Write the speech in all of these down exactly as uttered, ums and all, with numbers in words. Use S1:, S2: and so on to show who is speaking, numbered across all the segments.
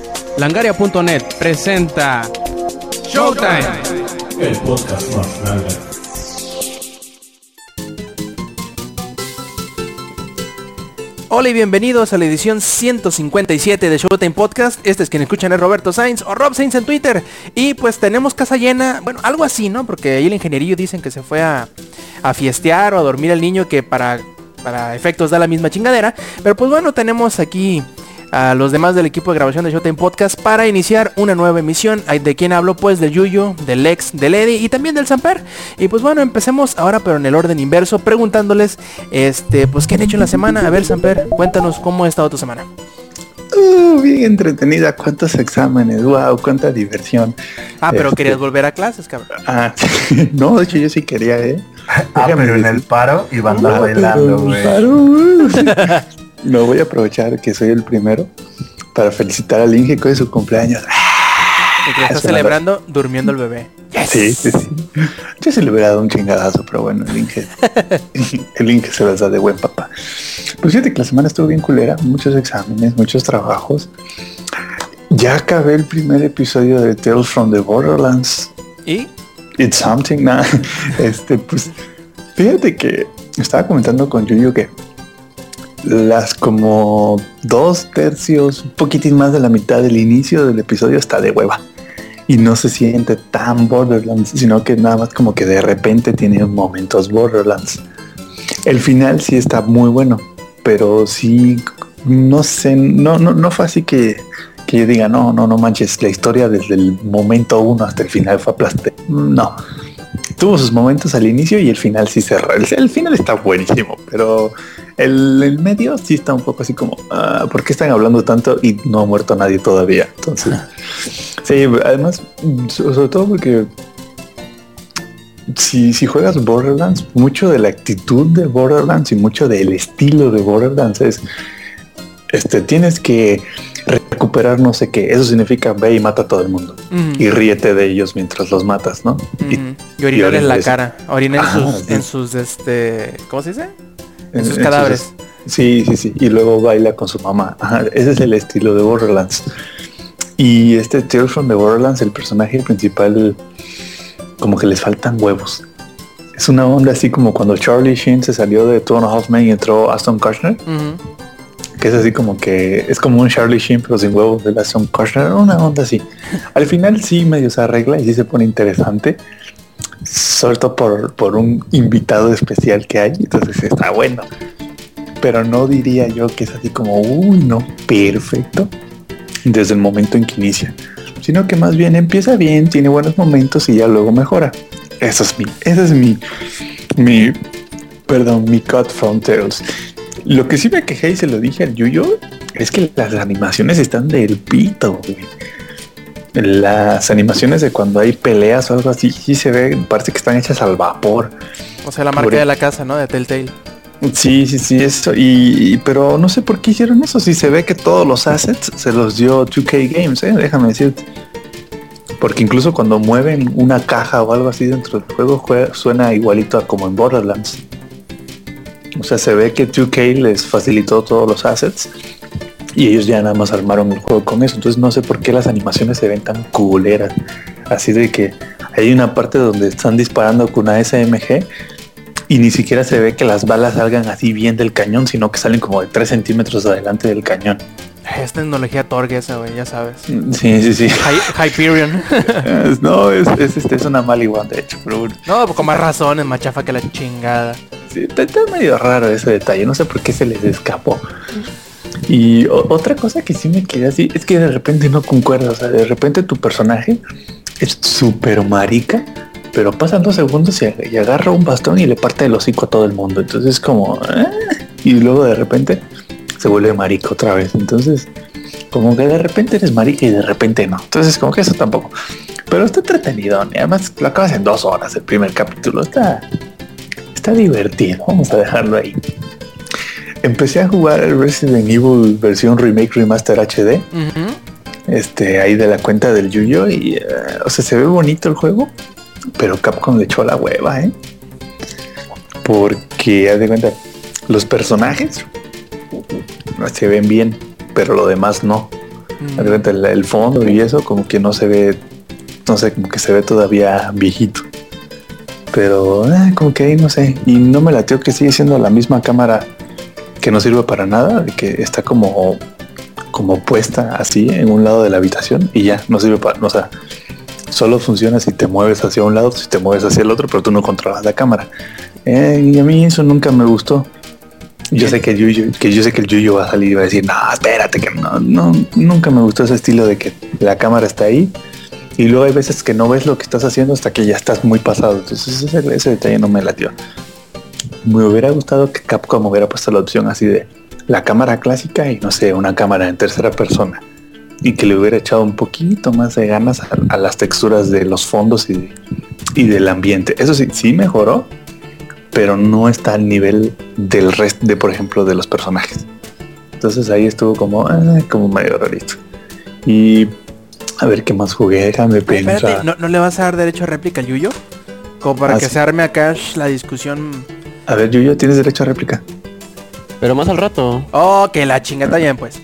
S1: Langaria punto net presenta Showtime,
S2: el podcast más grande.
S3: Hola y bienvenidos a la edición ciento cincuenta y siete de Showtime Podcast. Este es quien escuchan, es Roberto Sainz o Rob Sainz en Twitter. Y pues tenemos casa llena, bueno, algo así, ¿no? Porque ahí el ingenierillo dicen que se fue a, a fiestear o a dormir al niño, que para, para efectos da la misma chingadera. Pero pues bueno, tenemos aquí a los demás del equipo de grabación de Showtime Podcast para iniciar una nueva emisión. ¿De quién hablo? Pues del Yuyo, del Lex, del Eddie y también del Samper. Y pues bueno, empecemos ahora pero en el orden inverso, preguntándoles, este, pues ¿qué han hecho en la semana? A ver, Samper, cuéntanos cómo ha estado tu semana.
S4: Uh, bien entretenida, cuántos exámenes, wow, cuánta diversión.
S3: Ah, pero
S4: Este,
S3: querías volver a clases, cabrón.
S4: Ah, no, de hecho yo sí quería, eh.
S2: Ah,
S4: Déjame
S2: pero en
S4: decir-
S2: el paro iba a
S4: Ah,
S2: andar bailando, güey.
S4: claro. No voy a aprovechar que soy el primero para felicitar al Inge con su cumpleaños.
S3: Y que lo estás
S4: se
S3: celebrando durmiendo el bebé.
S4: Sí, sí, sí. Yo sí le hubiera dado un chingadazo, pero bueno, el Inge, el Inge se las da de buen papá. Pues fíjate que la semana estuvo bien culera, muchos exámenes, muchos trabajos. Ya acabé el primer episodio de Tales from the Borderlands.
S3: ¿Y?
S4: It's something, nah. Este, pues, fíjate que estaba comentando con Yuyo que las como dos tercios, un poquitín más de la mitad del inicio del episodio está de hueva. Y no se siente tan Borderlands, sino que nada más como que de repente tiene momentos Borderlands. El final sí está muy bueno, pero sí, no sé, no, no, no fue así que, que yo diga, no, no, no manches, la historia desde el momento uno hasta el final fue aplaste. No. Tuvo sus momentos al inicio y el final sí cerró. El, el final está buenísimo, pero el, el medio sí está un poco así como, ah, ¿por qué están hablando tanto y no ha muerto nadie todavía? Entonces, sí, además, so- sobre todo porque si, si juegas Borderlands, mucho de la actitud de Borderlands y mucho del estilo de Borderlands es, este, tienes que recuperar no sé qué. Eso significa ve y mata a todo el mundo
S3: Mm,
S4: y ríete de ellos mientras los matas, ¿no? Y
S3: mm, y orinar
S4: y
S3: en la
S4: orines.
S3: cara. Orinar en
S4: Ajá,
S3: sus,
S4: sí.
S3: en sus, este, ¿cómo se dice? En sus
S4: en-
S3: cadáveres.
S4: Sí, sí, sí. Y luego baila con su mamá. Ajá, ese es el estilo de Borderlands. Y este Tales from the Borderlands, el personaje principal, como que les faltan huevos. Es una onda así como cuando Charlie Sheen se salió de Two and a Half Men y entró Aston Kutcher,
S3: Ujú.
S4: que es así como que es como un Charlie Sheen pero sin huevos de Aston Kutcher, una onda así. Al final sí medio se arregla y sí se pone interesante, sobre todo por, por un invitado especial que hay, entonces está bueno. Pero no diría yo que es así como, uy, no, perfecto, desde el momento en que inicia, sino que más bien empieza bien, tiene buenos momentos y ya luego mejora. Eso es mi, ese es mi, mi, perdón, mi cut from Tales. Lo que sí me quejé y se lo dije al Yuyo es que las animaciones están del pito, güey. Las animaciones de cuando hay peleas o algo así, sí se ve, parece que están hechas al vapor.
S3: O sea, la marca
S4: Pobre-
S3: de la casa, ¿no? De Telltale.
S4: Sí, sí, sí, eso. Y, y- pero no sé por qué hicieron eso. Si se ve que todos los assets se los dio dos K Games, ¿eh? Déjame decirte. Porque incluso cuando mueven una caja o algo así dentro del juego, jue- suena igualito a como en Borderlands. O sea, se ve que dos K les facilitó todos los assets y ellos ya nada más armaron el juego con eso. Entonces no sé por qué las animaciones se ven tan culeras. Así de que hay una parte donde están disparando con una S M G y ni siquiera se ve que las balas salgan así bien del cañón, sino que salen como de tres centímetros adelante del cañón.
S3: Es tecnología Torgue esa, güey, ya sabes.
S4: Sí, sí, sí.
S3: Hy- Hyperion.
S4: Es- no, es, es, este, es una Maliwan, de hecho, pero bueno.
S3: No, con más razón, es más chafa que la chingada.
S4: Sí, está, está medio raro ese detalle, no sé por qué se les escapó. Y o- otra cosa que sí me quedé así es que de repente no concuerda, o sea, de repente tu personaje es súper marica, pero pasan dos segundos y, ag- y agarra un bastón y le parte el hocico a todo el mundo. Entonces es como, "Ah", y luego de repente se vuelve marica otra vez. Entonces, como que de repente eres marica y de repente no. Entonces, como que eso tampoco. Pero está entretenido, ¿no? Y además lo acabas en dos horas el primer capítulo. Está, está divertido. Vamos a dejarlo ahí. Empecé a jugar el Resident Evil versión remake remaster H D.
S3: Ujú.
S4: Este, ahí de la cuenta del Yuyo. Y, eh, o sea, se ve bonito el juego, pero Capcom le echó la hueva, ¿eh? Porque, haz de cuenta, los personajes se ven bien, pero lo demás no. Mm. De repente el, el fondo y eso como que no se ve, no sé, como que se ve todavía viejito. Pero eh, como que ahí no sé. Y no me latió que sigue siendo la misma cámara que no sirve para nada, de que está como, como puesta así en un lado de la habitación y ya, no sirve para, o sea, solo funciona si te mueves hacia un lado, si te mueves hacia el otro, pero tú no controlas la cámara. Eh, y a mí eso nunca me gustó. Yo sé que el Yuyo, que yo sé que el Yuyo va a salir y va a decir, no, espérate, que no, no, nunca me gustó ese estilo de que la cámara está ahí y luego hay veces que no ves lo que estás haciendo hasta que ya estás muy pasado. Entonces ese, ese detalle no me latió. Me hubiera gustado que Capcom hubiera puesto la opción así de la cámara clásica y no sé, una cámara en tercera persona y que le hubiera echado un poquito más de ganas a, a las texturas de los fondos y, y del ambiente. Eso sí, sí mejoró, pero no está al nivel del resto de, por ejemplo, de los personajes. Entonces ahí estuvo como, eh, como medio rarito. Y a ver qué más jugué, déjame pensar.
S3: Espérate, ¿no, ¿no le vas a dar derecho a réplica al Yuyo? Como para ah, que sí. se arme acá la discusión.
S4: A ver, Yuyo, ¿tienes derecho a réplica?
S5: Pero más al rato.
S3: Oh, que la chingata bien, pues.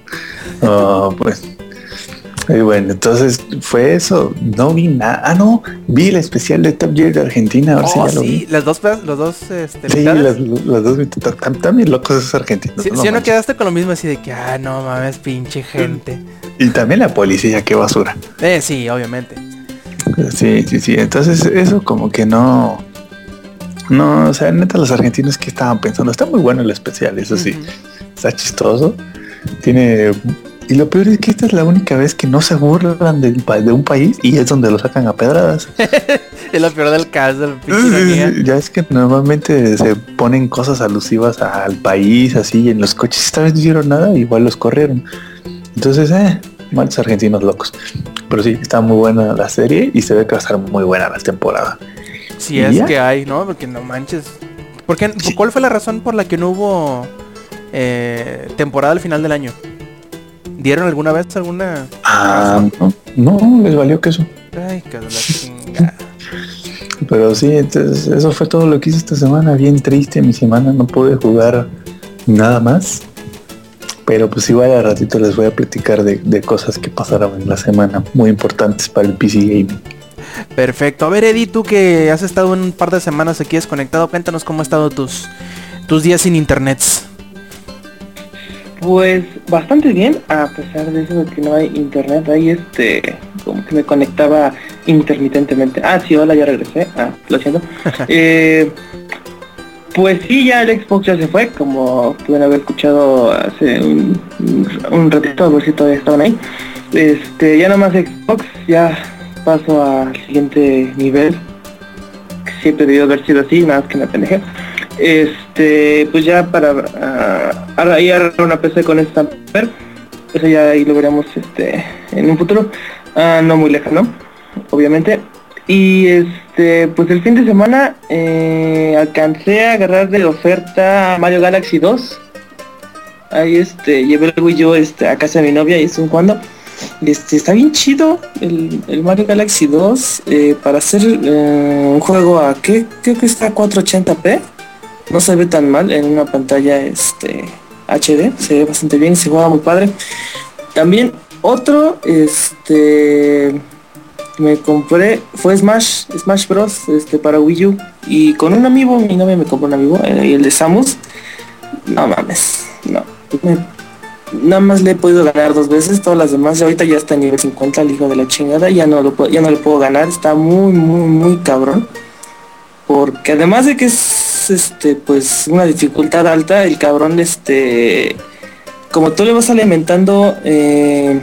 S4: Oh, pues. Y bueno, entonces fue eso. No vi nada. Ah, no. Vi el especial de Top Gear de Argentina. A ver
S3: oh,
S4: si ya
S3: sí,
S4: lo vi.
S3: Las dos, los dos, este,
S4: sí, las, las dos. También locos esos argentinos.
S3: Sí,
S4: no,
S3: si no,
S4: no
S3: quedaste con lo mismo así de que, ah, no mames, pinche gente.
S4: Y también la policía, qué basura.
S3: Eh, sí, obviamente.
S4: Sí, sí, sí. Entonces eso como que no... No, o sea, neta, los argentinos que estaban pensando. Está muy bueno el especial, eso sí. Uh-huh. Está chistoso. Tiene... Y lo peor es que esta es la única vez que no se burlan del, de un país y es donde lo sacan a pedradas.
S3: Es lo peor del caso.
S4: Ya es que normalmente se ponen cosas alusivas al país, así, en los coches. Esta vez no hicieron nada, igual los corrieron. Entonces, eh, malos argentinos locos. Pero sí, está muy buena la serie y se ve que va a estar muy buena la temporada.
S3: Si es ya? que hay, ¿no? Porque no manches. ¿Por qué, sí. ¿Cuál fue la razón por la que no hubo eh, temporada al final del año? ¿Dieron alguna vez alguna?
S4: Ah, no, no, les valió queso.
S3: Ay, que la chingada.
S4: Pero sí, entonces eso fue todo lo que hice esta semana. Bien triste mi semana, no pude jugar nada más. Pero pues igual a ratito les voy a platicar de, de cosas que pasaron en la semana muy importantes para el P C Gaming.
S3: Perfecto. A ver, Eddie, tú que has estado un par de semanas aquí desconectado, cuéntanos cómo han estado tus, tus días sin internet.
S6: Pues bastante bien, a pesar de eso de que no hay internet, ahí este, como que me conectaba intermitentemente. Ah, sí, hola, ya regresé. Ah, lo siento. eh, pues sí, ya el Xbox ya se fue, como pueden haber escuchado hace un, un ratito, a ver si todavía estaban ahí. Este, ya nomás Xbox, ya paso al siguiente nivel. Siempre debió haber sido así, nada más que me pendejé. Este, pues ya para uh, ahora ahí agarrar una P C con esta per, eso ya ahí lo veremos este en un futuro, uh, no muy lejano, obviamente. Y este, pues el fin de semana eh, alcancé a agarrar de oferta Mario Galaxy dos. Ahí este, llevé el Wii U este, a casa de mi novia y estoy jugando. Este, está bien chido el, el Mario Galaxy dos eh, para hacer eh, un juego a ¿qué? Creo que está a cuatrocientos ochenta p. No se ve tan mal en una pantalla este H D, se ve bastante bien, se juega muy padre. También otro este me compré fue Smash, Smash Bros este para Wii U y con un amigo, mi novia me compró un amigo, eh, y el de Samus. No mames, no. Me, nada más le he podido ganar dos veces, todas las demás ahorita ya está en nivel cincuenta, el hijo de la chingada, ya no lo puedo, ya no le puedo ganar, está muy muy muy cabrón. Porque además de que es este pues una dificultad alta, el cabrón este como tú le vas alimentando eh,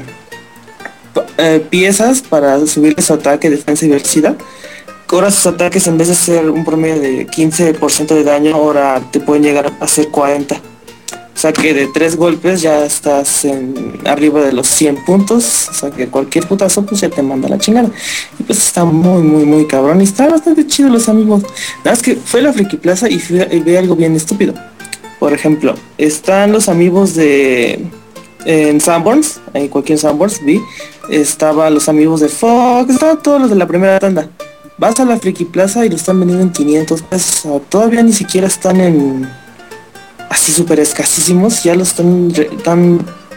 S6: eh, piezas para subirle su ataque, defensa y velocidad, ahora sus ataques en vez de ser un promedio de quince por ciento de daño, ahora te pueden llegar a ser cuarenta. O sea que de tres golpes ya estás en arriba de los cien puntos. O sea que cualquier putazo pues ya te manda la chingada. Y pues está muy muy muy cabrón. Y está bastante chido los amigos. Nada más que fue a la Friki Plaza y, fui, y vi algo bien estúpido. Por ejemplo, están los amigos de... En Sanborns, en cualquier Sanborns vi. Estaban los amigos de Fox. Estaban todos los de la primera tanda. Vas a la Friki Plaza y lo están vendiendo en quinientos pesos. O sea, todavía ni siquiera están en... así súper escasísimos, ya los están, están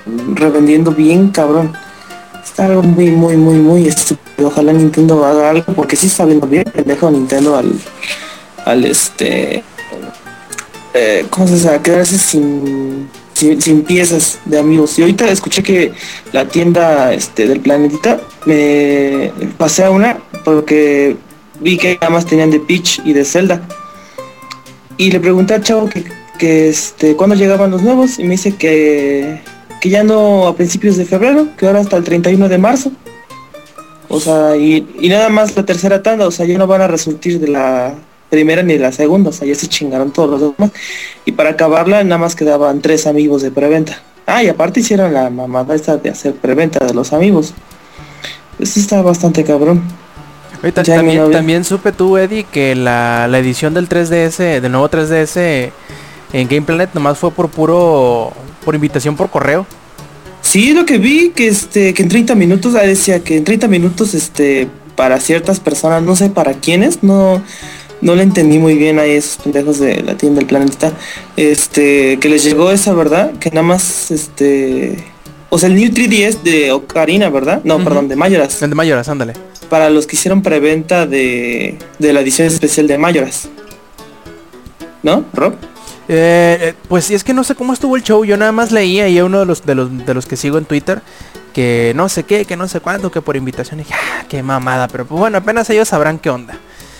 S6: revendiendo bien cabrón. Está algo muy, muy, muy, muy estúpido. Ojalá Nintendo haga algo, porque sí está viendo bien pendejo Nintendo al, al este, eh, ¿cómo se dice? A quedarse sin, sin, sin piezas de amigos. Y ahorita escuché que la tienda este del Planetita, me pasé a una porque vi que nada más tenían de Peach y de Zelda. Y le pregunté al chavo que, que este, cuándo llegaban los nuevos, y me dice que, que ya no a principios de febrero, que ahora hasta el treinta y uno de marzo. O sea, y, y nada más la tercera tanda, o sea, ya no van a resurtir de la primera ni de la segunda, o sea, ya se chingaron todos los demás. Y para acabarla nada más quedaban tres amigos de preventa. Ah, y aparte hicieron la mamada esta de hacer preventa de los amigos. Pues está bastante cabrón.
S3: Ahorita,
S6: Ya
S3: también,
S6: no había-
S3: también supe tú, Eddie, que la, la edición del tres D S, del nuevo tres D S en Game Planet nomás fue por puro, por invitación por correo.
S6: Sí, lo que vi, que este, que en treinta minutos, ah, decía que en treinta minutos, este, para ciertas personas, no sé para quiénes, no, no le entendí muy bien a esos pendejos de la tienda del Planeta, este, que les llegó esa, ¿verdad? Que nada más, este, o sea, el New tres D S de Ocarina, ¿verdad? No,
S3: Ujú.
S6: perdón, de Majora's,
S3: El de Mayoras, ándale.
S6: para los que hicieron preventa de, de la edición especial de Majora's. ¿No, Rob?
S3: Eh, eh, pues sí, es que no sé cómo estuvo el show. Yo nada más leía y a uno de los, de los de los que sigo en Twitter que no sé qué, que no sé cuánto, que por invitación. Y dije, ah, qué mamada. Pero pues bueno, apenas ellos sabrán qué onda.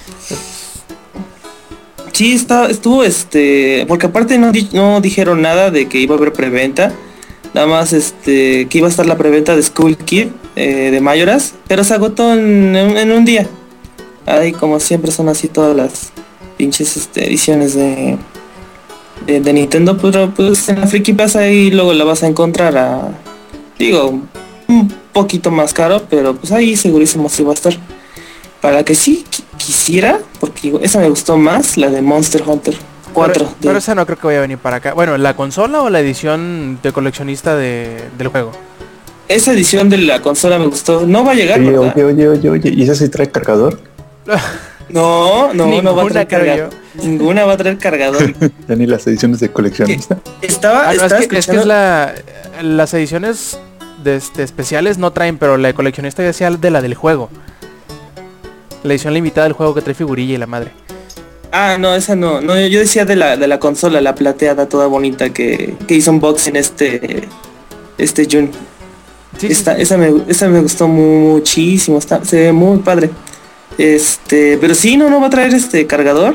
S6: Sí, está, estuvo este, porque aparte no, di- no dijeron nada de que iba a haber preventa, nada más este, que iba a estar la preventa de School Kid eh, de Majora's, pero se agotó en, en- en un día. Ahí como siempre son así todas las pinches este, ediciones de, de, de Nintendo, pero pues en la Friki Plaza ahí luego la vas a encontrar a, digo, un poquito más caro, pero pues ahí segurísimo sí va a estar. Para la que sí qui- quisiera, porque digo, esa me gustó más, la de Monster Hunter cuatro.
S3: Pero, pero esa no creo que vaya a venir para acá. Bueno, ¿la consola o la edición de coleccionista de, del juego?
S6: Esa edición de la consola me gustó. No va a llegar,
S4: Oye,
S6: ¿verdad?
S4: oye, oye, oye, oye, ¿y esa sí trae cargador?
S6: No, no, no va a
S3: Ninguna,
S6: traer
S3: creo
S6: cargador. Ninguna va a traer cargador.
S4: Ya ni las ediciones de coleccionista.
S6: Estaba,
S3: Ah, no,
S6: estaba
S3: es, que, es que
S6: escuchando-
S3: es la... Las ediciones de este, especiales no traen, pero la de coleccionista decía de la del juego. La edición limitada del juego que trae figurilla y la madre.
S6: Ah, no, esa no. No, yo decía de la de la consola, la plateada toda bonita que, que hizo unboxing este este Jun.
S3: Sí, sí,
S6: Esta,
S3: sí.
S6: esa me esa me gustó muchísimo, está, se ve muy padre. Este, pero sí, no, no va a traer este cargador.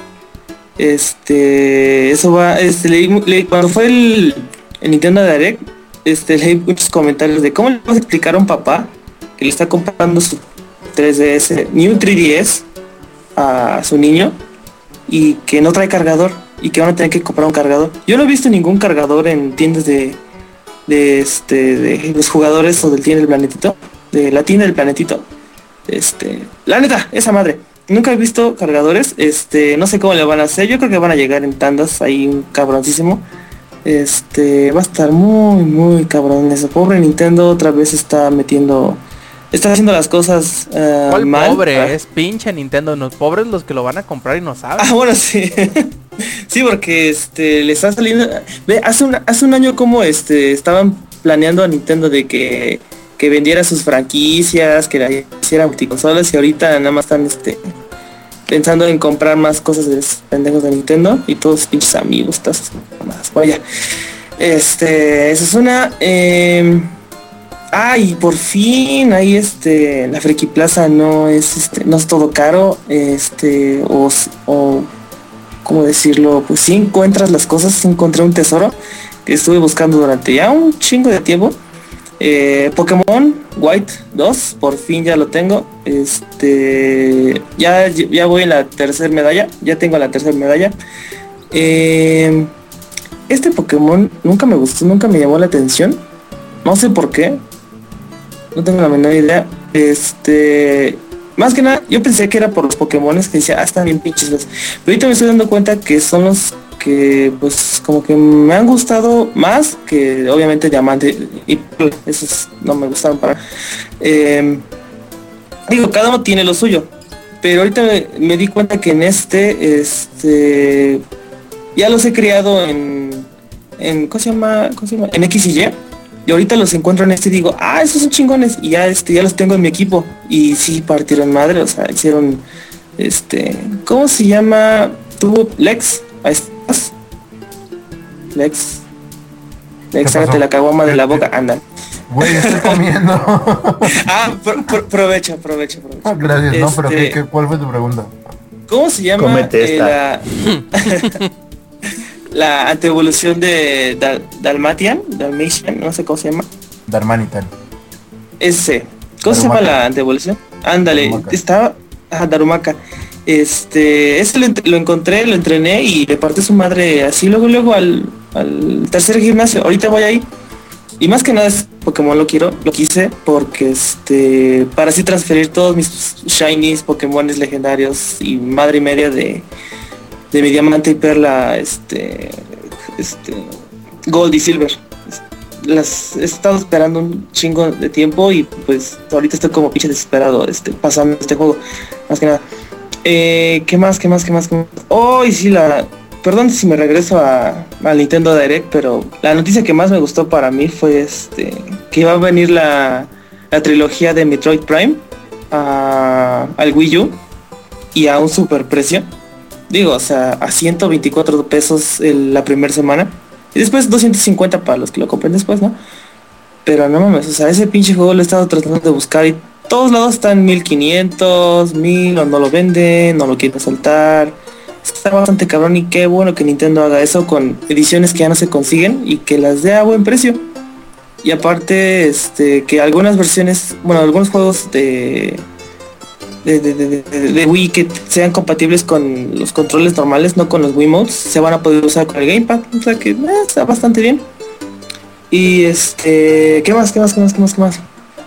S6: Este, eso va, este, leí, mu- leí- cuando fue el, el Nintendo Direct, este, leí muchos comentarios de cómo le vas a explicar a un papá que le está comprando su tres D S, New tres D S a su niño y que no trae cargador y que van a tener que comprar un cargador. Yo no he visto ningún cargador en tiendas de de este de los jugadores o del tienda del planetito, de la tienda del planetito. Este, la neta, esa madre. Nunca he visto cargadores, este, no sé cómo le van a hacer, yo creo que van a llegar en tandas ahí un cabroncísimo. Este, va a estar muy, muy cabrón eso. Pobre Nintendo otra vez está metiendo, está haciendo las cosas eh,
S3: ¿Cuál
S6: mal.
S3: pobre?
S6: Ah.
S3: Es pinche Nintendo. Los pobres los que lo van a comprar y no saben.
S6: Ah, bueno, sí. Sí, porque este le está saliendo. Ve, hace un hace un año como este estaban planeando a Nintendo de que, que vendiera sus franquicias, que la hiciera multiconsolas, y ahorita nada más están este pensando en comprar más cosas de los pendejos de Nintendo y todos pinches amigos, todas más. Vaya. Este, esa es una. Eh, ah, y por fin ahí este la Friki Plaza no es este no es todo caro, este o, o ¿cómo decirlo? Pues sí encuentras las cosas, sí encontré un tesoro que estuve buscando durante ya un chingo de tiempo. Eh, Pokémon White dos, por fin ya lo tengo. Este, ya, ya voy en la tercera medalla, ya tengo la tercera medalla. Eh, este Pokémon nunca me gustó, nunca me llamó la atención. No sé por qué. No tengo la menor idea. Este, más que nada, yo pensé que era por los Pokémones que decía, ah, están bien pinches. Pero ahorita me estoy dando cuenta que son los que, pues, como que me han gustado más que, obviamente, Diamante y esos no me gustaron para. Eh, digo, cada uno tiene lo suyo. Pero ahorita me, me di cuenta que en este, este, ya los he creado en, en, ¿cómo se llama? ¿Cómo se llama? En X y Y. Y ahorita los encuentro en este y digo, ah, esos son chingones. Y ya este, ya los tengo en mi equipo. Y sí partieron madre, o sea, hicieron este. ¿Cómo se llama? Tuvo Lex. Ahí estás. Lex. Lex, sácate la caguama de la boca, anda.
S7: Güey, estoy comiendo.
S6: Ah, pro, pro, provecho, provecho, provecho.
S7: Ah, gracias,
S6: este,
S7: no, pero ¿qué, qué, ¿cuál fue tu pregunta?
S6: ¿Cómo se llama
S4: Cómete
S6: eh,
S4: esta.
S6: la, la anteevolución de Dal, Dalmatian? Dalmatian, no sé cómo se llama.
S7: Darmanitan.
S6: Ese. ¿Cómo
S7: Darumaka.
S6: se llama la anteevolución? Ándale,
S7: Darumaka.
S6: estaba... Ah, Darumaka. Este, ese lo, lo encontré, lo entrené y le partí su madre así luego, luego al, al tercer gimnasio. Ahorita voy ahí. Y más que nada es Pokémon lo quiero, lo quise porque este para así transferir todos mis shinies, Pokémones legendarios y madre y media de, de mi diamante y perla, este este Gold y Silver. Las he estado esperando un chingo de tiempo y pues ahorita estoy como pinche desesperado, este, pasando este juego, más que nada. Eh, ¿qué más? ¿Qué más? ¿Qué más? ¿Qué más? Oh, y sí, la Perdón si me regreso a, al Nintendo Direct, pero la noticia que más me gustó para mí fue este que va a venir la, la trilogía de Metroid Prime a, al Wii U y a un super precio. Digo, o sea, a ciento veinticuatro pesos el, la primera semana. Y después doscientos cincuenta para los que lo compren después, ¿no? Pero no mames, o sea, ese pinche juego lo he estado tratando de buscar y todos lados están mil quinientos, mil o no lo venden, no lo quieren soltar. Está bastante cabrón y qué bueno que Nintendo haga eso con ediciones que ya no se consiguen y que las dé a buen precio. Y aparte, este, que algunas versiones, bueno, algunos juegos de de, de, de, de, de Wii que sean compatibles con los controles normales, no con los Wiimotes, se van a poder usar con el Gamepad. O sea que eh, está bastante bien. Y este, ¿qué más? ¿Qué más? ¿Qué más? ¿Qué más? ¿Qué más?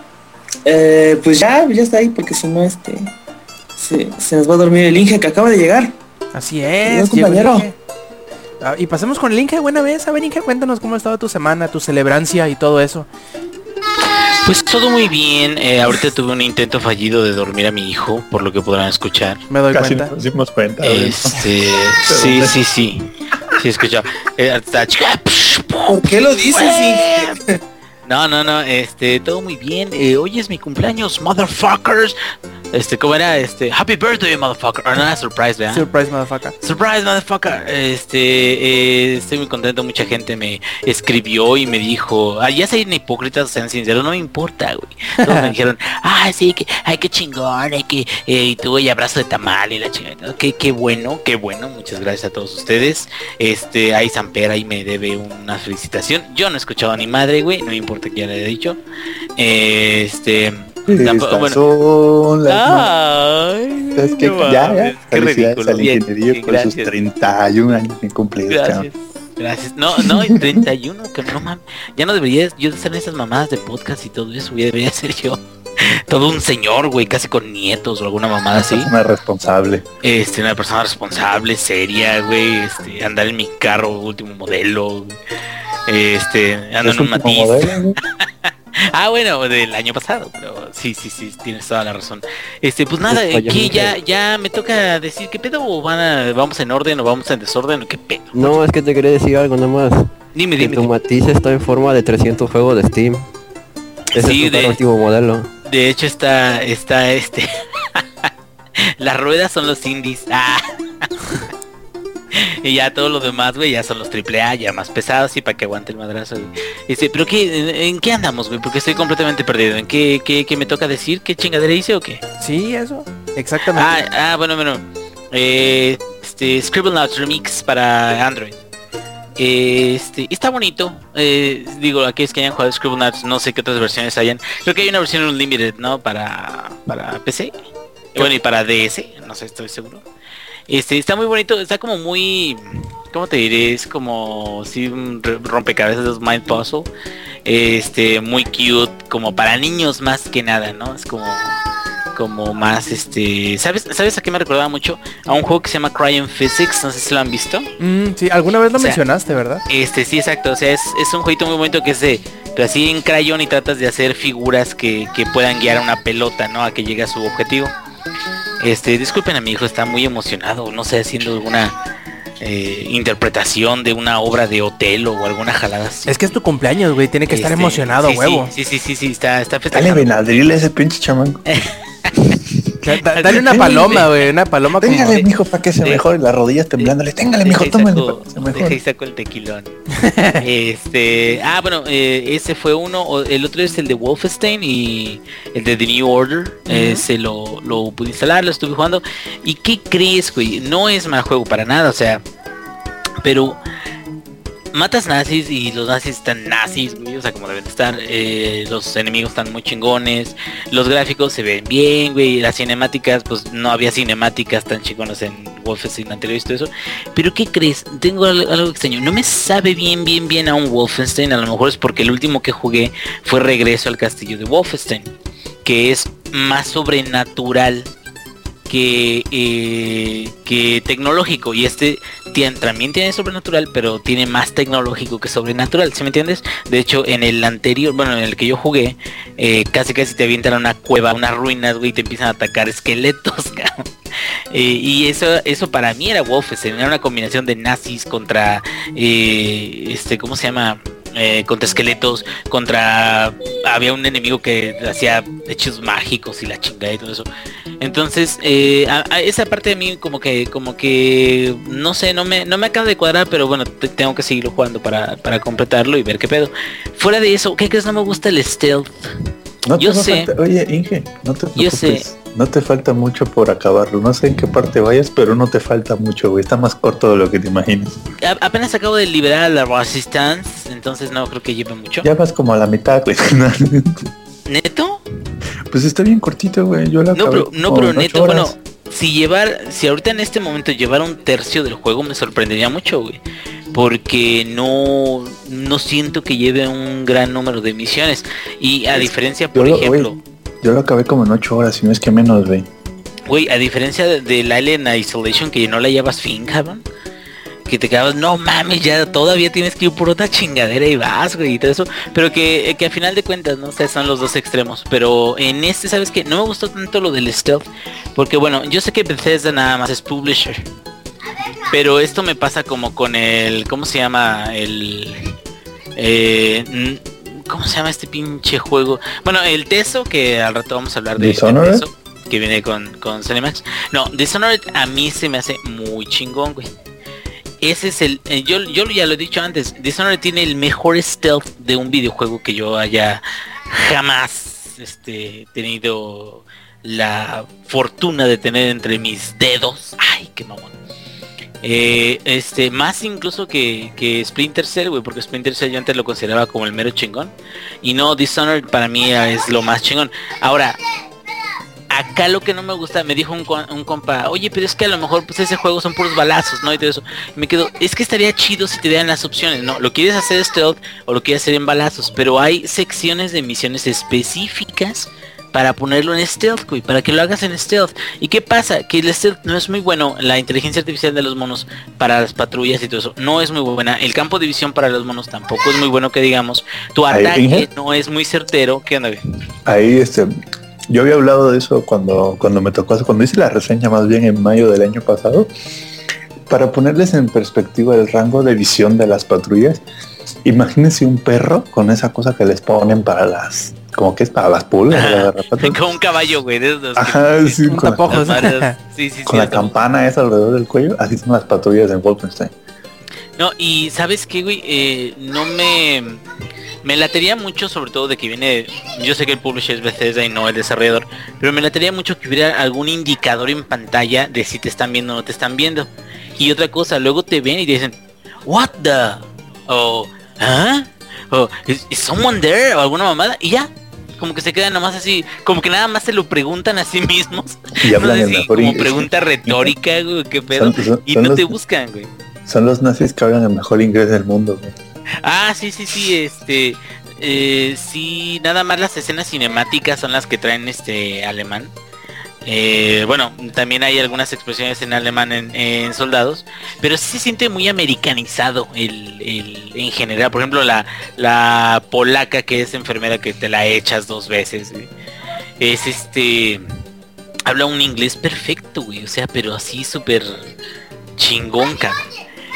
S6: Eh, pues ya, ya está ahí porque si no, este, se, se nos va a dormir el Inge que acaba de llegar.
S3: Así
S6: Señor
S3: es, llegó el
S6: compañero.
S3: Inge. Ah, y pasemos con el Inge de buena vez. A ver, Inge, cuéntanos cómo ha estado tu semana, tu celebrancia y todo eso.
S8: Pues todo muy bien. Eh, ahorita tuve un intento fallido de dormir a mi hijo, por lo que podrán escuchar.
S3: Me doy
S4: Casi
S3: cuenta.
S4: nos dimos cuenta. ¿no?
S8: Este, sí, sí, sí. Sí, escucha. Eh, hasta-
S6: ¿Por qué lo dices, Inge?
S8: No, no, no, este, todo muy bien. Eh, hoy es mi cumpleaños, motherfuckers. Este, ¿cómo era? Este, Happy birthday, motherfucker. O no era surprise, ¿verdad?
S3: Surprise, motherfucker.
S8: Surprise, motherfucker. Este, eh, estoy muy contento. Mucha gente me escribió y me dijo, ah, ya sean hipócritas, sean sinceros, no me importa, güey. Todos me dijeron, ah, sí, que, ay, qué chingón, hay que, eh, y tuve y abrazo de tamal y la chingada. Qué, qué bueno, qué bueno. Muchas gracias a todos ustedes. Este, ahí Samper ahí me debe una felicitación. Yo no he escuchado a ni madre, güey, no me importa que ya le haya dicho. Eh, este, tampoco,
S4: Estas
S8: bueno.
S4: son las
S8: Ay,
S4: Es que
S8: no
S4: ya,
S8: mames,
S4: ya.
S8: qué
S4: Felicidades
S8: ridículo.
S4: al
S8: Bien,
S4: ingeniería
S8: bien,
S4: por sus
S8: gracias.
S4: treinta y un años bien cumplidos.
S8: Gracias, gracias. No, no, en treinta y uno, que no mames. Ya no debería yo hacer esas mamadas de podcast y todo eso, güey. Debería ser yo. Todo un señor, güey, casi con nietos o alguna mamada así.
S4: Una responsable.
S8: Este, una persona responsable, seria, güey. Este, andar en mi carro, último modelo. Este, ando
S4: ¿Es
S8: en un
S4: último
S8: Matiz.
S4: modelo, güey?
S8: Ah, bueno, del año pasado, pero sí, sí, sí, tienes toda la razón. Este, pues nada,
S5: Pues,
S8: aquí
S5: vaya,
S8: ya, ya me toca decir qué pedo, o van a, vamos en orden o vamos en desorden o qué pedo.
S5: No, es que te quería decir algo nada más.
S8: Dime,
S5: Que
S8: dime.
S5: tu
S8: dime.
S5: Matiz está en forma de trescientos juegos de Steam. Ese
S8: Sí,
S5: es tu
S8: de-
S5: último modelo.
S8: De hecho está, está este. Las ruedas son los indies. Ah. Y ya todo lo demás, güey, ya son los triple A, ya más pesados y para que aguante el madrazo, güey. Este, pero qué, en, en qué andamos, güey, porque estoy completamente perdido. ¿En qué, qué, qué me toca decir? ¿Qué chingadera hice o qué?
S3: Sí, eso. Exactamente.
S8: Ah, ah, bueno, bueno. Eh, este, Scribblenauts Remix para Android. Eh, Este, está bonito. Eh, digo, aquellos que hayan jugado Scribblenauts, no sé qué otras versiones hayan. Creo que hay una versión Unlimited, ¿no? Para, para P C. Bueno, y para D S, no sé, estoy seguro. Este, está muy bonito, está como muy... ¿Cómo te diré? Es como si un re- rompecabezas de Mind Puzzle. Este, muy cute, como para niños más que nada, ¿no? Es como... Como más, este... ¿Sabes, ¿Sabes a qué me recordaba mucho? A un juego que se llama Cryon Physics, no sé si lo han visto.
S3: Mm, sí, alguna vez lo
S8: O sea,
S3: mencionaste, ¿verdad?
S8: Este, sí, exacto, o sea, es, es un jueguito muy bonito que es de... Pero así en crayón y tratas de hacer figuras que, que puedan guiar a una pelota, ¿no? A que llegue a su objetivo. Este, disculpen a mi hijo, está muy emocionado, no sé, haciendo alguna eh, interpretación de una obra de Otelo o alguna jalada así.
S3: Es que es tu cumpleaños, güey, tiene que estar
S8: Este,
S3: emocionado,
S8: sí,
S3: huevo.
S8: Sí, sí, sí, sí, sí, está, está
S4: Dale
S8: festejando.
S4: Benadryl a ese pinche chamaco.
S3: Da- da- dale una paloma, güey, una paloma como...
S4: Téngale, mijo, para que se
S8: de-
S4: mejore las rodillas temblándole. Téngale, mijo,
S8: Deja y
S4: tómale
S8: saco-
S4: para que se
S8: deja y
S4: mejore.
S8: saco el tequilón. este, ah, bueno, eh, ese fue uno. o- El otro es el de Wolfenstein y el de The New Order. Ese lo, lo pude instalar, lo estuve jugando. ¿Y qué crees, güey? No es mal juego para nada, o sea, pero matas nazis y los nazis están nazis, güey, o sea, como deben estar. eh, los enemigos están muy chingones, los gráficos se ven bien, güey, las cinemáticas, pues no había cinemáticas tan chingonas en Wolfenstein anterior y todo eso. Pero ¿qué crees? Tengo algo, algo extraño, no me sabe bien, bien, bien a un Wolfenstein. A lo mejor es porque el último que jugué fue Regreso al Castillo de Wolfenstein, que es más sobrenatural que, eh, que tecnológico, y este tiene, también tiene sobrenatural, pero tiene más tecnológico que sobrenatural, ¿sí me entiendes? De hecho, en el anterior, bueno, en el que yo jugué, eh, casi casi te avientan a una cueva, unas ruinas, güey, y te empiezan a atacar esqueletos, cabrón. Eh, y eso eso para mí era Wolfenstein, era una combinación de nazis contra, eh, este, ¿cómo se llama? Eh, contra esqueletos, contra... había un enemigo que hacía hechos mágicos y la chingada y todo eso. Entonces, eh, a, a esa parte de mí como que, como que, no sé, no me, no me acaba de cuadrar, pero bueno, te- tengo que seguirlo jugando para, para completarlo y ver qué pedo. Fuera de eso, ¿qué crees? No me gusta el stealth.
S4: No te
S8: Yo
S4: va a
S8: sé.
S4: falta- Oye, Inge, no te
S8: Yo
S4: preocupes. No te falta mucho por acabarlo. No sé en qué parte vayas, pero no te falta mucho, güey. Está más corto de lo que te imaginas.
S8: A- apenas acabo de liberar a la Resistance, entonces no creo que lleve mucho.
S4: Ya vas como a la mitad, güey.
S8: ¿Neto?
S4: Pues está bien cortito, güey. Yo la
S8: No,
S4: acabé
S8: pero, no,
S4: como
S8: pero
S4: en ocho
S8: neto,
S4: horas.
S8: bueno, si llevar, si ahorita en este momento llevar un tercio del juego me sorprendería mucho, güey. Porque no, no siento que lleve un gran número de misiones. Y a diferencia, por
S4: Yo lo-
S8: ejemplo,
S4: güey, yo lo acabé como en ocho horas, si no es que menos, güey.
S8: güey, a diferencia de- del Alien Isolation, que no la llevas fin, cabrón. Que te quedabas, no mames, ya todavía tienes que ir por otra chingadera y vas, güey, y todo eso. Pero que, que a final de cuentas, no sé, son los dos extremos. Pero en este, ¿sabes qué? No me gustó tanto lo del stealth. Porque bueno, yo sé que Bethesda nada más es publisher. Pero esto me pasa como con el, ¿cómo se llama? El... Eh, n- ¿Cómo se llama este pinche juego? Bueno, el Teso, que al rato vamos a hablar de de
S4: ¿Dishonored?
S8: Teso, que viene con, con Cinemax. No, Dishonored a mí se me hace muy chingón, güey. Ese es el, eh, yo, yo ya lo he dicho antes, Dishonored tiene el mejor stealth de un videojuego que yo haya jamás este, tenido la fortuna de tener entre mis dedos. Ay, qué mamón. Eh, este, más incluso que, que Splinter Cell, güey, porque Splinter Cell yo antes lo consideraba como el mero chingón. Y no, Dishonored para mí es lo más chingón. Ahora, acá lo que no me gusta, me dijo un, co- un compa, oye, pero es que a lo mejor pues ese juego son puros balazos, ¿no? Y todo eso. Y me quedo, es que estaría chido si te dieran las opciones, ¿no? Lo quieres hacer stealth o lo quieres hacer en balazos, pero hay secciones de misiones específicas para ponerlo en stealth, güey, para que lo hagas en stealth. ¿Y qué pasa? Que el stealth no es muy bueno, la inteligencia artificial de los monos para las patrullas y todo eso no es muy buena, el campo de visión para los monos tampoco es muy bueno, que digamos, tu
S4: Ahí,
S8: ataque
S4: Inge.
S8: no es muy certero. ¿Qué onda, güey?
S4: Ahí, este, yo había hablado de eso cuando, cuando me tocó, cuando hice la reseña más bien en mayo del año pasado, para ponerles en perspectiva el rango de visión de las patrullas. Imagínense un perro con esa cosa que les ponen para las, como que es para las pulgas,
S8: Ajá.
S4: la garrapata.
S8: Con un caballo, güey, de esos que-
S4: Ajá, sí,
S3: Un
S4: con, la,
S3: tapojos.
S8: las madres- sí, sí,
S4: con
S8: sí,
S4: la
S8: está-
S4: campana esa alrededor del cuello, así son las patrullas en Wolfenstein.
S8: No, y sabes qué, güey, eh, no me me latería mucho, sobre todo de que viene, yo sé que el publisher es Bethesda y no el desarrollador, pero me latería mucho que hubiera algún indicador en pantalla de si te están viendo o no te están viendo. Y otra cosa, luego te ven y te dicen, what the, o ¿ah? O ¿is, is someone there? O alguna mamada, y ya. Como que se quedan nomás así, como que nada más se lo preguntan a sí mismos.
S4: Y
S8: No
S4: hablan
S8: sé
S4: en
S8: si
S4: mejor
S8: como
S4: inglés.
S8: pregunta retórica, güey, qué pedo.
S4: Son- son-
S8: Y
S4: son
S8: no
S4: los-
S8: te buscan, güey.
S4: Son los nazis que hablan el mejor inglés del mundo, güey.
S8: Ah, sí, sí, sí, este, eh, sí, nada más las escenas cinemáticas son las que traen este alemán. Eh, bueno, también hay algunas expresiones en alemán en, en soldados, pero sí se siente muy americanizado el, el, en general. Por ejemplo, la, la polaca que es enfermera, que te la echas dos veces, güey, es este, habla un inglés perfecto, güey, o sea, pero así súper chingón, cabrón.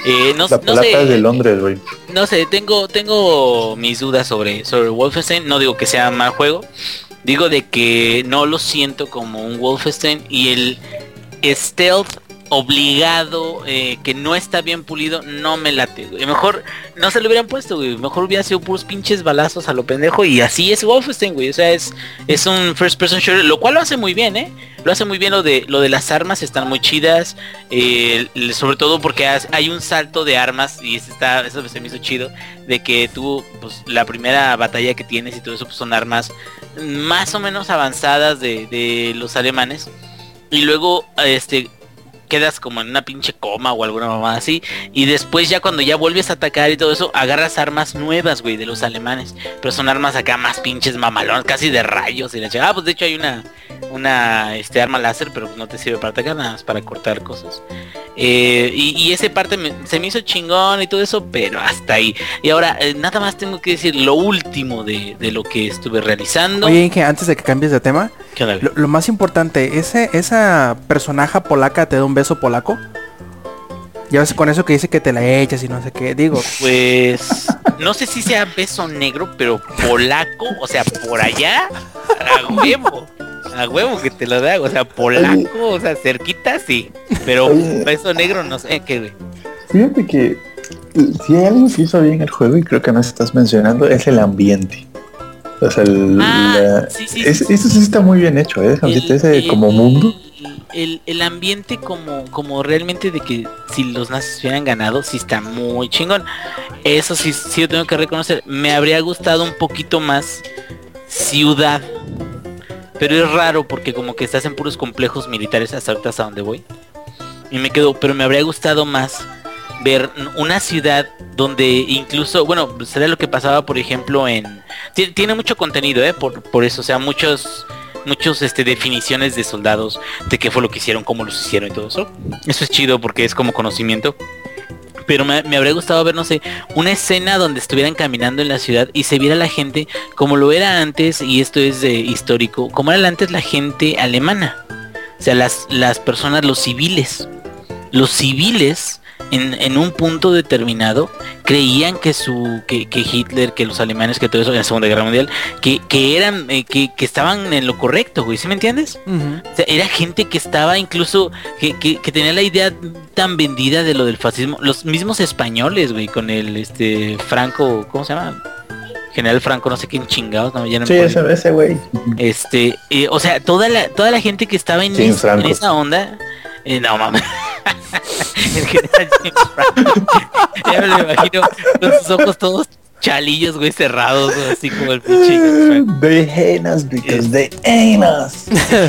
S8: Eh, no,
S4: La
S8: no
S4: plata
S8: sé,
S4: es de Londres, güey.
S8: no sé, tengo tengo mis dudas sobre sobre Wolfenstein. No digo que sea mal juego, digo de que no lo siento como un Wolfenstein, y el stealth obligado, eh, que no está bien pulido, no me late, güey. Mejor no se lo hubieran puesto, güey. Mejor hubiera sido puros pinches balazos a lo pendejo, y así es Wolfenstein, güey. O sea, es es un first person shooter, lo cual lo hace muy bien, eh. Lo hace muy bien. Lo de lo de las armas están muy chidas, eh, sobre todo porque has, hay un salto de armas, y eso está, eso se me hizo chido, de que tú, pues la primera batalla que tienes y todo eso, pues, son armas más o menos avanzadas de, de los alemanes, y luego este quedas como en una pinche coma o alguna mamada así, y después ya cuando ya vuelves a atacar y todo eso, agarras armas nuevas, güey, de los alemanes, pero son armas acá más pinches mamalones, casi de rayos y la chica. Ah, pues de hecho hay una una este arma láser, pero no te sirve para atacar, nada más para cortar cosas. Eh, y, y ese parte me, se me hizo chingón y todo eso, pero hasta ahí. Y ahora, eh, nada más tengo que decir lo último de, de lo que estuve realizando.
S3: Oye, Inge, antes de que cambies de tema,
S8: ¿Qué onda, güey?
S3: lo, lo más importante, ese esa personaje polaca te da un beso polaco. Ya ves con eso que dice que te la echas y no sé qué, digo.
S8: Pues no sé si sea beso negro, pero polaco, o sea, por allá, a huevo, a huevo que te lo da, o sea, polaco, o sea, cerquita sí, pero
S4: Oye.
S8: beso negro no sé qué, güey.
S4: Fíjate que si hay algo que hizo bien el juego, y creo que no estás mencionando, es el ambiente. O sea, el,
S8: Ah,
S4: la-
S8: sí, sí,
S4: es-
S8: sí, sí.
S4: eso sí está muy bien hecho, ¿eh? Déjame decirte, ese como mundo.
S8: El, el ambiente como, como realmente de que si los nazis hubieran ganado, sí está muy chingón. Eso sí, sí lo tengo que reconocer. Me habría gustado un poquito más ciudad. Pero es raro porque como que estás en puros complejos militares hasta ahorita, hasta donde voy. Y me quedo, pero me habría gustado más ver una ciudad donde incluso, bueno, sería lo que pasaba por ejemplo en... Tien- Tiene mucho contenido, eh, por, por eso, o sea, muchos... Muchos este definiciones de soldados, de qué fue lo que hicieron, cómo los hicieron y todo eso. Eso es chido porque es como conocimiento. Pero me, me habría gustado ver, no sé, una escena donde estuvieran caminando en la ciudad y se viera la gente como lo era antes, y esto es de histórico, como era antes la gente alemana. O sea, las, las personas, los civiles. Los civiles en, en un punto determinado creían que su que, que Hitler, que los alemanes, que todo eso en la Segunda Guerra Mundial, que, que eran eh, que, que estaban en lo correcto, güey, ¿sí me entiendes?
S3: Ujú.
S8: O sea, era gente que estaba incluso que, que, que tenía la idea tan vendida de lo del fascismo, los mismos españoles, güey, con el este Franco, ¿cómo se llama? General Franco, no sé quién chingados, no, ya no me
S4: Sí,
S8: acuerdo.
S4: ese, ese güey.
S8: Este, eh, o sea, toda la toda la gente que estaba en,
S4: James
S8: es- en
S4: Franco.
S8: esa onda, eh, no mames. El general James Franco. Ya me lo imagino con sus ojos todos chalillos, güey, cerrados, güey, así como el pinche James Franco.
S4: They hate us because they ain't us.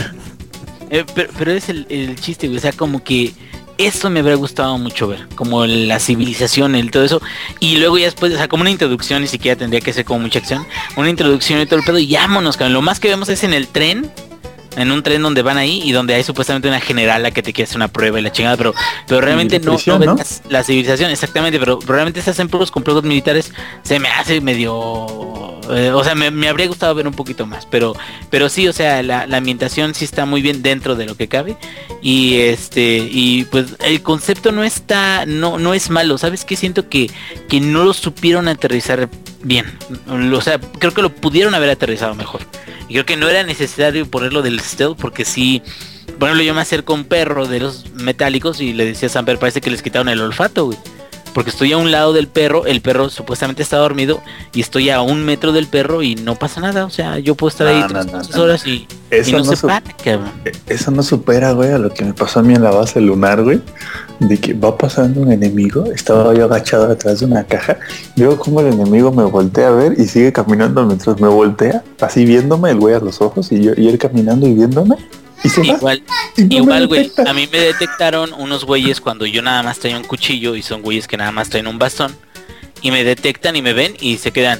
S8: Eh, pero, pero es el, el chiste, güey, o sea, como que eso me habría gustado mucho ver, como la civilización, el todo eso, y luego ya después, o sea, como una introducción, ni siquiera tendría que ser como mucha acción, una introducción y todo el pedo, y vámonos, cabrón. Lo más que vemos es en el tren, en un tren donde van ahí y donde hay supuestamente una generala que te quiere hacer una prueba y la chingada, pero pero realmente no, no
S4: prisión,
S8: ves
S4: ¿no?
S8: la, la civilización, exactamente, pero realmente estás en puros complejos militares, se me hace medio... eh, o sea, me, me habría gustado ver un poquito más, pero pero sí, o sea, la, la ambientación sí está muy bien dentro de lo que cabe, y este y pues el concepto no está, no no es malo, ¿sabes qué? Siento que, que no lo supieron aterrizar bien, o sea, creo que lo pudieron haber aterrizado mejor. Y creo que no era necesario ponerlo del stealth, porque sí, por ejemplo, yo me acerco a un perro de los metálicos y le decía a Samper, parece que les quitaron el olfato, güey. Porque estoy a un lado del perro, el perro supuestamente está dormido, y estoy a un metro del perro y no pasa nada. O sea, yo puedo estar ahí
S4: No,
S8: tres,
S4: no, no,
S8: tres
S4: no.
S8: horas y,
S4: Eso
S8: y no,
S4: no
S8: se
S4: su-
S8: para, cabrón.
S4: Eso no supera, güey, a lo que me pasó a mí en la base lunar, güey. De que va pasando un enemigo, estaba yo agachado atrás de una caja, veo como el enemigo me voltea a ver y sigue caminando mientras me voltea, así viéndome, el güey a los ojos, y yo y él caminando y viéndome, y se va.
S8: Igual,
S4: y no me
S8: igual, güey,
S4: detecta.
S8: a mí me detectaron unos güeyes cuando yo nada más traía un cuchillo, y son güeyes que nada más traen un bastón, y me detectan y me ven y se quedan,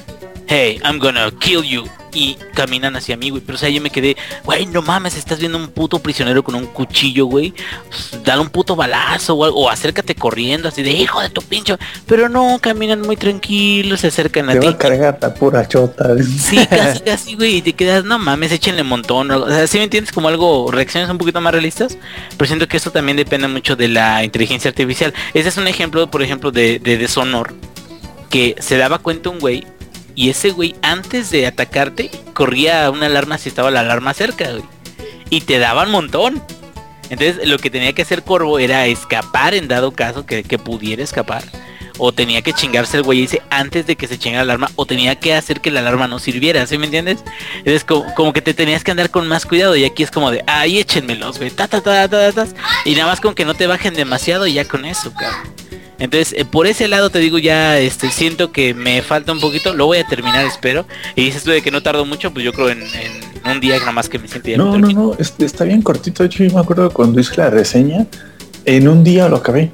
S8: hey, I'm gonna kill you. Y caminan hacia mí, güey. Pero o sea, yo me quedé, güey, no mames, estás viendo un puto prisionero con un cuchillo, güey. Pues, dale un puto balazo o algo. O acércate corriendo así de hijo de tu pincho. Pero no, caminan muy tranquilos, se acercan a
S4: Te
S8: ti.
S4: va a cargar la pura chota.
S8: Sí, casi, casi, güey. Y te quedas, no mames, échenle un montón. O sea, ¿sí me entiendes? Como algo, reacciones un poquito más realistas. Pero siento que eso también depende mucho de la inteligencia artificial. Ese es un ejemplo, por ejemplo, de, de deshonor. Que se daba cuenta un güey. Y ese güey, antes de atacarte, corría una alarma si estaba la alarma cerca, güey. Y te daba un montón. Entonces, lo que tenía que hacer Corvo era escapar en dado caso que, que pudiera escapar. O tenía que chingarse el güey ese antes de que se chingara la alarma. O tenía que hacer que la alarma no sirviera, ¿sí me entiendes? Entonces, como, como que te tenías que andar con más cuidado. Y aquí es como de, ay, échenmelos, güey. Ta, ta, ta, ta, ta, ta. Y nada más con que no te bajen demasiado y ya con eso, cabrón. Entonces, eh, por ese lado te digo ya, este, siento que me falta un poquito, lo voy a terminar, espero. Y dices tú de que no tardo mucho, pues yo creo en, en un día nada más que me siente ya.
S4: No, no, no, este, está bien cortito. De hecho, yo me acuerdo cuando hice la reseña, en un día lo acabé.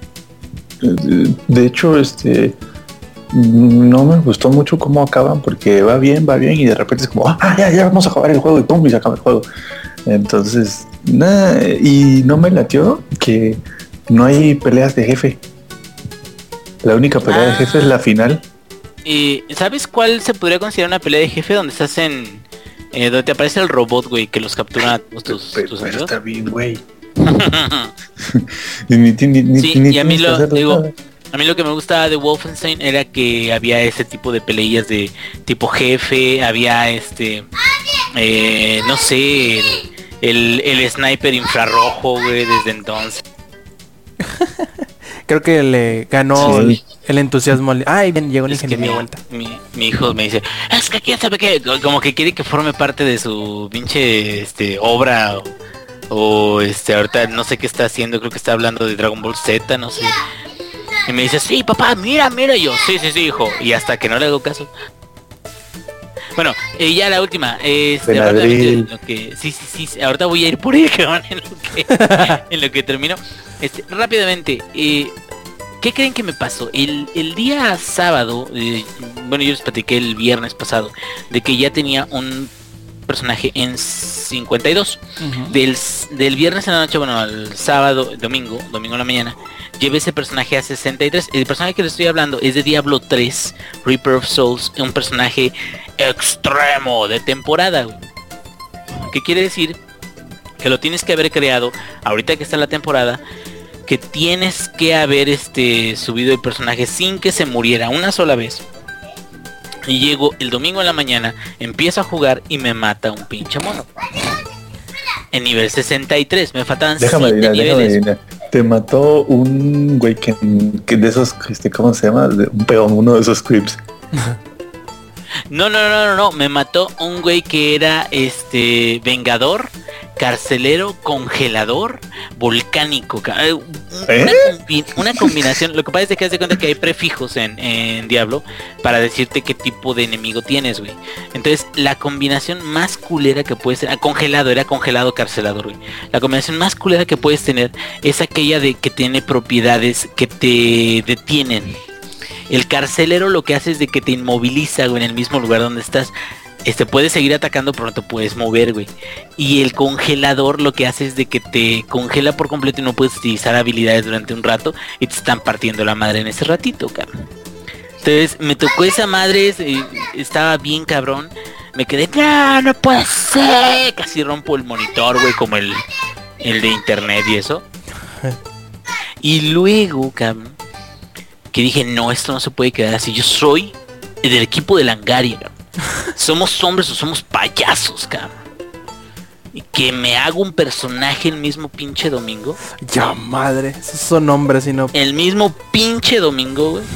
S4: De hecho, este, no me gustó mucho cómo acaban, porque va bien, va bien, y de repente es como, ah, ya, ya vamos a acabar el juego, y pum, y se acaba el juego. Entonces, nada, y no me latió que no hay peleas de jefe. La única pelea ah, de jefe es la final.
S8: ¿Y sabes cuál se podría considerar una pelea de jefe? Donde estás en... Eh, donde te aparece el robot, güey, que los captura tus, tus,
S4: pero,
S8: tus
S4: pero
S8: amigos.
S4: Está bien, güey. ni, ni, ni,
S8: sí,
S4: ni
S8: y a mí lo digo...
S4: nada.
S8: A mí lo que me gustaba de Wolfenstein era que había ese tipo de peleas de tipo jefe, había este... Eh, no sé, el, el, el sniper infrarrojo, güey, desde entonces.
S3: Creo que le ganó sí. el, el entusiasmo. Ay, bien, llegó el
S8: es
S3: ingeniero
S8: mi,
S3: de vuelta.
S8: Mi, mi hijo me dice, es que quién sabe qué, como que quiere que forme parte de su pinche este obra o, o este ahorita no sé qué está haciendo, creo que está hablando de Dragon Ball Z, no sé. Y me dice, sí, papá, mira, mira, y yo, sí, sí, sí, hijo. Y hasta que no le hago caso. Bueno, eh, ya la última, este, en lo que, sí, sí, sí, ahorita voy a ir por ahí, cabrón, en lo que, en lo que termino. Este, rápidamente, eh, ¿qué creen que me pasó? El, el día sábado, eh, bueno, yo les platiqué el viernes pasado, de que ya tenía un personaje en cincuenta y dos. Uh-huh. Del, del viernes en la noche, bueno, al sábado, domingo, domingo en la mañana, llevé ese personaje a sesenta y tres. El personaje que les estoy hablando es de Diablo tres, Reaper of Souls, un personaje extremo de temporada. ¿Qué quiere decir? Que lo tienes que haber creado ahorita que está la temporada, que tienes que haber este subido el personaje sin que se muriera una sola vez. Y llego el domingo en la mañana, empiezo a jugar y me mata un pinche mono. En nivel sesenta y tres, me faltaban
S4: déjame adivinar, déjame adivinar. Te mató un güey que, que de esos, este, ¿cómo se llama? De, un peón, uno de esos creeps.
S8: No, no, no, no, no, me mató un güey que era este vengador, carcelero, congelador, volcánico. ¿Eh? Una, combi una combinación. Lo que pasa es que haz de cuenta que hay prefijos en, en Diablo para decirte qué tipo de enemigo tienes, güey. Entonces, la combinación más culera que puedes tener, ah, congelado, era congelado, carcelador, güey. La combinación más culera que puedes tener es aquella de que tiene propiedades que te detienen. El carcelero lo que hace es de que te inmoviliza, güey, en el mismo lugar donde estás. Este, puedes seguir atacando, pero no te puedes mover, güey. Y el congelador lo que hace es de que te congela por completo y no puedes utilizar habilidades durante un rato. Y te están partiendo la madre en ese ratito, cabrón. Entonces, me tocó esa madre, eh, estaba bien cabrón. Me quedé, no, no puede ser. Casi rompo el monitor, güey, como el, el de internet y eso. Y luego, cabrón, que dije, no, esto no se puede quedar así. Yo soy del equipo de Langaria, cabrón. Somos hombres o somos payasos, cabrón. Y que me hago un personaje el mismo pinche domingo.
S3: Ya madre, esos son hombres y no.
S8: El mismo pinche domingo, güey.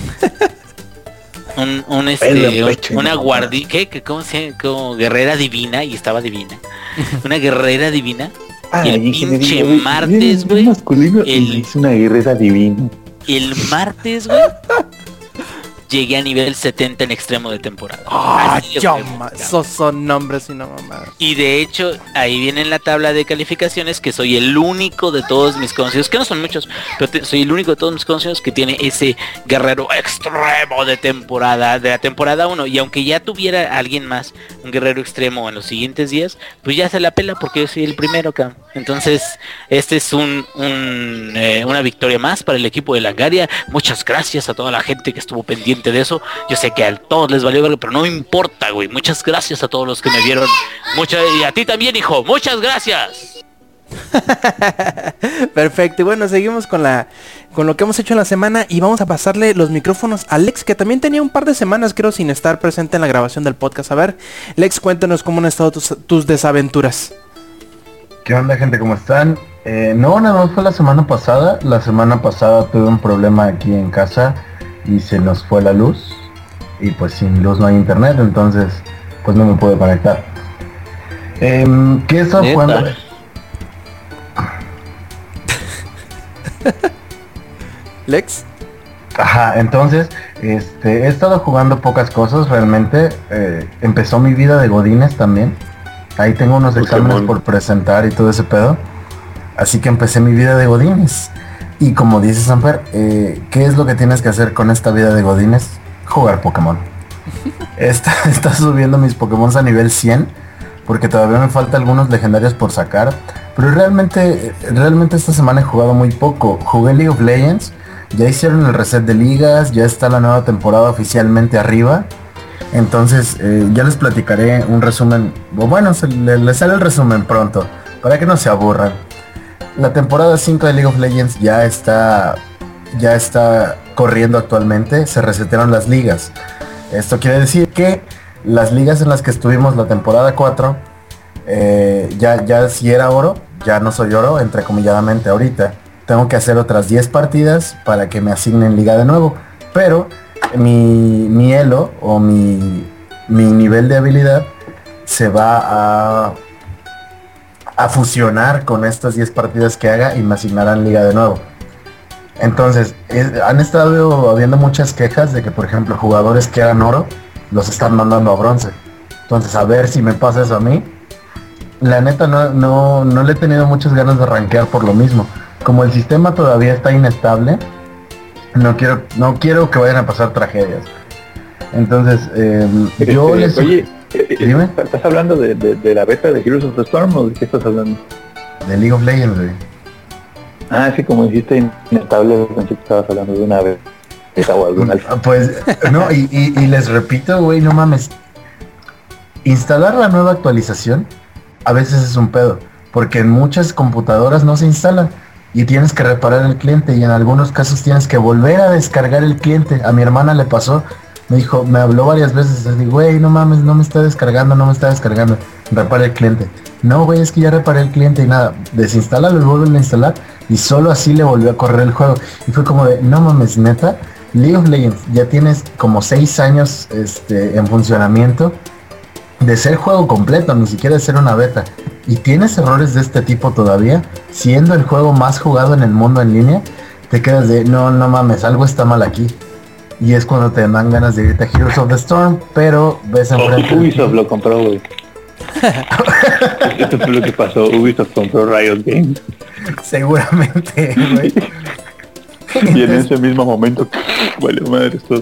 S8: Un, un este, un, una guardia, ¿qué? ¿Qué? ¿Cómo se llama? Como guerrera divina, y estaba divina. Una guerrera divina.
S4: Ah,
S8: y el pinche martes, güey.
S4: El... Es una guerrera divina.
S8: El martes, güey. llegué a nivel setenta en extremo de temporada.
S3: Ah,
S8: Así de
S3: yo,
S8: huevos,
S3: ma-
S8: cabrón.
S3: esos son nombres y no mamadas.
S8: Y de hecho, ahí viene en la tabla de calificaciones que soy el único de todos mis conocidos, que no son muchos, pero te- soy el único de todos mis conocidos que tiene ese guerrero extremo de temporada, de la temporada uno. Y aunque ya tuviera alguien más, un guerrero extremo en los siguientes días, pues ya se la pela porque yo soy el primero, cabrón. Entonces, este es un, un eh, una victoria más para el equipo de Langaria. Muchas gracias a toda la gente que estuvo pendiente de eso. Yo sé que a todos les valió verlo, pero no me importa, güey. Muchas gracias a todos los que me vieron. Muchas, y a ti también, hijo. Muchas gracias.
S3: Perfecto, y bueno, seguimos con la con lo que hemos hecho en la semana y vamos a pasarle los micrófonos a Lex, que también tenía un par de semanas, creo, sin estar presente en la grabación del podcast. A ver, Lex, cuéntanos cómo han estado tus, tus desaventuras.
S7: ¿Qué onda, gente? ¿Cómo están? Eh, no, nada más fue la semana pasada. La semana pasada tuve un problema aquí en casa y se nos fue la luz. Y pues sin luz no hay internet, entonces pues no me pude conectar. Em, ¿Qué he estado
S5: ¿Neta?
S7: jugando?
S3: Lex.
S7: Ajá, entonces este, he estado jugando pocas cosas realmente. Eh, empezó mi vida de godines también. Ahí tengo unos
S4: Pokémon.
S7: exámenes por presentar y todo ese pedo. Así que empecé mi vida de godines. Y como dice Samper, eh, ¿qué es lo que tienes que hacer con esta vida de godines? Jugar Pokémon. Está, está subiendo mis Pokémon a nivel cien. Porque todavía me falta algunos legendarios por sacar. Pero realmente, realmente esta semana he jugado muy poco. Jugué League of Legends. Ya hicieron el reset de ligas. Ya está la nueva temporada oficialmente arriba. Entonces eh, ya les platicaré un resumen. O bueno, se le, le sale el resumen pronto. Para que no se aburran. La temporada cinco de League of Legends ya está. Ya está corriendo actualmente. Se resetearon las ligas. Esto quiere decir que las ligas en las que estuvimos la temporada cuatro, eh, ya, ya si era oro, ya no soy oro, entrecomilladamente ahorita. Tengo que hacer otras diez partidas para que me asignen liga de nuevo. Pero mi, mi elo o mi, mi nivel de habilidad se va a, a fusionar con estas diez partidas que haga y me asignarán liga de nuevo. Entonces, es- han estado habiendo muchas quejas de que, por ejemplo, jugadores que eran oro los están mandando a bronce. Entonces, a ver si me pasa eso a mí. La neta no, no, no le he tenido muchas ganas de rankear por lo mismo. Como el sistema todavía está inestable, no quiero, no quiero que vayan a pasar tragedias. Entonces, eh, yo
S4: Este,
S7: les...
S4: Oye, eh,
S7: Dime.
S4: ¿estás hablando de, de, de la beta de Heroes of the Storm o de qué estás hablando?
S7: De League of Legends, güey.
S4: Ah, sí, como dijiste inestable, pensé que estabas hablando de una beta o alguna alfa.
S7: Pues, no, y, y, y les repito, güey, no mames. Instalar la nueva actualización a veces es un pedo, porque en muchas computadoras no se instalan y tienes que reparar el cliente y en algunos casos tienes que volver a descargar el cliente. A mi hermana le pasó, me dijo, me habló varias veces, le digo, güey, no mames, no me está descargando, no me está descargando, repara el cliente. No, güey, es que ya reparé el cliente y nada, desinstálalo y vuelven a instalar y solo así le volvió a correr el juego. Y fue como de, no mames, neta, League of Legends, ya tienes como seis años este, en funcionamiento, de ser juego completo, ni siquiera de ser una beta, y tienes errores de este tipo todavía, siendo el juego más jugado en el mundo en línea, te quedas de, no, no mames, algo está mal aquí. Y es cuando te dan ganas de irte a Heroes of the Storm, pero ves enfrente...
S4: Ubisoft lo compró, güey. Esto fue lo que pasó. Ubisoft compró Riot Games.
S7: Seguramente, güey.
S4: Y en ese mismo momento, vale madre esto.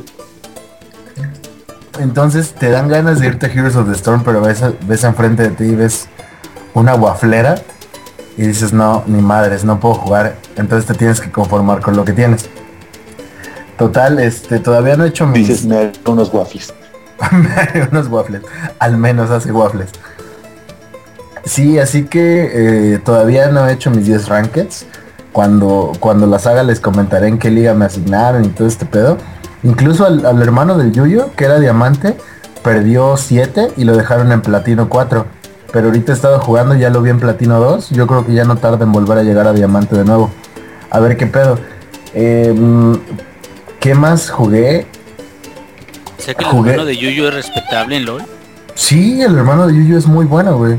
S7: Entonces te dan ganas de irte a Heroes of the Storm, pero ves, ves enfrente de ti y ves una guaflera y dices, no, ni madres, no puedo jugar. Entonces te tienes que conformar con lo que tienes. Total, este, todavía no he hecho mis...
S4: Dices, me haré unos waffles.
S7: Me haré unos waffles. Al menos hace waffles. Sí, así que eh, todavía no he hecho mis diez rankeds. Cuando, cuando las haga les comentaré en qué liga me asignaron y todo este pedo. Incluso al, al hermano del Yuyo, que era diamante, perdió siete y lo dejaron en platino cuatro. Pero ahorita he estado jugando, ya lo vi en platino dos. Yo creo que ya no tarda en volver a llegar a diamante de nuevo. A ver qué pedo. Eh, ¿Qué más jugué?
S8: O sea que el
S7: Jugué-
S8: hermano de Yuyu es respetable en LOL.
S7: Sí, el hermano de Yuyo es muy bueno, güey.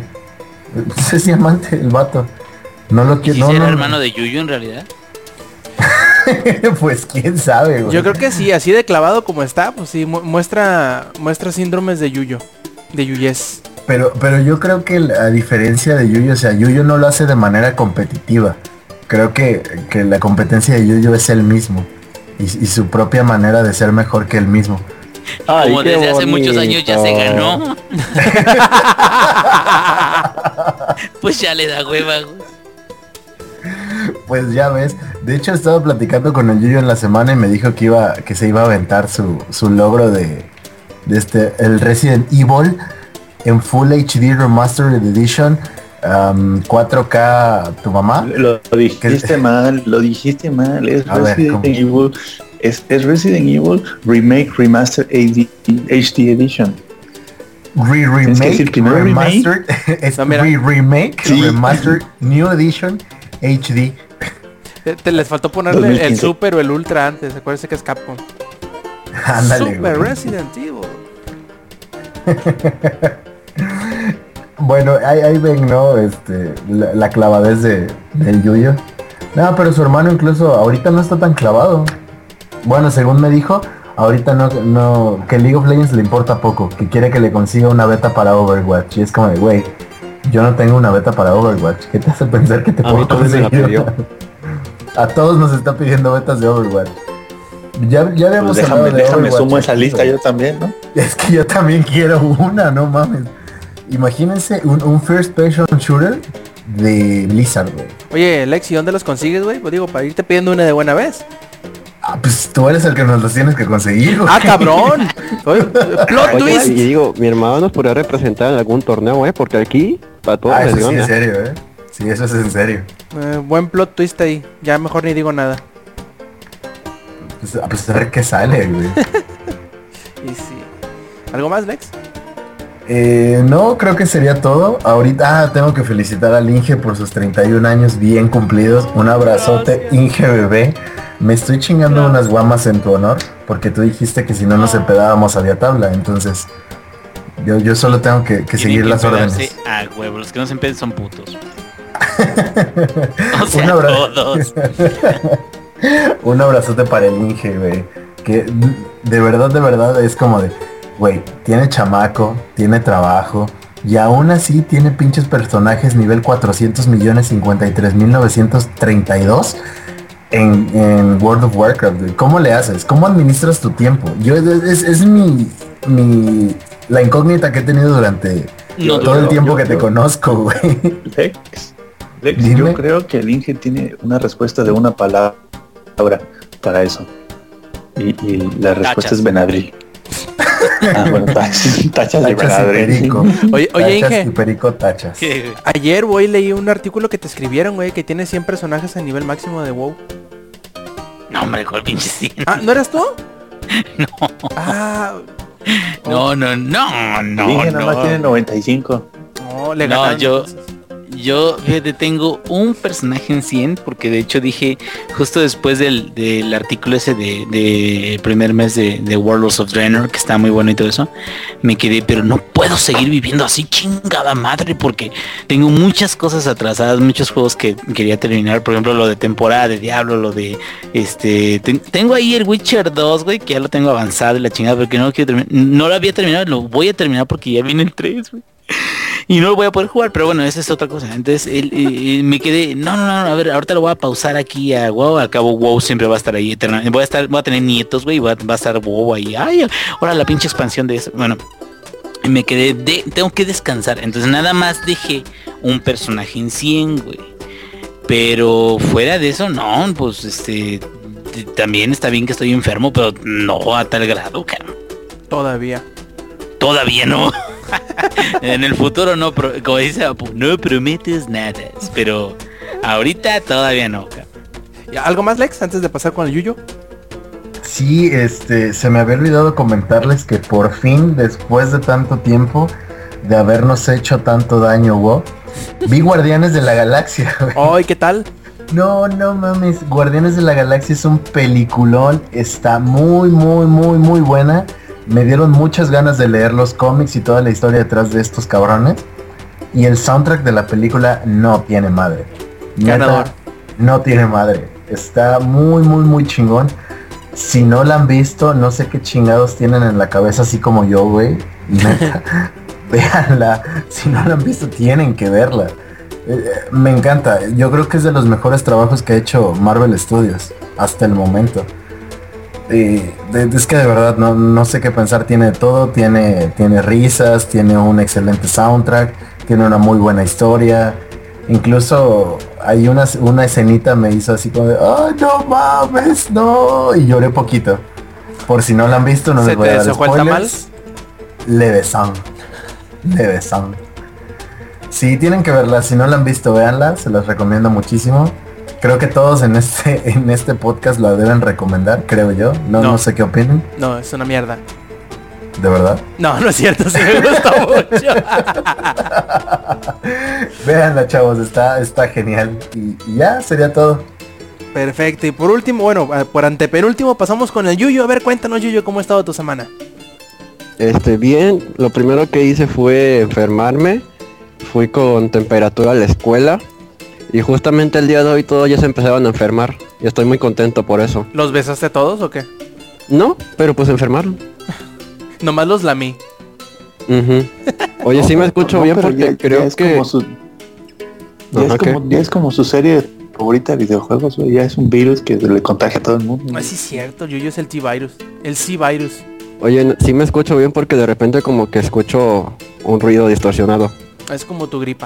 S7: Es diamante el vato. No lo
S8: ¿Y
S7: quiero.
S8: si
S7: No,
S8: era
S7: no,
S8: hermano de Yuyu en realidad?
S7: Pues quién sabe, güey.
S3: Yo creo que sí, así de clavado como está, pues sí, mu- muestra muestra síndromes de Yuyo, de Yuyes.
S7: Pero, pero yo creo que a diferencia de Yuyo, o sea, Yuyo no lo hace de manera competitiva. Creo que, que la competencia de Yuyo es él mismo. Y, y su propia manera de ser mejor que él mismo.
S5: Ay,
S8: Como
S5: qué
S8: desde hace muchos
S5: bonito.
S8: años ya se ganó. Pues ya le da hueva, güey.
S7: Pues ya ves. De hecho estaba platicando con el Yuyo en la semana y me dijo que iba, que se iba a aventar su, su logro de, de este, el Resident Evil en Full H D Remastered Edition, um, cuatro K tu mamá.
S4: Lo, lo dijiste mal, lo dijiste mal. Es
S7: A ver,
S4: Resident
S7: ¿cómo?
S4: Evil. Es, es Resident Evil Remake Remastered H D, H D Edition.
S7: Re
S4: Tienes que decir
S7: remake,
S4: primero
S7: remastered, es
S3: No, mira.
S7: re remake,
S4: Sí.
S7: remastered, new edition, H D.
S3: Te, te les faltó ponerle
S4: dos mil
S3: el
S4: quince.
S3: Super o el Ultra antes, acuérdense que es Capcom.
S7: Ándale,
S3: Super
S7: güey.
S3: Resident Evil.
S7: Bueno, ahí, ahí ven, ¿no? Este, la, la clavadez de, del Yuyo. No, pero su hermano incluso ahorita no está tan clavado. Bueno, según me dijo, ahorita no, no, que League of Legends le importa poco, que quiere que le consiga una beta para Overwatch. Y es como de, güey, yo no tengo una beta para Overwatch. ¿Qué te hace pensar que te
S5: A
S7: puedo
S5: mí también me la
S7: conseguir?
S5: pidió.
S7: A todos nos está pidiendo betas de Overwatch. Ya, ya habíamos
S4: Pues
S7: hablado
S4: déjame,
S7: de
S4: déjame
S7: Overwatch
S4: sumo esa
S7: aquí,
S4: lista
S7: güey.
S4: yo también, ¿no?
S7: Es que yo también quiero una, no mames. Imagínense un, un first person shooter de Blizzard, güey.
S3: Oye, Lexi, ¿dónde los consigues, güey? Pues digo, para irte pidiendo una de buena vez.
S7: Ah, pues tú eres el que nos los tienes que conseguir, güey.
S3: ¡Ah, cabrón! Oye, plot
S5: Oye,
S3: twist.
S5: y digo, mi hermano nos podría representar en algún torneo, ¿eh? Porque aquí, para todos
S7: Ah,
S5: les
S7: eso sí, en
S5: gana.
S7: serio, eh. Sí, eso es en serio.
S3: Eh, buen plot twist ahí. Ya mejor ni digo nada.
S7: Pues, a pues a ver qué sale, güey.
S3: Y sí. ¿Algo más, Lex?
S7: Eh, no, creo que sería todo. Ahorita ah, tengo que felicitar al Inge por sus treinta y un años bien cumplidos. Un abrazote, Inge bebé. Me estoy chingando unas guamas en tu honor, porque tú dijiste que si no nos empedábamos había tabla. Entonces, yo, yo solo tengo que, que
S8: Tienen
S7: seguir
S8: que
S7: las
S8: empedarse
S7: órdenes.
S8: a huevo, los que no se empeden son putos. O
S7: Un
S8: sea,
S7: abrazo.
S8: todos.
S7: Un abrazote para el Inge, güey. Que de verdad, de verdad es como de, güey, tiene chamaco, tiene trabajo, y aún así tiene pinches personajes nivel cuatrocientos millones cincuenta y tres mil novecientos treinta y dos en, en World of Warcraft, güey. ¿Cómo le haces? ¿Cómo administras tu tiempo? Yo es, es mi, mi la incógnita que he tenido durante
S8: No,
S7: todo el
S4: yo-
S7: tiempo
S4: yo-
S7: que te
S4: yo-
S7: conozco, güey.
S4: Lex, Lex,
S7: Dime.
S4: yo creo que el Inge tiene una respuesta de una palabra para eso. Y, y la respuesta
S8: Tachas.
S4: es Benadryl. Ah, bueno, tachas, tachas de
S7: Tachas y
S4: Benadryl.
S7: perico.
S3: Oye, oye,
S7: Tachas
S3: Inge.
S7: y perico tachas.
S8: ¿Qué, güey?
S3: Ayer, güey, leí un artículo que te escribieron, güey, que tiene cien personajes a nivel máximo de WoW.
S8: No, hombre, ¿cuál pinche cien?
S3: Ah, ¿no eras tú?
S8: No.
S3: Ah,
S8: No, no, no,
S4: El
S8: no,
S4: Inge nada más tiene
S8: no.
S4: noventa y cinco.
S3: no, le
S8: No,
S3: ganaron,
S8: yo-
S3: entonces.
S8: Yo fíjate, tengo un personaje en cien, porque de hecho dije, justo después del, del artículo ese de, de primer mes de, de Warlords of Draenor, que está muy bueno y todo eso, me quedé, pero no puedo seguir viviendo así, chingada madre, porque tengo muchas cosas atrasadas, muchos juegos que quería terminar, por ejemplo lo de temporada de Diablo, lo de este, ten- tengo ahí el Witcher dos, güey, que ya lo tengo avanzado y la chingada, pero que no lo quiero terminar, no lo había terminado, lo voy a terminar porque ya viene el tres, güey. Y no lo voy a poder jugar, pero bueno, esa es otra cosa. Entonces él, eh, eh, me quedé, no, no, no, a ver, ahorita lo voy a pausar aquí a WoW, al cabo WoW siempre va a estar ahí eternamente. Voy a estar, voy a tener nietos, güey, va, va a estar WoW ahí. Ay, ahora la pinche expansión de eso. Bueno, y me quedé, de, tengo que descansar. Entonces nada más dejé un personaje en cien, güey. Pero fuera de eso, no, pues este, t- también está bien que estoy enfermo, pero no a tal grado, cabrón.
S3: Todavía.
S8: Todavía no. En el futuro no, pro- como dice Apu, no prometes nada. Pero ahorita todavía no, cabrón.
S3: ¿Y ¿Algo más, Lex, antes de pasar con el Yuyo?
S7: Sí, este, se me había olvidado comentarles que por fin, después de tanto tiempo de habernos hecho tanto daño, WoW, vi Guardianes de la Galaxia, güey.
S3: Ay, ¿qué tal?
S7: No, no mames, Guardianes de la Galaxia es un peliculón, está muy, muy, muy, muy buena. Me dieron muchas ganas de leer los cómics y toda la historia detrás de estos cabrones. Y el soundtrack de la película no tiene madre. Neta,
S3: Ganador.
S7: no tiene madre. Está muy, muy, muy chingón. Si no la han visto, no sé qué chingados tienen en la cabeza, así como yo, güey. Neta, véanla. Si no la han visto, tienen que verla. Eh, me encanta. Yo creo que es de los mejores trabajos que ha hecho Marvel Studios hasta el momento. Eh, de, es que de verdad no, no sé qué pensar. Tiene todo. Tiene, tiene risas, tiene un excelente soundtrack, tiene una muy buena historia. Incluso hay una, una escenita me hizo así como de, ¡oh, no mames, no! Y lloré poquito. Por si no la han visto, no les voy a dar spoilers. Levesón. Levesón. Sí, tienen que verla. Si no la han visto, véanla. Se las recomiendo muchísimo. Creo que todos en este en este podcast la deben recomendar, creo yo. No, no, no sé qué opinan.
S3: No, es una mierda.
S7: ¿De verdad?
S3: No, no es cierto, sí me gustó mucho.
S7: Véanla, chavos, está, está genial. Y, y ya, sería todo.
S3: Perfecto, y por último, bueno, por antepenúltimo pasamos con el Yuyo. A ver, cuéntanos, Yuyo, ¿cómo ha estado tu semana?
S5: Este, bien, lo primero que hice fue enfermarme. Fui con temperatura a la escuela. Y justamente el día de hoy todos ya se empezaron a enfermar. Y estoy muy contento por eso.
S3: ¿Los besaste todos o qué?
S5: No, pero pues se enfermaron.
S3: Nomás los lamí.
S5: Uh-huh. Oye, no, sí me escucho no, bien porque
S4: ya,
S5: creo
S4: ya es
S5: que...
S4: Como su... ya, Ajá, es como, ya es como su serie favorita de videojuegos, güey. Ya es un virus que le contagia a todo el mundo.
S3: Ah, sí es cierto, Yuyo es el T-Virus. El C-Virus.
S5: Oye, sí me escucho bien porque de repente como que escucho un ruido distorsionado.
S3: Es como tu gripa.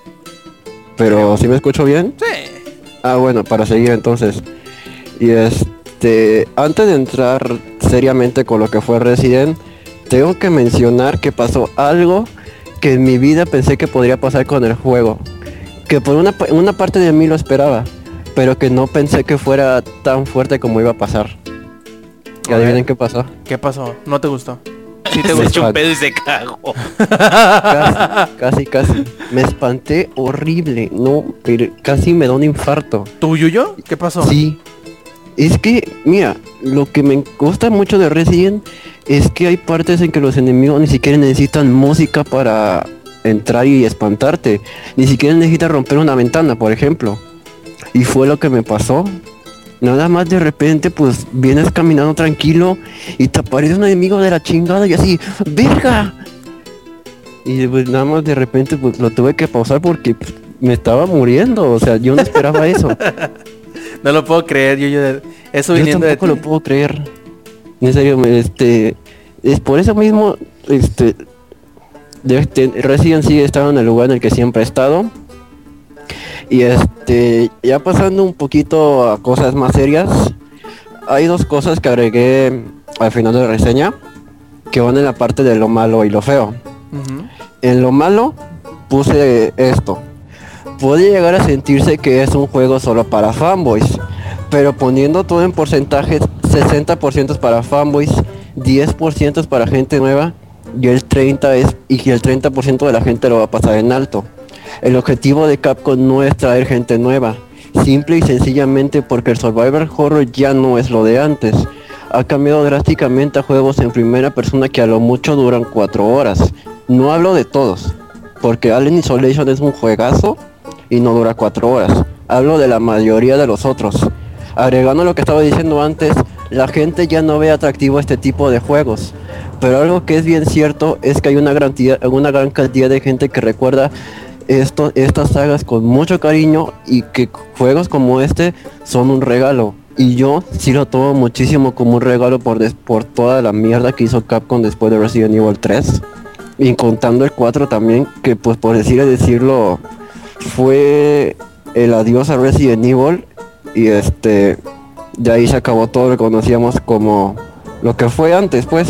S5: Pero, ¿sí me escucho bien?
S3: Sí.
S5: Ah, bueno, para seguir entonces. Y este... Antes de entrar seriamente con lo que fue Resident... Tengo que mencionar que pasó algo que en mi vida pensé que podría pasar con el juego. Que por una, una parte de mí lo esperaba, pero que no pensé que fuera tan fuerte como iba a pasar. ¿Y adivinen qué pasó?
S3: ¿Qué pasó? ¿No te gustó?
S8: Sí te gustó. Un pedo y se cagó.
S5: Casi, casi, casi. Me espanté horrible. No, pero casi me da un infarto.
S3: ¿Tú, Yuyo? ¿Qué pasó?
S5: Sí. Es que, mira, lo que me gusta mucho de Resident es que hay partes en que los enemigos ni siquiera necesitan música para entrar y espantarte. Ni siquiera necesitan romper una ventana, por ejemplo. Y fue lo que me pasó. Nada más de repente, pues, vienes caminando tranquilo y te aparece un enemigo de la chingada y así, ¡verga! Y pues nada más de repente, pues, lo tuve que pausar porque pues, me estaba muriendo. O sea, yo no esperaba eso.
S3: No lo puedo creer, yo, yo eso
S5: yo
S3: viniendo
S5: tampoco
S3: de
S5: lo puedo creer. En serio, este, es por eso mismo, este, de este Resident sí estaba en el lugar en el que siempre he estado. Y este, ya pasando un poquito a cosas más serias, hay dos cosas que agregué al final de la reseña que van en la parte de lo malo y lo feo. Uh-huh. En lo malo puse esto. Puede llegar a sentirse que es un juego solo para fanboys, pero poniendo todo en porcentajes, sesenta por ciento es para fanboys, diez por ciento es para gente nueva y el treinta por ciento es y el treinta por ciento de la gente lo va a pasar en alto. El objetivo de Capcom no es traer gente nueva, simple y sencillamente porque el survival horror ya no es lo de antes. Ha cambiado drásticamente a juegos en primera persona que a lo mucho duran cuatro horas. No hablo de todos, porque Alien Isolation es un juegazo y no dura cuatro horas. Hablo de la mayoría de los otros. Agregando lo que estaba diciendo antes, la gente ya no ve atractivo este tipo de juegos. Pero algo que es bien cierto es que hay una gran, tía, una gran cantidad de gente que recuerda esto, estas sagas con mucho cariño y que juegos como este son un regalo. Y yo sí lo tomo muchísimo como un regalo por, des, por toda la mierda que hizo Capcom después de Resident Evil tres. Y contando el cuatro también, que pues por decir decirlo, fue el adiós a Resident Evil. Y este, de ahí se acabó todo lo que conocíamos como lo que fue antes, pues.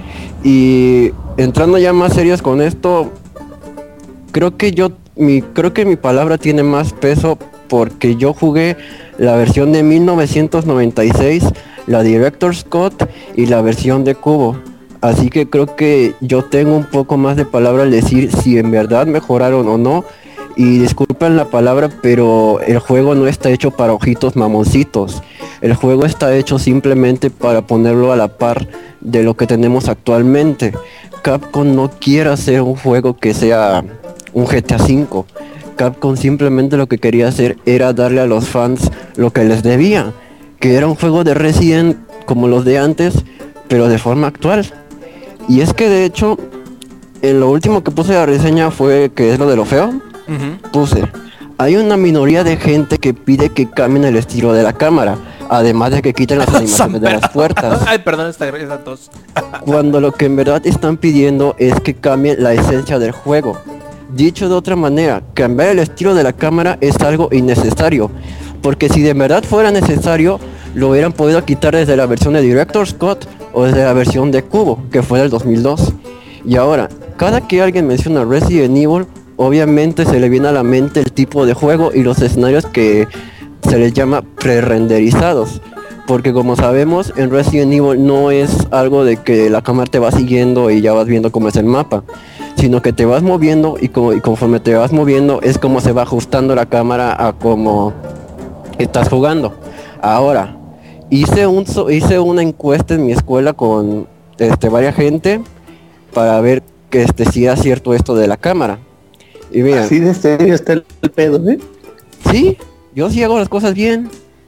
S5: Y entrando ya más serios con esto, creo que yo, mi, creo que mi palabra tiene más peso porque yo jugué la versión de mil novecientos noventa y seis, la Director's Cut y la versión de Cubo. Así que creo que yo tengo un poco más de palabra al decir si en verdad mejoraron o no. Y disculpen la palabra, pero el juego no está hecho para ojitos mamoncitos. El juego está hecho simplemente para ponerlo a la par de lo que tenemos actualmente. Capcom no quiere hacer un juego que sea un G T A cinco. Capcom simplemente lo que quería hacer era darle a los fans lo que les debía, que era un juego de Resident como los de antes, pero de forma actual. Y es que de hecho, en lo último que puse la reseña fue que es lo de lo feo.
S3: Ujú.
S5: Puse, hay una minoría de gente que pide que cambien el estilo de la cámara, además de que quiten las animaciones de las puertas.
S3: Ay, perdón, esta, esta tos.
S5: Cuando lo que en verdad están pidiendo es que cambien la esencia del juego. Dicho de otra manera, cambiar el estilo de la cámara es algo innecesario, porque si de verdad fuera necesario, lo hubieran podido quitar desde la versión de Director's Cut o desde la versión de Cubo, que fue del dos mil dos. Y ahora, cada que alguien menciona Resident Evil, obviamente se le viene a la mente el tipo de juego y los escenarios que se les llama pre-renderizados. Porque como sabemos, en Resident Evil no es algo de que la cámara te va siguiendo y ya vas viendo cómo es el mapa, sino que te vas moviendo y, como, y conforme te vas moviendo es como se va ajustando la cámara a cómo estás jugando. Ahora, hice, un, so- hice una encuesta en mi escuela con este, varias gente para ver que este, si era cierto esto de la cámara. Y mira,
S4: Así de serio está el pedo, ¿eh?
S5: sí, yo sí hago las cosas bien.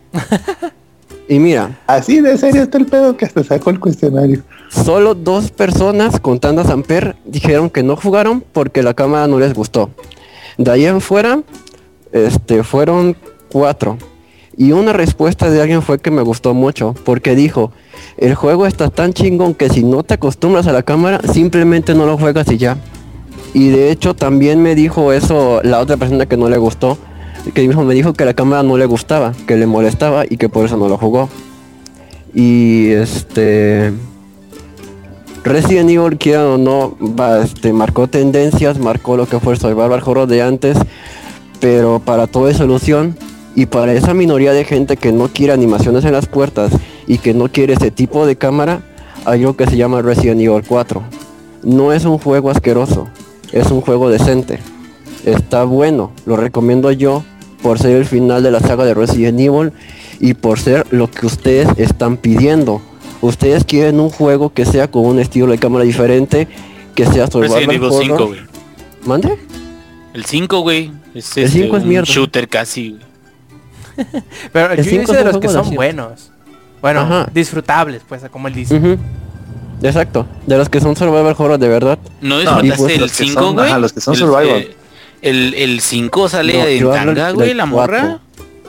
S5: Y mira,
S4: Así de serio está el pedo que hasta sacó el cuestionario.
S5: solo dos personas, contando a Samper, dijeron que no jugaron porque la cámara no les gustó. De ahí en fuera, este, fueron cuatro. Y una respuesta de alguien fue que me gustó mucho, porque dijo, el juego está tan chingón que si no te acostumbras a la cámara, simplemente no lo juegas y ya. Y de hecho también me dijo eso la otra persona que no le gustó, que dijo, me dijo que la cámara no le gustaba, que le molestaba y que por eso no lo jugó. Y este... Resident Evil, quiera o no, va, este, marcó tendencias, marcó lo que fue el survival horror de antes, pero para todo es solución. Y para esa minoría de gente que no quiere animaciones en las puertas y que no quiere ese tipo de cámara, hay algo que se llama Resident Evil cuatro. No es un juego asqueroso, es un juego decente. Está bueno, lo recomiendo yo por ser el final de la saga de Resident Evil y por ser lo que ustedes están pidiendo. Ustedes quieren un juego que sea con un estilo de cámara diferente, que sea survival
S8: Resident Evil
S5: horror.
S8: cinco, güey.
S5: ¿Mande?
S8: El cinco, güey. Es
S5: El
S8: este,
S5: cinco es
S8: un
S5: mierda.
S8: shooter casi, güey.
S3: Pero
S5: El
S3: yo
S5: cinco
S3: hice
S5: es
S3: de
S5: un
S3: los que
S5: juego de
S3: son
S5: acción.
S3: buenos. Bueno,
S5: Ajá.
S3: disfrutables, pues, como él dice.
S5: Ujú. Exacto, de los que son survival horror de verdad.
S8: ¿No
S4: No,
S8: disfrutaste
S5: pues,
S8: el
S4: los que
S8: cinco,
S4: son-
S8: güey?
S4: ajá, los que son
S8: El-
S4: survival.
S8: eh, El el cinco sale
S5: No,
S8: en
S5: yo hablo
S8: tanga,
S5: del
S8: güey, la morra.
S5: cuatro.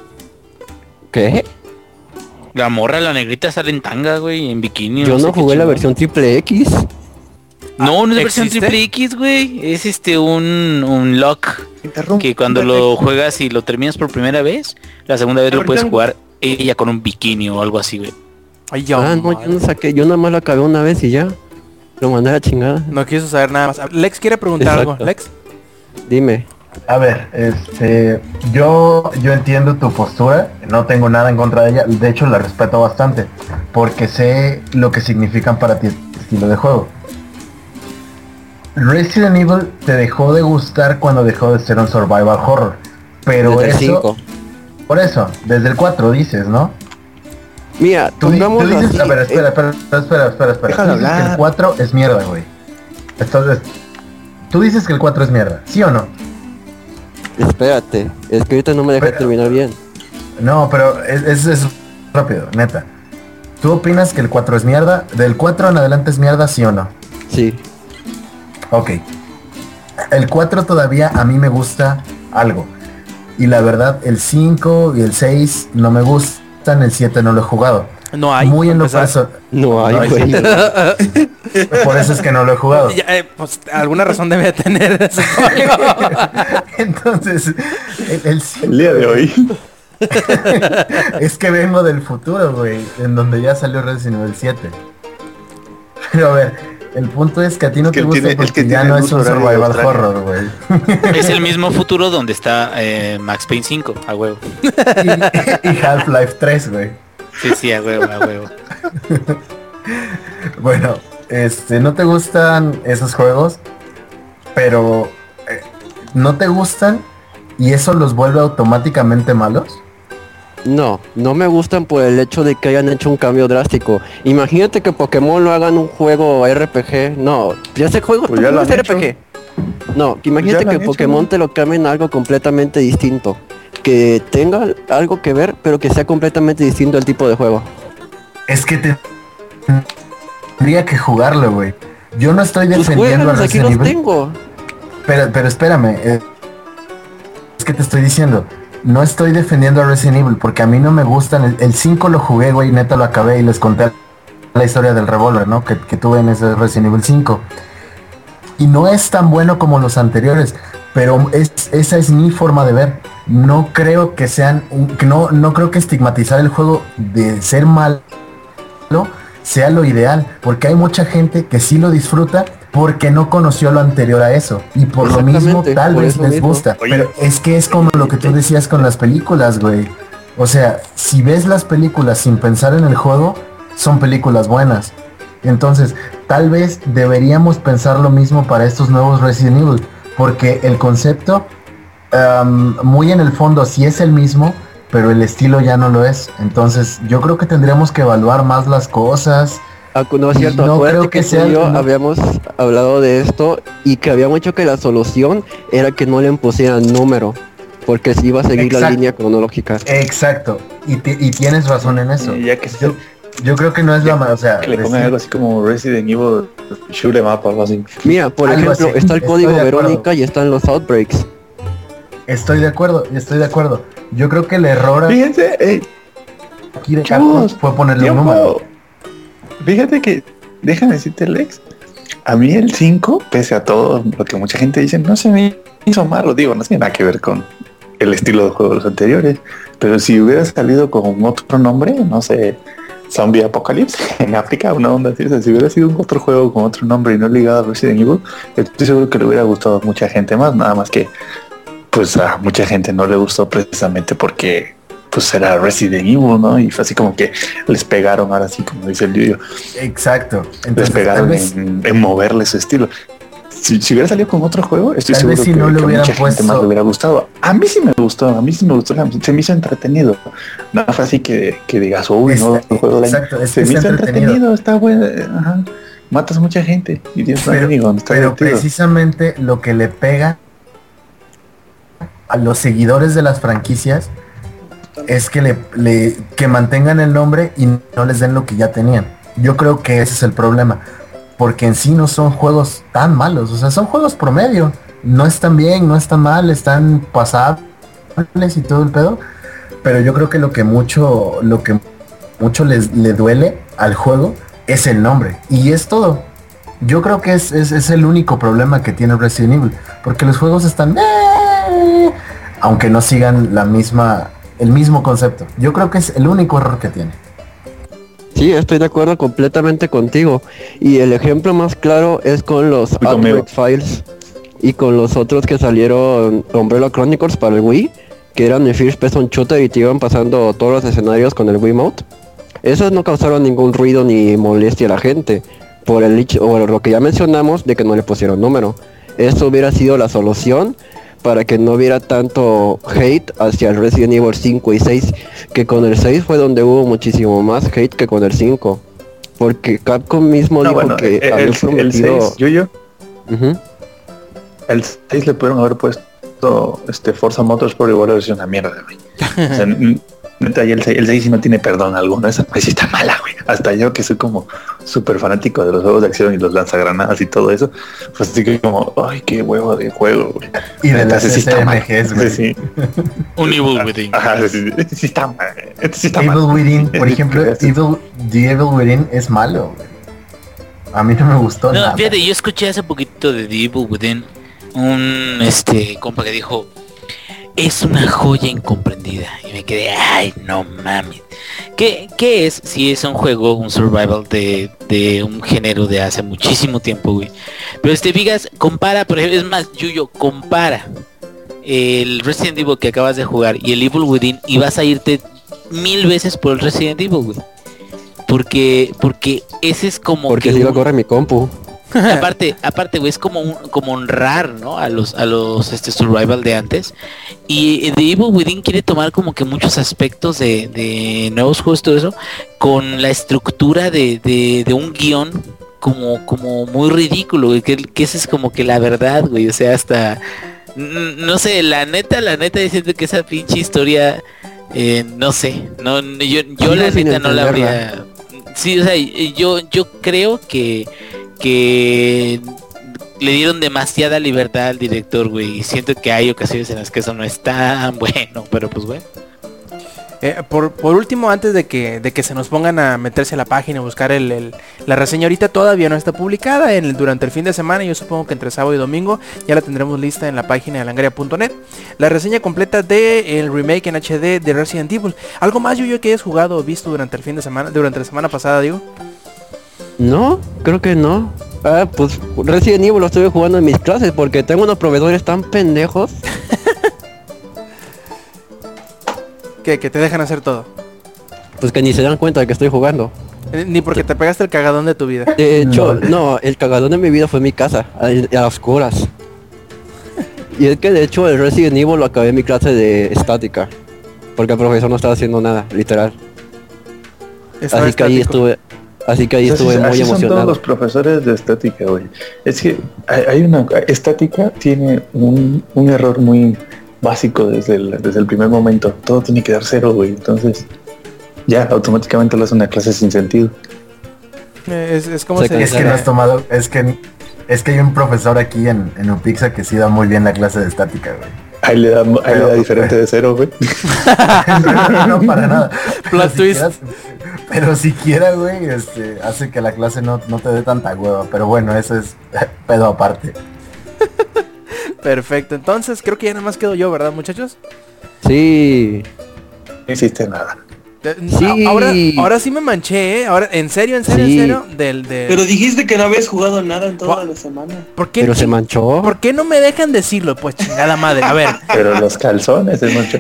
S5: ¿Qué?
S8: La morra, la negrita sale en tanga, güey, en bikini.
S5: Yo
S8: sé
S5: no
S8: qué
S5: jugué la
S8: chingón.
S5: versión triple X.
S8: No, no es versión
S3: ¿existe?
S8: triple X, güey. Es este un, un lock que cuando lo juegas y lo terminas por primera vez, la segunda vez lo puedes jugar ella con un bikini o algo así, güey.
S3: Ay, yo,
S5: Ah, no, yo no saqué, yo nada más lo acabé una vez y ya. Lo mandé a la chingada.
S3: no quiso saber nada más. Lex quiere preguntar
S5: Exacto.
S3: algo. Lex.
S5: Dime.
S7: A ver, este, yo, yo entiendo tu postura, no tengo nada en contra de ella, de hecho la respeto bastante, porque sé lo que significan para ti este estilo de juego. Resident Evil te dejó de gustar cuando dejó de ser un survival horror, pero
S5: Desde el
S7: eso,
S5: cinco.
S7: por eso, desde el cuatro dices, ¿no?
S5: Mira,
S7: Tú, di- tú
S5: pongámoslo
S7: dices,
S5: así,
S7: a ver,
S5: eh,
S7: espera, espera, espera, espera, espera, espera.
S4: Déjalo
S7: Tú dices que
S4: hablar.
S7: el cuatro es mierda, güey. Entonces, tú dices que el cuatro es mierda, ¿sí o no?
S5: espérate, es que ahorita no me deja
S7: Pero-
S5: terminar bien.
S7: No, pero es, es, es rápido, neta. ¿Tú opinas que el cuatro es mierda? ¿Del cuatro en adelante es mierda, sí o no?
S5: Sí.
S7: Ok. El cuatro todavía a mí me gusta algo. Y la verdad, el cinco y el seis no me gustan, el siete no lo he jugado.
S3: No hay.
S7: Muy en lo
S3: para empezar.
S7: personal.
S5: No hay,
S7: No hay,
S5: güey.
S7: sí. Por eso es que no lo he jugado.
S3: Ya, eh, pues alguna razón debe tener ese juego.
S7: Entonces, el, el
S4: El día de hoy.
S7: es que vengo del futuro, güey, en donde ya salió Resident Evil siete. Pero a ver, el punto es que a ti no
S4: Es que
S7: te
S4: él
S7: gusta
S4: tiene- es
S7: porque
S4: que
S7: ya
S4: tiene
S7: no
S4: el
S7: es un
S4: uso horario de
S7: survival
S4: Australia.
S7: horror, güey.
S8: Es el mismo futuro donde está eh, Max Payne cinco, a huevo.
S7: Y, y Half-Life tres, güey.
S8: Sí, sí, a huevo, a huevo.
S7: Bueno, este, no te gustan esos juegos, pero eh, no te gustan y eso los vuelve automáticamente malos.
S5: No, no me gustan por el hecho de que hayan hecho un cambio drástico. Imagínate que Pokémon lo hagan un juego R P G. No, ya ese juego
S4: Pues ya
S5: Pokémon
S4: lo
S5: es
S4: han
S5: R P G. No, que
S4: ya
S5: imagínate
S4: lo
S5: que
S4: han hecho,
S5: Pokémon
S4: ¿no?
S5: te lo cambien a algo completamente distinto. que tenga algo que ver, pero que sea completamente distinto al tipo de juego.
S7: Es que te... tendría que jugarlo, güey. Yo no estoy
S5: Pues
S7: defendiendo a
S5: juégalos, aquí
S7: Resident
S5: los
S7: Evil.
S5: tengo.
S7: Pero, pero espérame. eh, es que te estoy diciendo. No estoy defendiendo a Resident Evil porque a mí no me gustan. El, el cinco lo jugué, güey, neta lo acabé y les conté la historia del revólver, ¿no? Que, que tuve en ese Resident Evil cinco. Y no es tan bueno como los anteriores, pero es, esa es mi forma de ver. No creo que sean, que no, no creo que estigmatizar el juego de ser malo sea lo ideal, porque hay mucha gente que sí lo disfruta porque no conoció lo anterior a eso y por lo mismo tal
S5: por
S7: vez
S5: eso
S7: les
S5: mismo.
S7: gusta.
S4: Oye.
S7: Pero es que es como lo que tú decías con las películas, güey. O sea, si ves las películas sin pensar en el juego, son películas buenas. Entonces, tal vez deberíamos pensar lo mismo para estos nuevos Resident Evil, porque el concepto, um, muy en el fondo, sí es el mismo, pero el estilo ya no lo es. Entonces, yo creo que tendríamos que evaluar más las cosas.
S5: Ah, no es cierto,
S7: No
S5: acuérdate
S7: creo
S5: que,
S7: que
S5: tú
S7: sea-
S5: y yo
S7: no-
S5: habíamos hablado de esto y que habíamos dicho que la solución era que no le pusieran número, porque si iba a seguir la
S7: Exacto.
S5: línea cronológica.
S7: Exacto, y, ti- y tienes razón en eso.
S4: Y ya que
S7: Yo, yo creo que no es la ma- o sea,
S4: que le pongan
S7: decir-
S4: algo así como Resident Evil Shoot 'em up o algo así.
S5: Mira, por
S7: Algo
S5: ejemplo,
S7: así,
S5: está el
S7: estoy
S5: código
S7: de acuerdo.
S5: Verónica y están los outbreaks.
S7: estoy de acuerdo, estoy de acuerdo. Yo creo que el error
S4: Fíjense, eh,
S7: aquí de
S4: chavos,
S7: Capcom fue ponerle
S4: yo
S7: un número.
S4: puedo- Fíjate que, déjame decirte, Lex, a mí el cinco, pese a todo lo que mucha gente dice, no se me hizo malo. Digo, no tiene nada que ver con el estilo de juego de los anteriores, pero si hubiera salido con otro nombre, no sé, Zombie Apocalypse en África, una onda así, o sea, si hubiera sido un otro juego con otro nombre y no ligado a Resident Evil, estoy seguro que le hubiera gustado a mucha gente más, nada más que pues a mucha gente no le gustó precisamente porque pues era Resident Evil, ¿no? Y fue así como que les pegaron, ahora sí, como dice el Yuyo,
S7: Exacto.
S4: les
S7: Entonces, tal
S4: pegaron
S7: vez,
S4: en, en moverle su estilo. Si, si hubiera salido con otro juego, estoy
S7: Tal
S4: seguro
S7: vez si
S4: que,
S7: no le
S4: que a
S7: hubieran
S4: mucha gente
S7: puesto-
S4: más le hubiera gustado. A mí sí me gustó, a mí sí me gustó, se me hizo entretenido. No fue así que, que digas, uy, no,
S7: Está-
S4: el juego del año.
S7: exacto, es
S4: Se
S7: que
S4: me
S7: está
S4: hizo
S7: entretenido.
S4: entretenido, está bueno, eh, ajá. Matas mucha gente y tienes un
S7: pero,
S4: enemigo, está
S7: pero
S4: divertido.
S7: precisamente lo que le pega a los seguidores de las franquicias es que le, le- que mantengan el nombre y no les den lo que ya tenían. Yo creo que ese es el problema, porque en sí no son juegos tan malos, o sea, son juegos promedio, no están bien, no están mal, están pasables y todo el pedo, pero yo creo que lo que mucho, lo que mucho les le duele al juego es el nombre, y es todo. Yo creo que es, es, es el único problema que tiene Resident Evil, porque los juegos están eh, aunque no sigan la misma, el mismo concepto. Yo creo que es el único error que tiene.
S5: Sí, estoy de acuerdo completamente contigo. Y el ejemplo más claro es con los
S4: Voy conmigo.
S5: Outbreak Files y con los otros que salieron Umbrella Chronicles para el Wii, que eran el First Person Shooter y te iban pasando todos los escenarios con el Wiimote. Esos no causaron ningún ruido ni molestia a la gente, por el hecho, o lo que ya mencionamos de que no le pusieron número. Eso hubiera sido la solución para que no hubiera tanto hate hacia el Resident Evil cinco y seis, que con el seis fue donde hubo muchísimo más hate que con el cinco, porque Capcom mismo
S4: No,
S5: dijo
S4: bueno,
S5: que
S4: el,
S5: había
S4: el, el
S5: prometido...
S4: seis, Yuyo,
S5: Ujú.
S4: el seis le pudieron haber puesto este Forza Motorsport, igual es una mierda, güey. O sea, n- neta, y el seis, el seis sí no tiene perdón alguno, esa pues sí está mala, güey. Hasta yo que soy como súper fanático de los juegos de acción y los lanzagranadas y todo eso, pues así que como, ay, qué huevo de juego, güey.
S7: Y de
S4: Neta,
S7: las
S4: ese sí está mal.
S7: S M Gs, güey.
S4: Sí, sí.
S8: Un Evil Within.
S4: Ajá, sí, sí, este sí está mal. Este sí está
S7: Evil
S4: mal.
S7: Within, por ejemplo,
S4: Este-
S7: Evil, The Evil Within es malo, güey. A mí no me gustó
S8: No,
S7: nada.
S8: fíjate, yo escuché hace poquito de The Evil Within un este compa que dijo, es una joya incomprendida. Y me quedé, ay, no mames. ¿Qué, qué es si es un juego, un survival de, de un género de hace muchísimo tiempo, güey? Pero este, digas, compara, por ejemplo, es más, Yuyo, compara el Resident Evil que acabas de jugar y el Evil Within y vas a irte mil veces por el Resident Evil, güey. Porque, porque ese es como
S5: Porque
S8: que
S5: si lo
S8: un-
S5: corre mi compu.
S8: aparte, aparte, güey, es como un, como honrar, ¿no? A los, a los este survival de antes. Y The Evil Within quiere tomar como que muchos aspectos de, de nuevos juegos, todo eso, con la estructura de, de, de un guión como, como muy ridículo, güey, que, que esa es como que la verdad, güey. O sea, hasta N- No sé, la neta, la neta, diciendo que esa pinche historia, eh, no sé, no, no, yo, yo la
S5: Sigo sin
S8: neta no la
S5: entenderla.
S8: habría. Sí, o sea, y- yo, yo creo que, que le dieron demasiada libertad al director, güey. Y siento que hay ocasiones en las que eso no es tan bueno, pero pues bueno.
S3: Eh, por, por último, antes de que, de que se nos pongan a meterse a la página y buscar el, el- la reseña, ahorita todavía no está publicada en el- durante el fin de semana. Yo supongo que entre sábado y domingo ya la tendremos lista en la página de langaria punto net. La reseña completa de el remake en H D de Resident Evil. ¿Algo más, yo que hayas jugado o visto durante el fin de semana, durante la semana pasada, digo?
S5: No, creo que no. Ah, pues Resident Evil lo estuve jugando en mis clases porque tengo unos proveedores tan pendejos.
S3: Que, que te dejan hacer todo.
S5: Pues que ni se dan cuenta de que estoy jugando.
S3: Eh, Ni porque te pegaste el cagadón de tu vida.
S5: De hecho, no, el cagadón de mi vida fue mi casa, a, a oscuras. Y es que de hecho el Resident Evil lo acabé en mi clase de estática. Porque el profesor no estaba haciendo nada, literal.
S3: Estaba
S5: Así que ahí
S3: estático.
S5: estuve, así que ahí
S4: Así-
S5: estuve
S4: así
S5: muy
S4: son todos
S5: emocionado.
S4: los profesores de estática, güey. Es que hay, hay una estática tiene un, un error muy básico desde el, desde el primer momento. Todo tiene que dar cero, güey. Entonces ya automáticamente lo hace una clase sin sentido.
S3: Eh, Es, es como
S5: Se
S3: se
S5: cansa.
S7: Es que no has tomado, es que es que hay un profesor aquí en, en Upixa que sí da muy bien la clase de estática, güey.
S4: Ahí le da, ahí le
S7: Pero-
S4: da diferente de cero, güey.
S7: no, no, no, para nada.
S3: Plot
S7: Pero
S3: twist.
S7: siquiera- Pero siquiera, güey, este, hace que la clase no, no te dé tanta hueva. Pero bueno, eso es pedo aparte.
S3: Perfecto, entonces creo que ya nada más quedo yo, ¿verdad, muchachos?
S5: Sí,
S4: No hiciste nada.
S3: Eh,
S5: Sí.
S3: a- Ahora, ahora sí me manché, ¿eh? Ahora, en serio, en serio,
S5: Sí.
S3: en serio, del, del...
S6: Pero dijiste que no habías jugado nada en toda
S3: Gua-
S6: la semana.
S3: ¿Por qué,
S5: pero se manchó.
S3: ¿Por qué no me dejan decirlo? Pues chingada madre, a ver.
S4: Pero los calzones es mucho.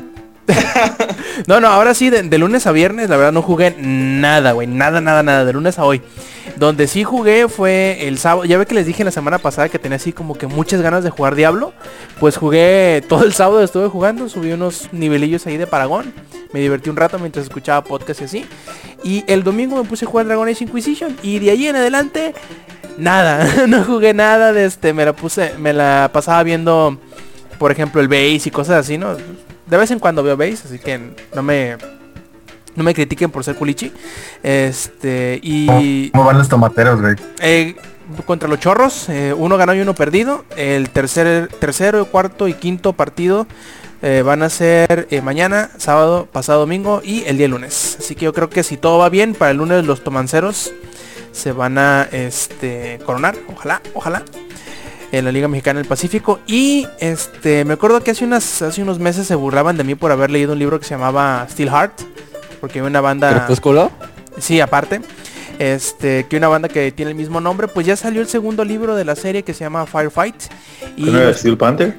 S3: No, no, ahora sí, de, de lunes a viernes, la verdad no jugué nada, güey, nada, nada, nada, de lunes a hoy. Donde sí jugué fue el sábado, ya ve que les dije la semana pasada que tenía así como que muchas ganas de jugar Diablo. Pues jugué, todo el sábado estuve jugando, subí unos nivelillos ahí de Paragón. Me divertí un rato mientras escuchaba podcast y así. Y el domingo me puse a jugar Dragon Age Inquisition. Y de ahí en adelante, nada, no jugué nada de este, me la puse, me la pasaba viendo, por ejemplo, el Base y cosas así, ¿no? De vez en cuando veo Base, así que no me no me critiquen por ser culichi. Este, y
S7: ¿Cómo van los tomateros, güey?
S3: eh, contra los chorros, eh, uno ganó y uno perdido. El tercer, tercero, cuarto y quinto partido eh, van a ser eh, mañana, sábado, pasado domingo y el día lunes. Así que yo creo que si todo va bien, para el lunes los tomanceros se van a este coronar, ojalá, ojalá, en la Liga Mexicana del Pacífico. Y este me acuerdo que hace unas hace unos meses se burlaban de mí por haber leído un libro que se llamaba Steel Heart, porque hay una banda,
S5: ¿Crepúsculo?
S3: sí, aparte, este que una banda que tiene el mismo nombre. Pues ya salió el segundo libro de la serie que se llama Firefight y
S4: ¿No era Steel Panther?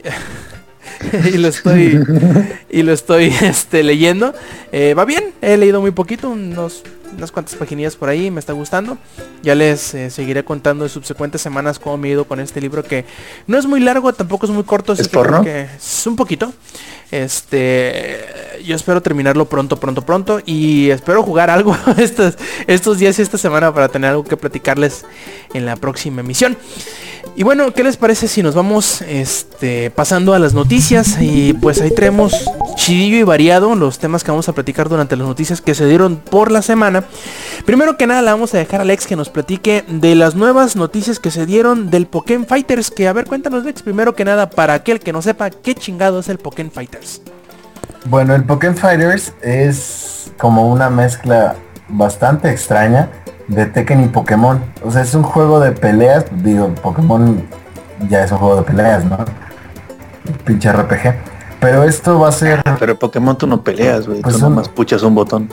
S3: y lo estoy y lo estoy este leyendo. Eh, va bien, he leído muy poquito, unos unas cuantas paginillas por ahí, me está gustando. Ya les eh, seguiré contando en subsecuentes semanas cómo me he ido con este libro, que no es muy largo, tampoco es muy corto. así
S4: ¿Es
S3: que creo
S4: porno?
S3: que es un poquito. Este, yo espero terminarlo pronto, pronto, pronto. Y espero jugar algo estos, estos días y esta semana para tener algo que platicarles en la próxima emisión. Y bueno, ¿qué les parece si nos vamos este, pasando a las noticias? Y pues ahí traemos chidillo y variado los temas que vamos a platicar durante las noticias que se dieron por la semana. Primero que nada le vamos a dejar a Lex que nos platique de las nuevas noticias que se dieron del Pokémon Fighters. Que a ver, cuéntanos, Lex, primero que nada, para aquel que no sepa qué chingado es el Pokémon Fighters.
S7: Bueno, el Pokémon Fighters es como una mezcla bastante extraña de Tekken y Pokémon. O sea, es un juego de peleas. Digo, Pokémon ya es un juego de peleas, ¿no? Pinche R P G. Pero esto va a ser...
S4: Pero Pokémon tú no peleas, güey.
S7: Pues
S4: tú
S7: un-
S4: nomás puchas un botón.